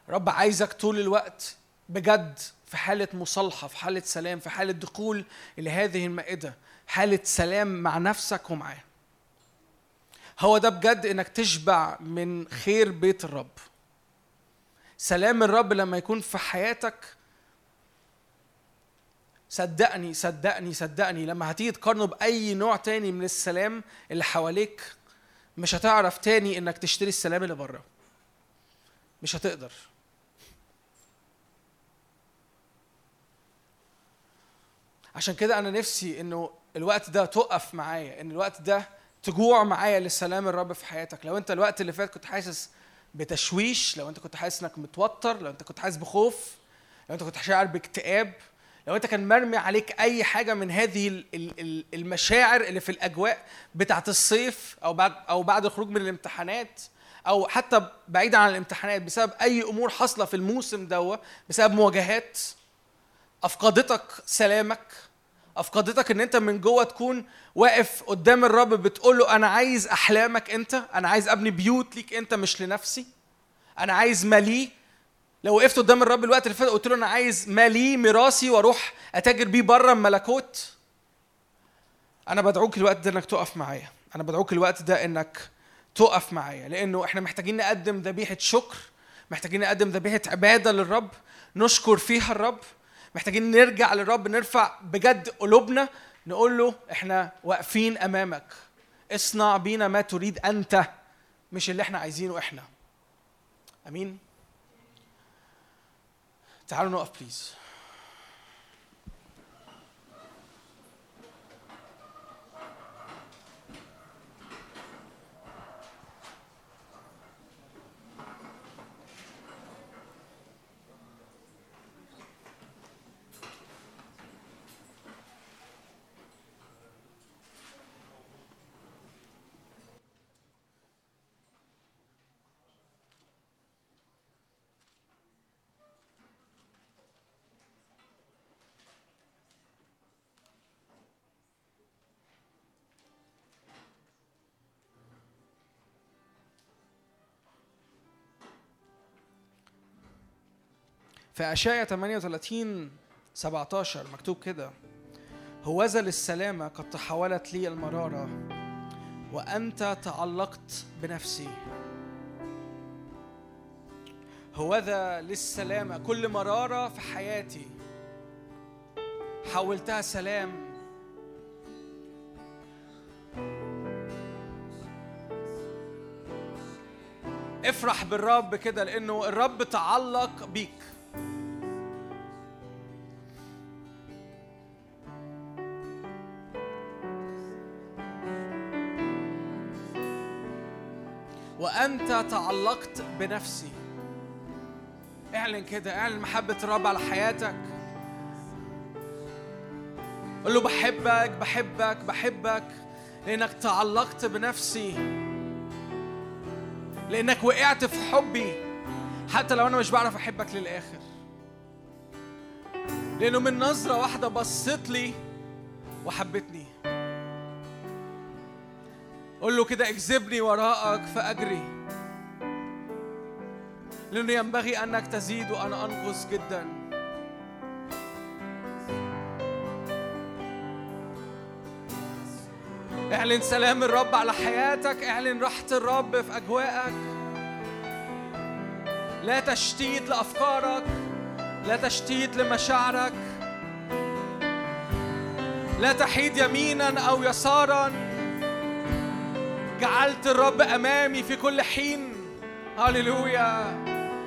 رب عايزك طول الوقت بجد في حالة مصالحة، في حالة سلام، في حالة دخول إلى هذه المائدة، حالة سلام مع نفسك ومعاه. هو ده بجد إنك تشبع من خير بيت الرب. سلام الرب لما يكون في حياتك، صدقني صدقني صدقني لما هتيجي تقارنه بأي نوع تاني من السلام اللي حواليك، مش هتعرف تاني إنك تشتري السلام اللي بره. مش هتقدر. عشان كده أنا نفسي إنه الوقت ده تقف معايا، إن الوقت ده تجوع معايا للسلام الرب في حياتك. لو أنت الوقت اللي فات كنت حاسس بتشويش، لو أنت كنت حاسس إنك متوتر، لو أنت كنت حاسس بخوف، لو أنت كنت شاعر باكتئاب، لو أنت كان مرمي عليك أي حاجة من هذه المشاعر اللي في الأجواء بتاعت الصيف أو بعد الخروج من الامتحانات، أو حتى بعيدا عن الامتحانات، بسبب أي أمور حصلة في الموسم ده، بسبب مواجهات أفقدتك سلامك، أفقدتك إن أنت من جوه تكون واقف قدام الرب بتقول له أنا عايز أحلامك أنت، أنا عايز أبني بيوت ليك أنت مش لنفسي، أنا عايز مالي. لو وقفت قدام الرب الوقت اللي فات قلت له أنا عايز مالي ميراثي وأروح أتاجر بيه بره الملكوت، أنا بدعوك الوقت ده إنك تقف معايا. أنا بدعوك الوقت ده إنك تقف معايا، لأنه إحنا محتاجين نقدم ذبيحة شكر، محتاجين نقدم ذبيحة عبادة للرب نشكر فيها الرب، محتاجين نرجع للرب نرفع بجد قلوبنا نقول له احنا واقفين امامك، اصنع بينا ما تريد انت مش اللي احنا عايزينه احنا. امين. تعالوا نقف بليز. في أشعياء 38:17 مكتوب كده: هوذا للسلامة قد تحولت لي المرارة وأنت تعلقت بنفسي. هوذا للسلامة، كل مرارة في حياتي حولتها سلام. افرح بالرب كده، لأنه الرب تعلق بيك. وأنت تعلقت بنفسي. اعلن كده، اعلن محبة الرب على حياتك. قل له بحبك بحبك بحبك لأنك تعلقت بنفسي، لأنك وقعت في حبي حتى لو أنا مش بعرف أحبك للآخر، لأنه من نظرة واحدة بصيت لي وحبتني. قل له كده اجذبني وراءك فأجري، لأنه ينبغي أنك تزيد وأنا أنقص جدا. اعلن سلام الرب على حياتك، اعلن راحة الرب في أجواءك. لا تشتيت لأفكارك، لا تشتيت لمشاعرك، لا تحيد يمينا أو يسارا. جعلت الرب أمامي في كل حين. هاليلويا.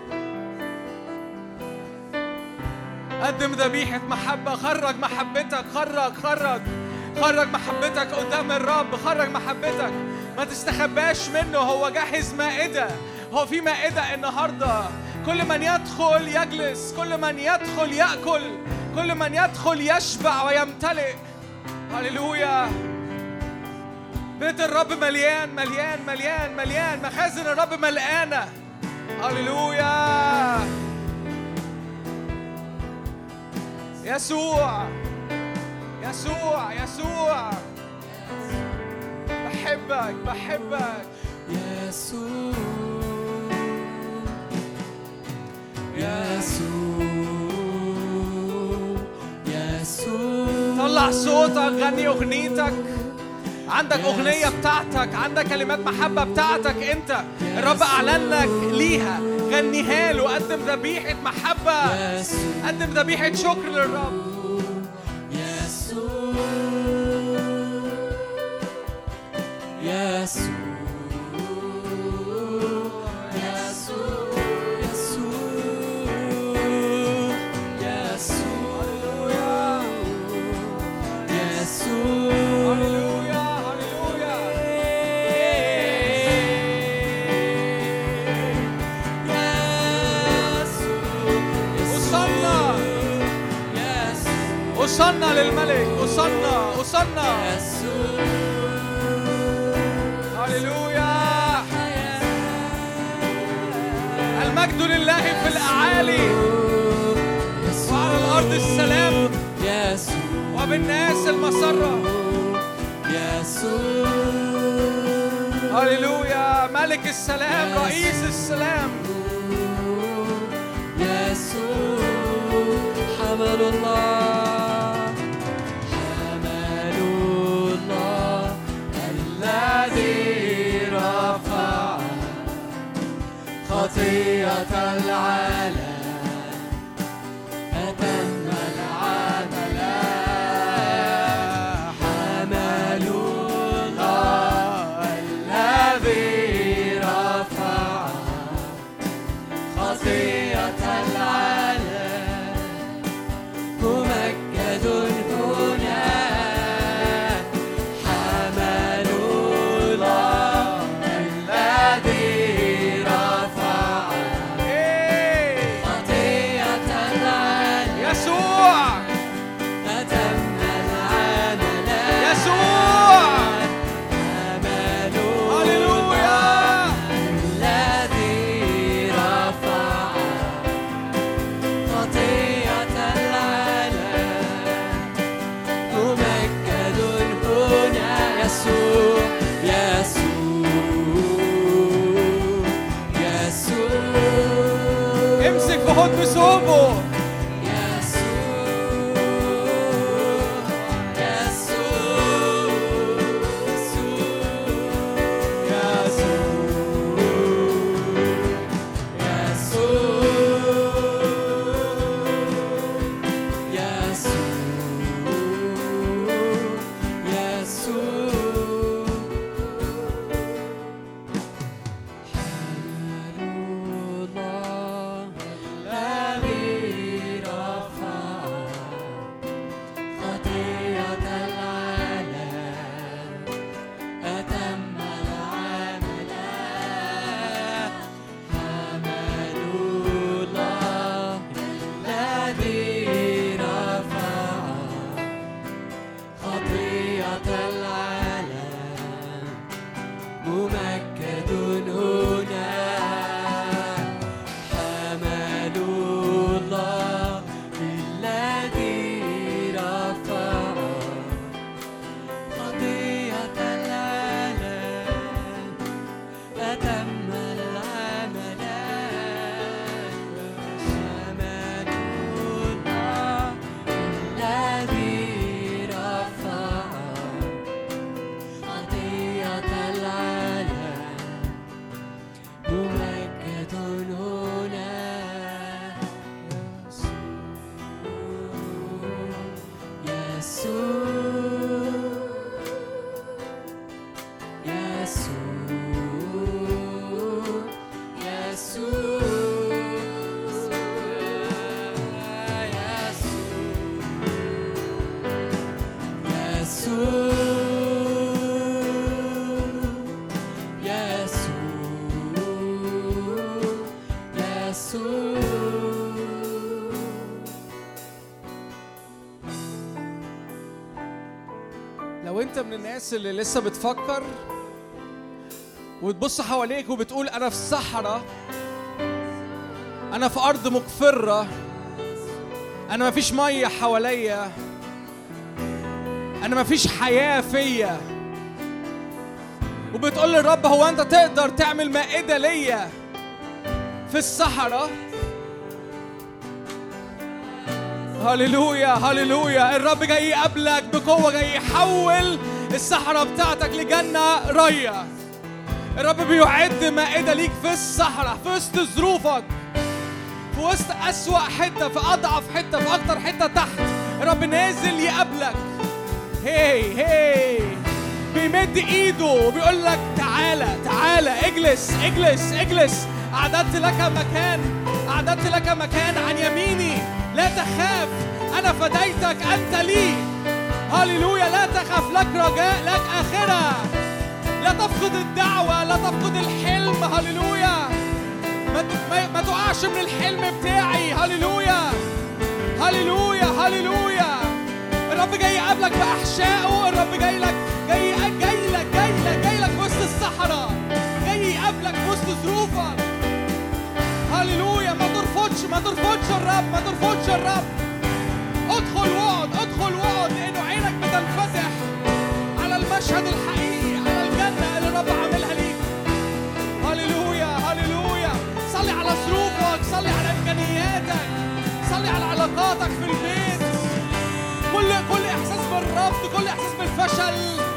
قدم ذبيحة محبة، خرج محبتك، خرج محبتك قدام الرب، خرج محبتك، ما تستخباش منه. هو جهز مائدة، هو في مائدة النهاردة. كل من يدخل يجلس، كل من يدخل يأكل، كل من يدخل يشبع ويمتلئ. هاليلويا. بيت الرب مليان مليان مليان مليان، مخازن الرب ملقانة. هاليلويا. يسوع يسوع يسوع، بحبك بحبك يسوع. طلع صوتك، غني أغنيتك. عندك أغنية بتاعتك، عندك كلمات محبة بتاعتك أنت الرب أعلن لك ليها، غنيها له. قدم ذبيحة محبة، قدم ذبيحة شكر للرب. وصلنا للملك، وصلنا. هللويا. المجد لله في الأعالي، وعلى الأرض السلام، وبالناس المسرة. هللويا. ملك السلام، رئيس السلام. حمل الله الذي رفع خطيئة العالم، أتم العمل. حمل الله الذي رفع خطيئة العالم، ممجد هنا. حمل الله الذي رفع خطيئة العالم، يسوع أتم العمل. يسوع. حمل هللويا. الذي رفع خطيئة العالم، ممجد هنا. يسوع امسك في حضن ثوبه. لو انت من الناس اللي لسه بتفكر وتبص حواليك وبتقول انا في الصحراء، انا في ارض مقفرة، انا مفيش مية حواليا، انا مفيش حياة فيا، وبتقول للرب هو انت تقدر تعمل مائدة ليا في الصحراء؟ هللويا هللويا. الرب جاي يقابلك بقوة، جاي يحول الصحراء بتاعتك لجنة رية. الرب بيعد مائدة ليك في الصحراء، في وسط ظروفك، في وسط أسوأ حتة، في أضعف حتة، في أكتر حتة تحت. الرب نازل يقابلك. هي بيمد إيده وبيقول لك تعالى تعالى، اجلس اجلس اجلس. أعددت لك مكان، أعددت لك مكان عن يميني. لا تخاف، أنا فديتك، أنت لي. هللويا. لا تخاف، لك رجاء، لك آخرة. لا تفقد الدعوة، لا تفقد الحلم. هللويا. ما تقعش من الحلم بتاعي. هللويا هللويا هللويا. الرب جاي يقابلك بأحشائه. الرب جاي لك، جاي لك في وسط الصحراء، جاي يقابلك في وسط ظروفك. هللويا. ما ترفضش الرب، ما ترفضش الرب. ادخل واقعد، لأنه عينك بتنفتح على المشهد الحقيقي، على الجنة اللي الرب عاملها ليك. هللويا هللويا. صلي على ظروفك، صلي على إمكانياتك، صلي على علاقاتك في البيت. كل إحساس بالرفض، كل إحساس بالفشل.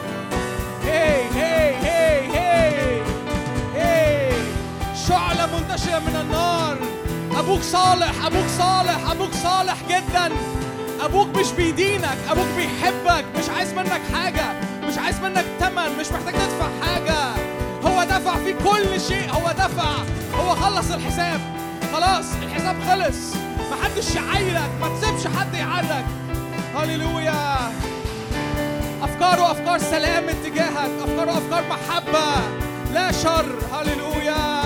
هي شعلة منتشرة من النار. أبوك صالح، أبوك صالح، أبوك صالح جدا. أبوك مش بيدينك، أبوك بيحبك، مش عايز منك حاجة، مش عايز منك تمن، مش محتاج تدفع حاجة. هو دفع في كل شيء، هو دفع، هو خلص الحساب. خلاص الحساب خلص. محدش يعايرك، ما تسيبش حد يعايرك. هللويا. أفكاره أفكار سلام اتجاهك، أفكاره أفكار محبة لا شر. هللويا.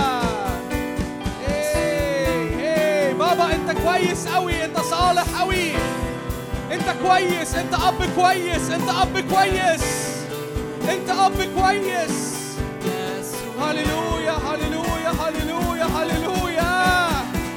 بابا أنت كويس قوي، أنت صالح قوي، أنت كويس، أنت أب كويس، أنت أب كويس، أنت أب كويس. هللويا هللويا هللويا هللويا.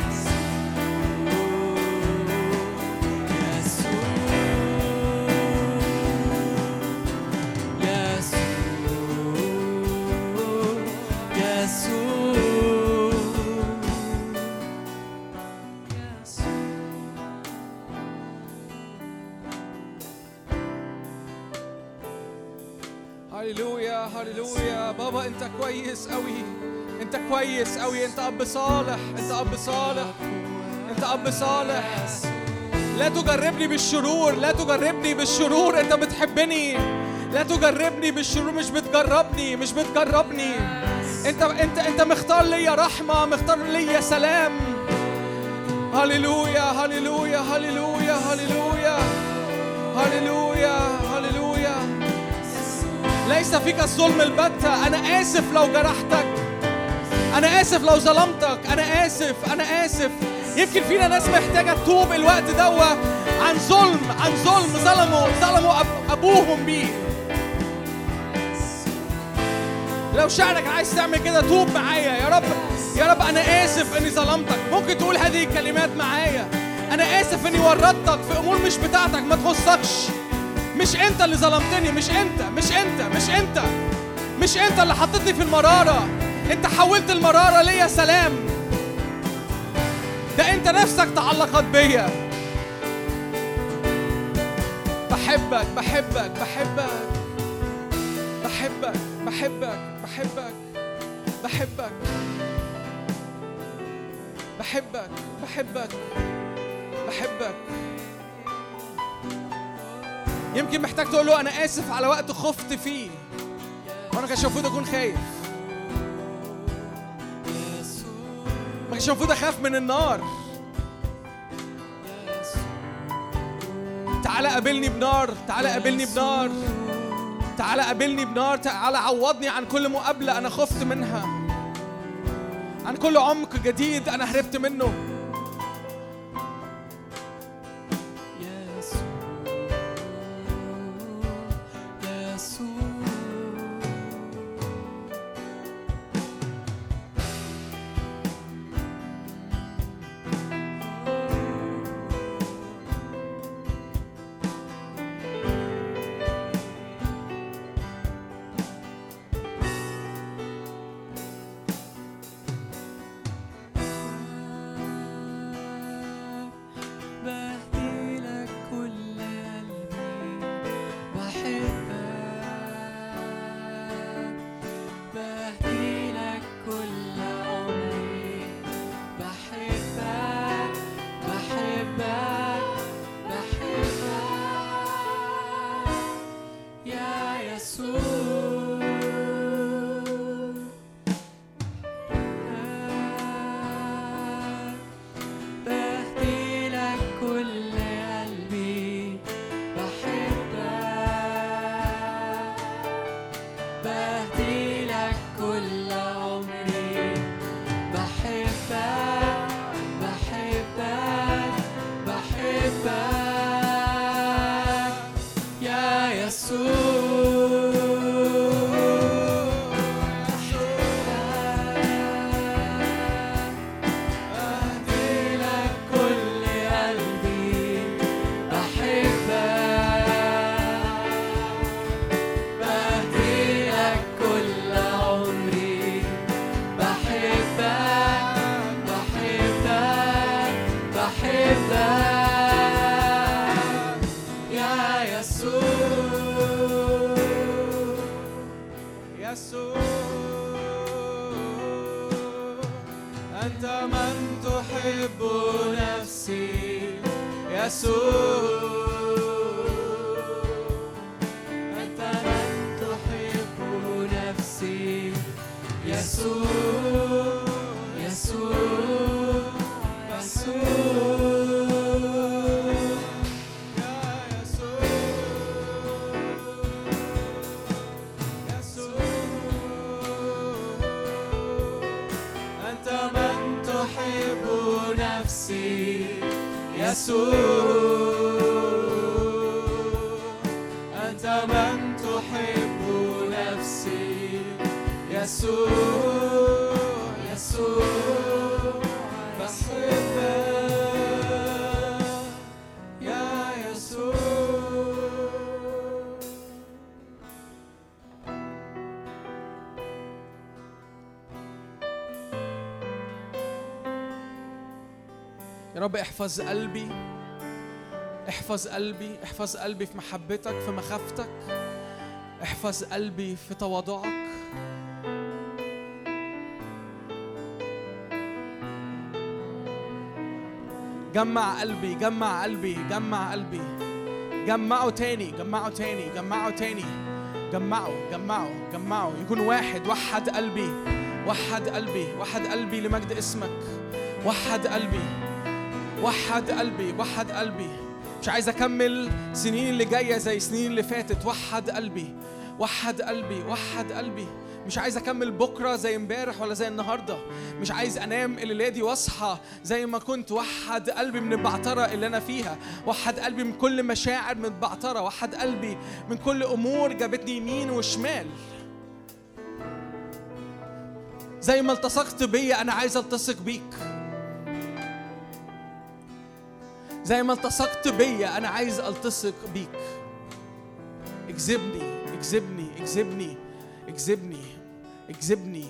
هللويا هللويا. بابا أنت كويس قوي، أنت كويس قوي، أنت أب صالح، أنت أب صالح، أنت أب صالح. لا تجربني بالشرور، لا تجربني بالشرور، أنت بتحبني. لا تجربني بالشرور، مش بتجربني، مش بتجربني. أنت مختار ليا رحمة، مختار ليا سلام. هللويا هللويا هللويا هللويا هللويا هللويا. ليس فيك الظلم البتة. أنا آسف لو جرحتك، أنا آسف لو ظلمتك، أنا آسف، أنا آسف. يمكن فينا ناس محتاجة تتوب الوقت دوا عن ظلم، عن ظلم ظلموا أبوهم بيه. لو شعرك عايز تعمل كده توب معايا. يا رب يا رب أنا آسف إني ظلمتك. ممكن تقول هذه الكلمات معايا. أنا آسف إني ورطتك في أمور مش بتاعتك، ما تخصكش. مش انت اللي ظلمتني، مش انت مش انت اللي حطيتني في المرارة. انت حولت المرارة ليا سلام. ده انت نفسك تعلقت بيا. بحبك بحبك بحبك بحبك بحبك بحبك بحبك بحبك بحبك بحبك. يمكن محتاج تقول له أنا آسف على وقت خفت فيه وأنا كانش المفروض أكون خايف. ما كانش المفروض أخاف من النار. تعالى قابلني بنار، تعالى قابلني بنار، تعالى قابلني بنار، تعالى عوضني عن كل مقابلة أنا خفت منها، عن كل عمق جديد أنا هربت منه. أنت من تحب نفسي يسوع، أنت من تحب نفسي يسوع، يسوع، يسوع، يا يسوع، يسوع، أنت من تحب نفسي يسوع، أنت من تحب نفسي يسوع، يسوع، بحبك يا يسوع. يا رب احفظ قلبي، احفظ قلبي، احفظ قلبي في محبتك، في مخافتك، احفظ قلبي في تواضعك. جمع قلبي، جمع قلبي، جمع قلبي، جمعه تاني، جمعه تاني، جمعه تاني، جمعه، جمعه، جمعه، يكون واحد. وحد قلبي، وحد قلبي، وحد قلبي لمجد اسمك. وحد قلبي، وحد قلبي، وحد قلبي. مش عايز اكمل سنين اللي جايه زي السنين اللي فاتت. وحد قلبي، وحد قلبي، وحد قلبي. مش عايز اكمل بكره زي امبارح ولا زي النهارده. مش عايز انام الليله دي واصحى زي ما كنت. وحد قلبي من البعتره اللي انا فيها. وحد قلبي من كل مشاعر متبعتره. وحد قلبي من كل امور جابتني يمين وشمال. زي ما التصقت بيا انا عايز التصق بيك. زي ما التصقت بيا أنا عايز ألتصق بيك. اجذبني، اجذبني، اجذبني، اجذبني، اجذبني.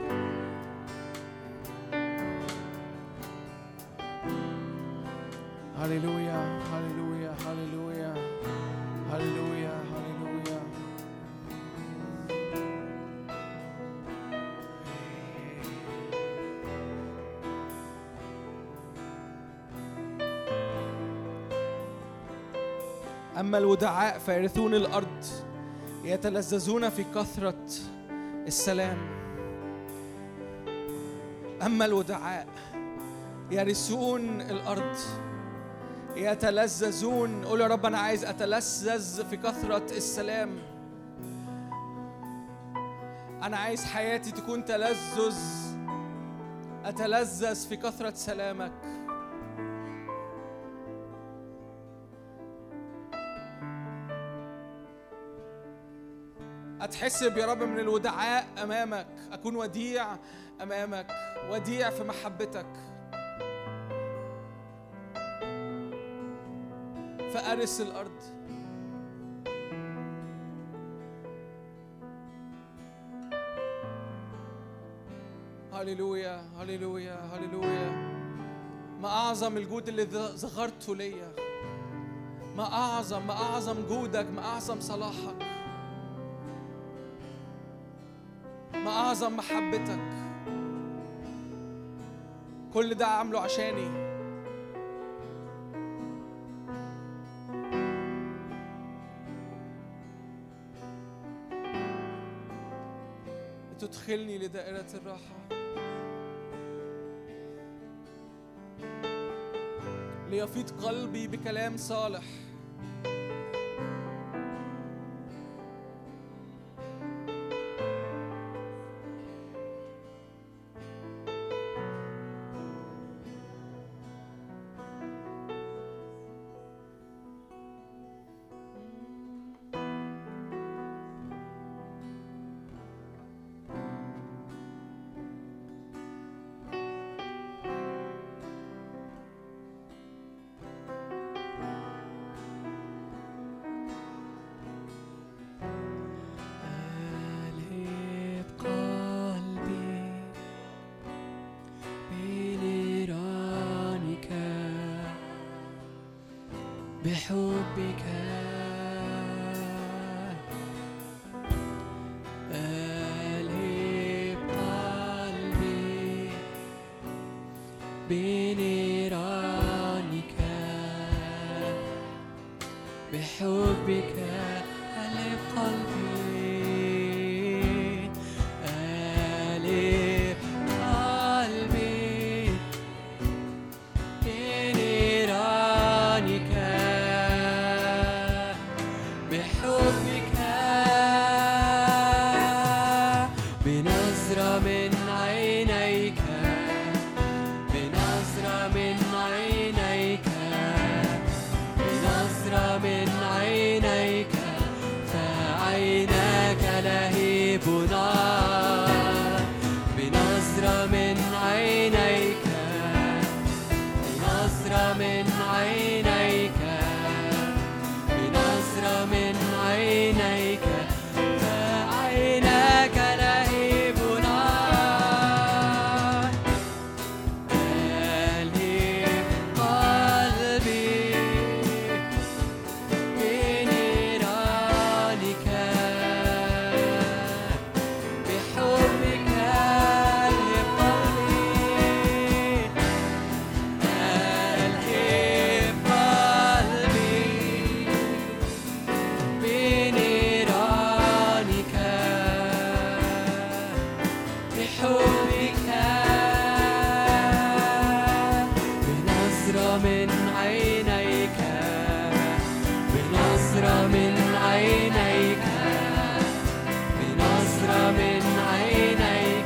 هللويا، هللويا، هللويا، هللويا، هللويا. أما الودعاء فيرثون الأرض، يتلذذون في كثرة السلام. أما الودعاء يرثون الأرض، يتلذذون. قول يا رب أنا عايز أتلذذ في كثرة السلام. أنا عايز حياتي تكون تلذذ، أتلذذ في كثرة سلامك. أتحسب يا رب من الودعاء أمامك، أكون وديع أمامك، وديع في محبتك، فأرث الأرض. هللويا، هللويا، هللويا. ما أعظم الجود اللي ظهرته ليا. ما أعظم جودك، ما أعظم صلاحك، ما أعظم محبتك. كل ده عامله عشاني. تدخلني لدائرة الراحة، ليفيض قلبي بكلام صالح. بحبك ألهب بنيرانك بحبك ألف قلبي ألف قلبي بنيرانك بحبك بنظرة من عينيك بنظرة من عينيك بنظرة من عينيك فعيناك لهيب نار بنظرة من عينيك بنظرة من عينيك بنظرة من عينيك فعيناك لهيب نار ألهب قلبي بنيرانك بحبك ألهب قلبي ألهب قلبي بنيرانك بحبك بنظرة من عينيك بنظرة من عينيك بنظرة من عينيك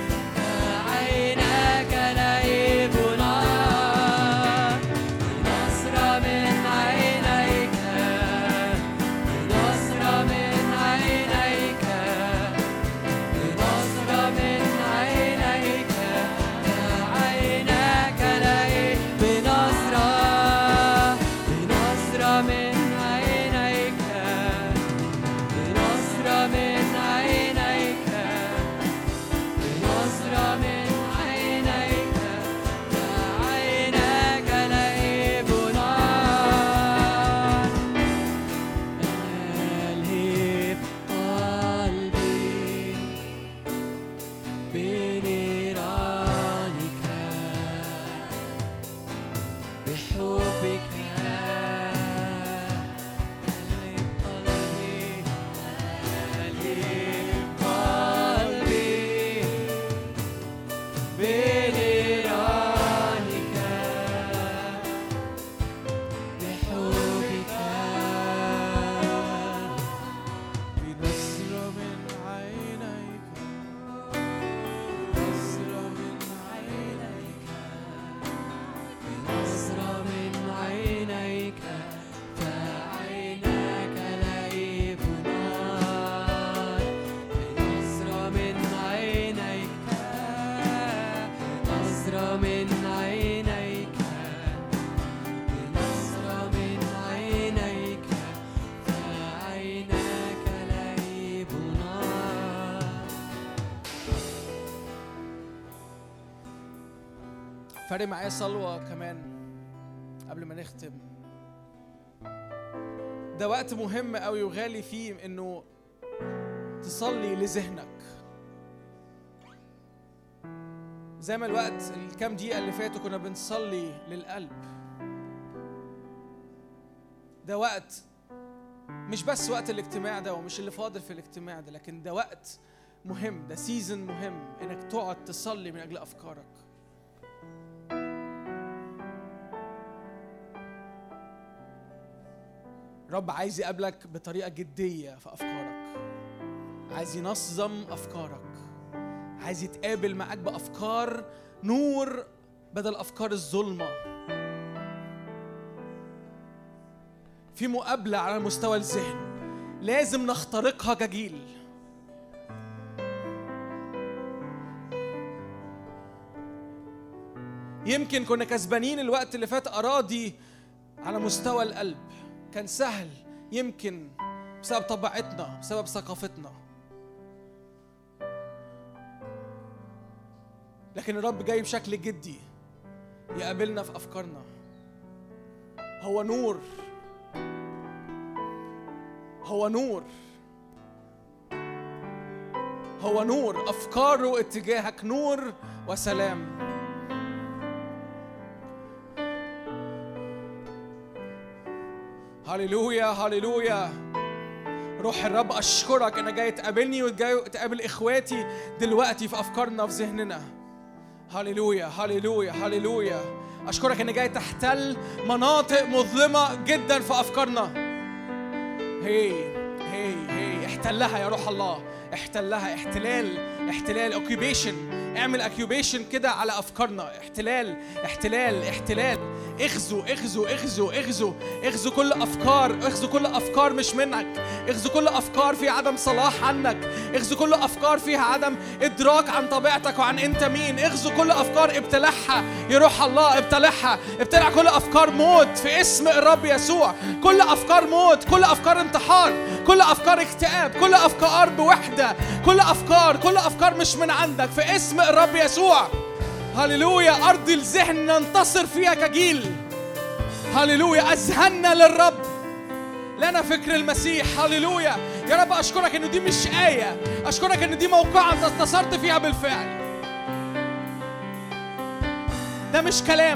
عيناك لهيب نار بنظرة من عينيك بنظرة من عينيك بنظرة من عينيك عيناك لهيب بنظرة بنظرة من عينيك بنظرة من عينيك بنظرة من عينيك عيناك لهيب نار ألهب قلبي بنيرانك بحبك ألهب قلبي ألهب قلبي بنيرانك بحبك بنظرة من عينيك نظرة من عينيك بنظرة من عينيك فعيناك لهيب نار بنظرة من عينيك بنظرة من عينيك بنظرة من عينيك فعيناك لهيب نار فارق معايا صلوة كمان قبل ما نختم. ده وقت مهم قوي وغالي فيه انه تصلي لذهنك زي ما الوقت الكام دقيقة اللي فاتوا كنا بنصلي للقلب. ده وقت مش بس وقت الاجتماع ده ومش اللي فاضل في الاجتماع ده، لكن ده وقت مهم، ده سيزن مهم انك تقعد تصلي من اجل افكارك. رب عايز يقابلك بطريقة جدية في أفكارك، عايز ينظم أفكارك، عايز يتقابل معاك بأفكار نور بدل أفكار الظلمة. في مقابلة على مستوى الذهن لازم نخترقها كجيل. يمكن كنا كسبانين الوقت اللي فات أراضي على مستوى القلب، كان سهل يمكن بسبب طبيعتنا بسبب ثقافتنا، لكن الرب جاي بشكل جدي يقابلنا في أفكارنا. هو نور، هو نور، هو نور. أفكاره اتجاهك نور وسلام. هللويا هللويا. روح الرب أشكرك أنا جاي تقابلني وجاي تقابل إخواتي دلوقتي في أفكارنا في ذهننا. هللويا هللويا هللويا. أشكرك أنا جاي تحتل مناطق مظلمة جدا في أفكارنا. هي احتلها يا روح الله، احتلها. احتلال اوكيبيشن. اعمل اوكيبيشن كده على افكارنا. احتلال. اغزو كل افكار مش منك. اغزو كل افكار فيها عدم صلاح عنك. اغزو كل افكار فيها عدم ادراك عن طبيعتك وعن انت مين. اغزو كل افكار، ابتلعها يا روح الله، ابتلع كل افكار موت في اسم الرب يسوع. كل افكار موت، كل افكار انتحار، كل افكار اكتئاب، كل افكار بوحده، كل افكار مش من عندك في اسم الرب يسوع. هللويا. ارض الذهن ننتصر فيها كجيل. هللويا. اذهلنا للرب، لنا فكر المسيح. هللويا يا رب. اشكرك انه دي مش آية، اشكرك انه دي موقعة انت انتصرت فيها بالفعل. ده مش كلام،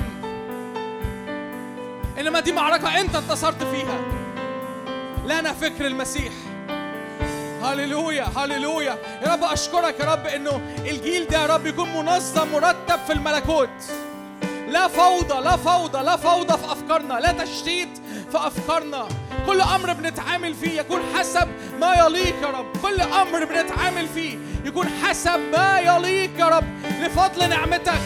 انما دي معركة انت انتصرت فيها. لنا فكر المسيح. هللويا هللويا يا رب. أشكرك يا رب إنه الجيل ده يا رب يكون منظم مرتب في الملكوت. لا فوضى في أفكارنا، لا تشتيت في أفكارنا. كل أمر بنتعامل فيه يكون حسب ما يليق يا رب. كل أمر بنتعامل فيه يكون حسب ما يليق يا رب، لفضل نعمتك،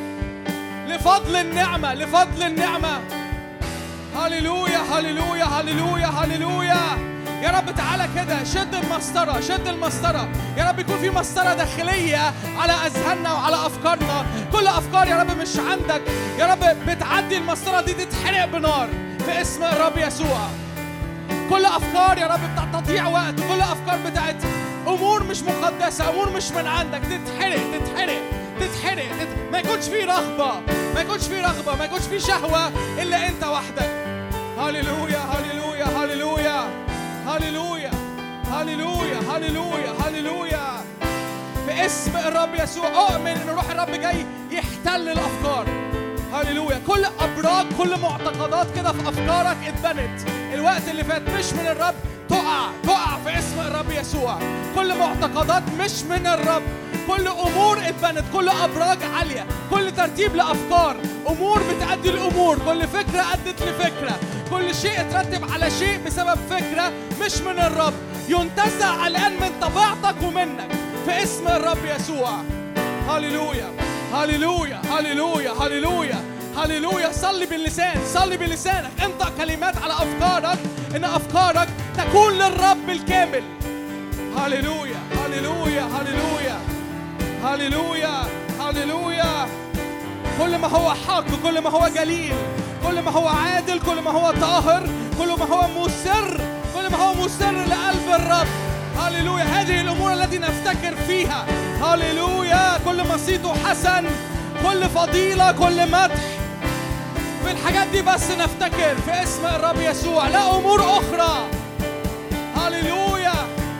لفضل النعمة. هللويا هللويا هللويا هللويا يا رب. تعالى كده، شد المسطرة يا رب. يكون في مسطرة داخلية على أذهاننا وعلى أفكارنا. كل أفكار يا رب مش عندك يا رب بتعدي المسطرة دي تتحرق بنار في اسم الرب يسوع. كل أفكار يا رب بتاعت تضييع وقت، كل أفكار بتاعت أمور مش مقدسة، أمور مش من عندك، تتحرق. ما يكونش في رغبة، ما يكونش في شهوة إلا أنت وحدك. هللويا هللويا هللويا هللويا هللويا هللويا هللويا في اسم الرب يسوع. أؤمن إن روح الرب جاي يحتل الأفكار. هللويا. كل أبراج، كل معتقدات كده في أفكارك اتبنت الوقت اللي فات مش من الرب تقع في اسم الرب يسوع. كل معتقدات مش من الرب، كل أمور اتبنت، كل أبراج عالية، كل ترتيب لأفكار، أمور بتأدي الأمور، كل فكرة أدت لفكرة، كل شيء اترتب على شيء بسبب فكرة مش من الرب، ينتزع الآن من طبيعتك ومنك في اسم الرب يسوع. هللويا هللويا هللويا هللويا هللويا. صلي بلسانك، انطق كلمات على أفكارك إن أفكارك تكون للرب الكامل. هللويا هللويا هللويا هللويا هللويا. كل ما هو حق، كل ما هو جليل، كل ما هو عادل، كل ما هو طاهر، كل ما هو مسر لقلب الرب. هللويا. هذه الأمور التي نفتكر فيها. هللويا. كل مصيته حسن، كل فضيلة، كل مدح، في الحاجات دي بس نفتكر في اسم الرب يسوع، لا أمور أخرى. هللويا.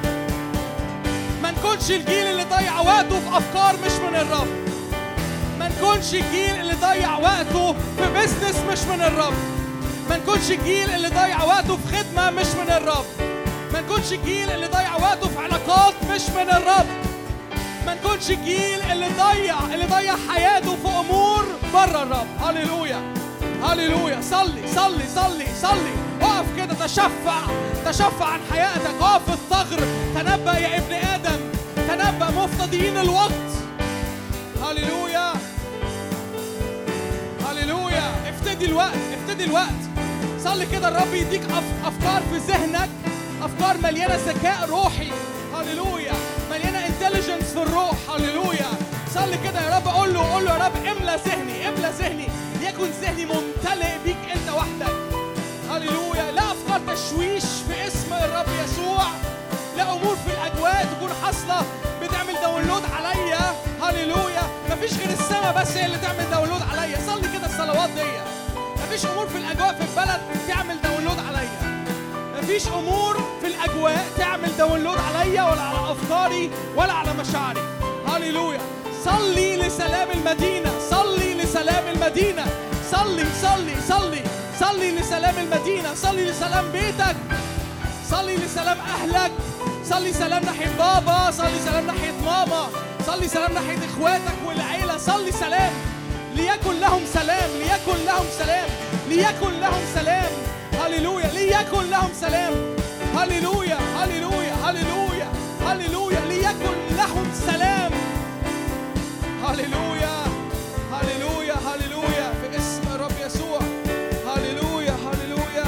ما نكونش الجيل اللي ضيع وقته في أفكار مش من الرب. ما نكونش الجيل اللي ضيع وقته في بيزنس مش من الرب. ما نكونش الجيل اللي ضيع وقته في خدمة مش من الرب. ما نكونش الجيل اللي ضيع وقته في علاقات مش من الرب. ما نكونش الجيل اللي ضيع حياته في أمور بره الرب. هللويا هللويا. صلي. اقف كده، تشفع عن حياتك. اقف في الثغر، تنبأ يا ابن آدم، تنبأ مفتديين الوقت. هللويا هللويا. افتدي الوقت. صلي كده الرب يديك أفكار في ذهنك، أفكار مليانة ذكاء روحي. هللويا. مليانة انتليجنس في الروح. هللويا. صلي كده يا رب، قول له يا رب املى ذهني، ليكن ذهني ممتلئ بيك انت وحدك. هللويا. لا افكار تشويش في اسم الرب يسوع، لا امور في الاجواء تكون حاصله بتعمل داونلود عليا. هللويا. مفيش غير السماء بس هي اللي تعمل داونلود عليا. صلي كده الصلوات دي. مفيش امور في الاجواء في البلد تعمل داونلود عليا. مفيش امور في الاجواء تعمل داونلود عليا ولا على افكاري ولا على مشاعري. هللويا. صلي لسلام المدينة، صلي لسلام المدينة. صلي صلي لسلام المدينة، صلي لسلام بيتك، صلي لسلام أهلك، صلي سلام ناحية بابا، صلي سلام ناحية ماما، صلي سلام ناحية إخواتك والعيلة. صلي سلام، ليكن لهم سلام، ليكن لهم سلام، ليكن لهم سلام. هللويا، ليكن لهم سلام. هللويا هللويا هللويا هللويا، ليكن لهم سلام. هللويا هللويا هللويا، في اسم الرب يسوع. هللويا هللويا.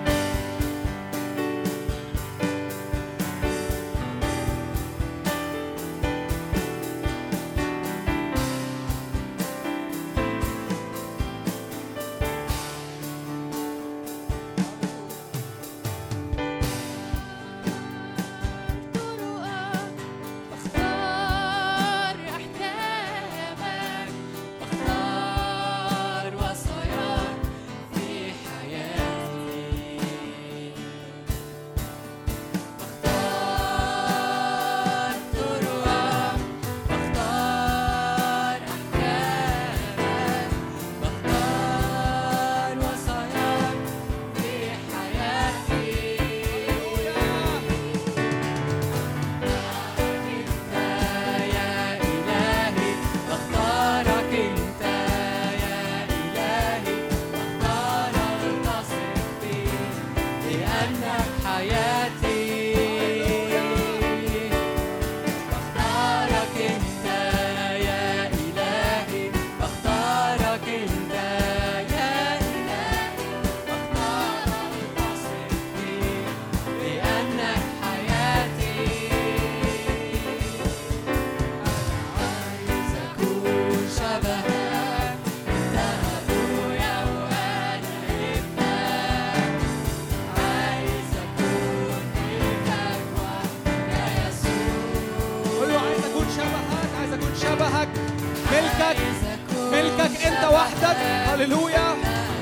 ملكك انت وحدك. هللويا.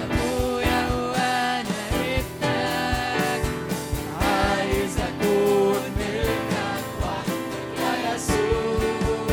عايز اكون ملكك وحدك يا يسوع.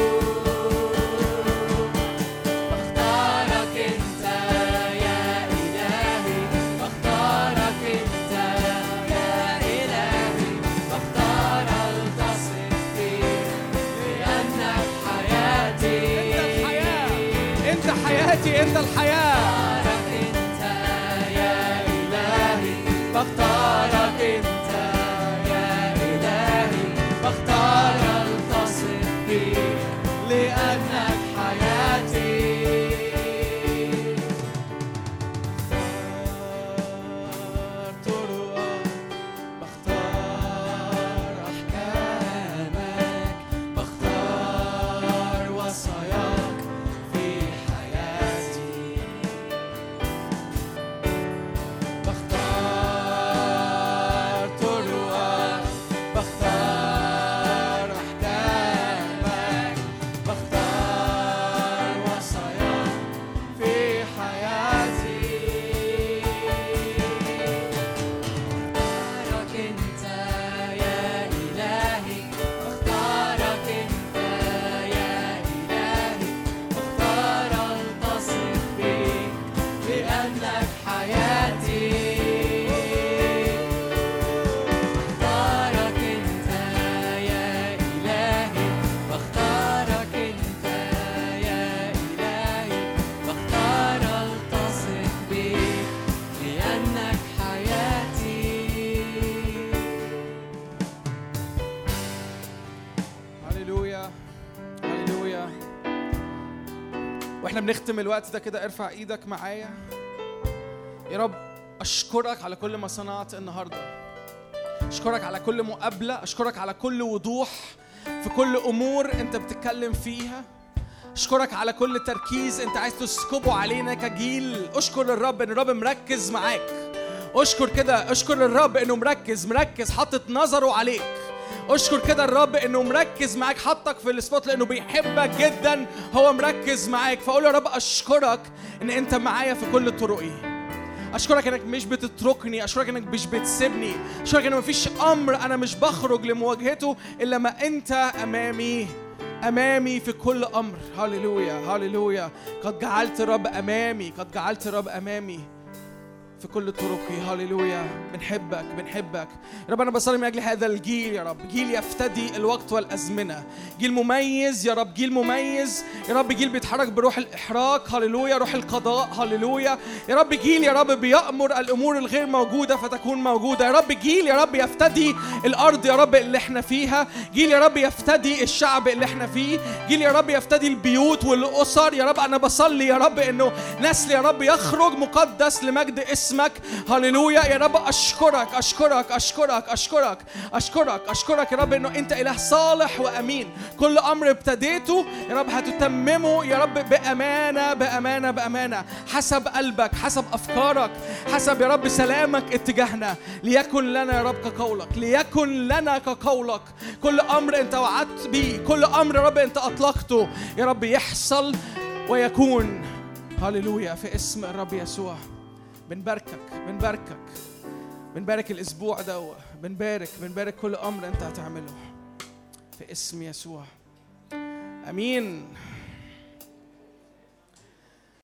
بختارك انت يا الهي، بختارك انت يا الهي، بختار التصق فيك لانك حياتي. انت حياتي، انت الحياة. انت يا إلهي، بختارك انت يا إلهي، بختار التصق بيك لأنك حياتي. بختار طرقك، بختار أحكامك، بختار وصاياك في حياتي. بختار طرقك، بختار أحكامك، بختار وصاياك في حياتي. بختارك انت يا إلهي، بختارك انت يا إلهي، بختار التصق بيك لأنك حياتي. بختارك انت يا إلهي، بختارك انت يا إلهي، بختار التصق بيك لأنك حياتي. هللويا هللويا. واحنا بنختم الوقت ده كده، ارفع ايدك معايا. يا رب اشكرك على كل ما صنعت النهارده، اشكرك على كل مقابله، اشكرك على كل وضوح في كل امور انت بتتكلم فيها، اشكرك على كل تركيز انت عايز تسكبه علينا كجيل. اشكر الرب ان الرب مركز معاك. اشكر كده، اشكر الرب انه مركز حاطط نظره عليك. اشكر كده الرب انه مركز معاك، حطك في السبوت لانه بيحبك جدا، هو مركز معاك. فاقول يا رب اشكرك ان انت معايا في كل طرقي. اشكرك انك مش بتتركني، اشكرك انك مش بتسيبني، اشكرك ان مفيش امر انا مش بخرج لمواجهته الا ما انت امامي في كل امر. هللويا هللويا. قد جعلت الرب امامي، قد جعلت الرب امامي. في كل طرقي. هللويا. بنحبك بنحبك يا رب. أنا بصلي من أجل هذا الجيل يا رب، جيل يفتدي الوقت والأزمنة، جيل مميز يا رب، جيل مميز يا رب، جيل بيتحرك بروح الإحراق. هللويا. روح القضاء. هللويا يا رب. جيل يا رب بيأمر الأمور الغير موجودة فتكون موجودة يا رب. جيل يا رب يفتدي الأرض يا رب اللي احنا فيها، جيل يا رب يفتدي الشعب اللي احنا فيه، جيل يا رب يفتدي البيوت والأسر يا رب. أنا بصلي يا رب إنه نسل يا رب يخرج مقدس لمجد اسمك. هللويا يا رب. أشكرك أشكرك أشكرك أشكرك أشكرك أشكرك يا رب إنه أنت إله صالح وأمين. كل أمر ابتديته يا رب هتتممه يا رب بأمانة بأمانة بأمانة، حسب قلبك، حسب أفكارك، حسب يا رب سلامك اتجاهنا. ليكن لنا يا رب كقولك، ليكن لنا كقولك. كل أمر أنت وعدت بيه، كل أمر يا رب أنت أطلقته يا رب يحصل ويكون. هللويا في اسم الرب يسوع. بنباركك بنباركك بنبارك الأسبوع ده، بنبارك كل أمر أنت هتعمله في اسم يسوع. أمين.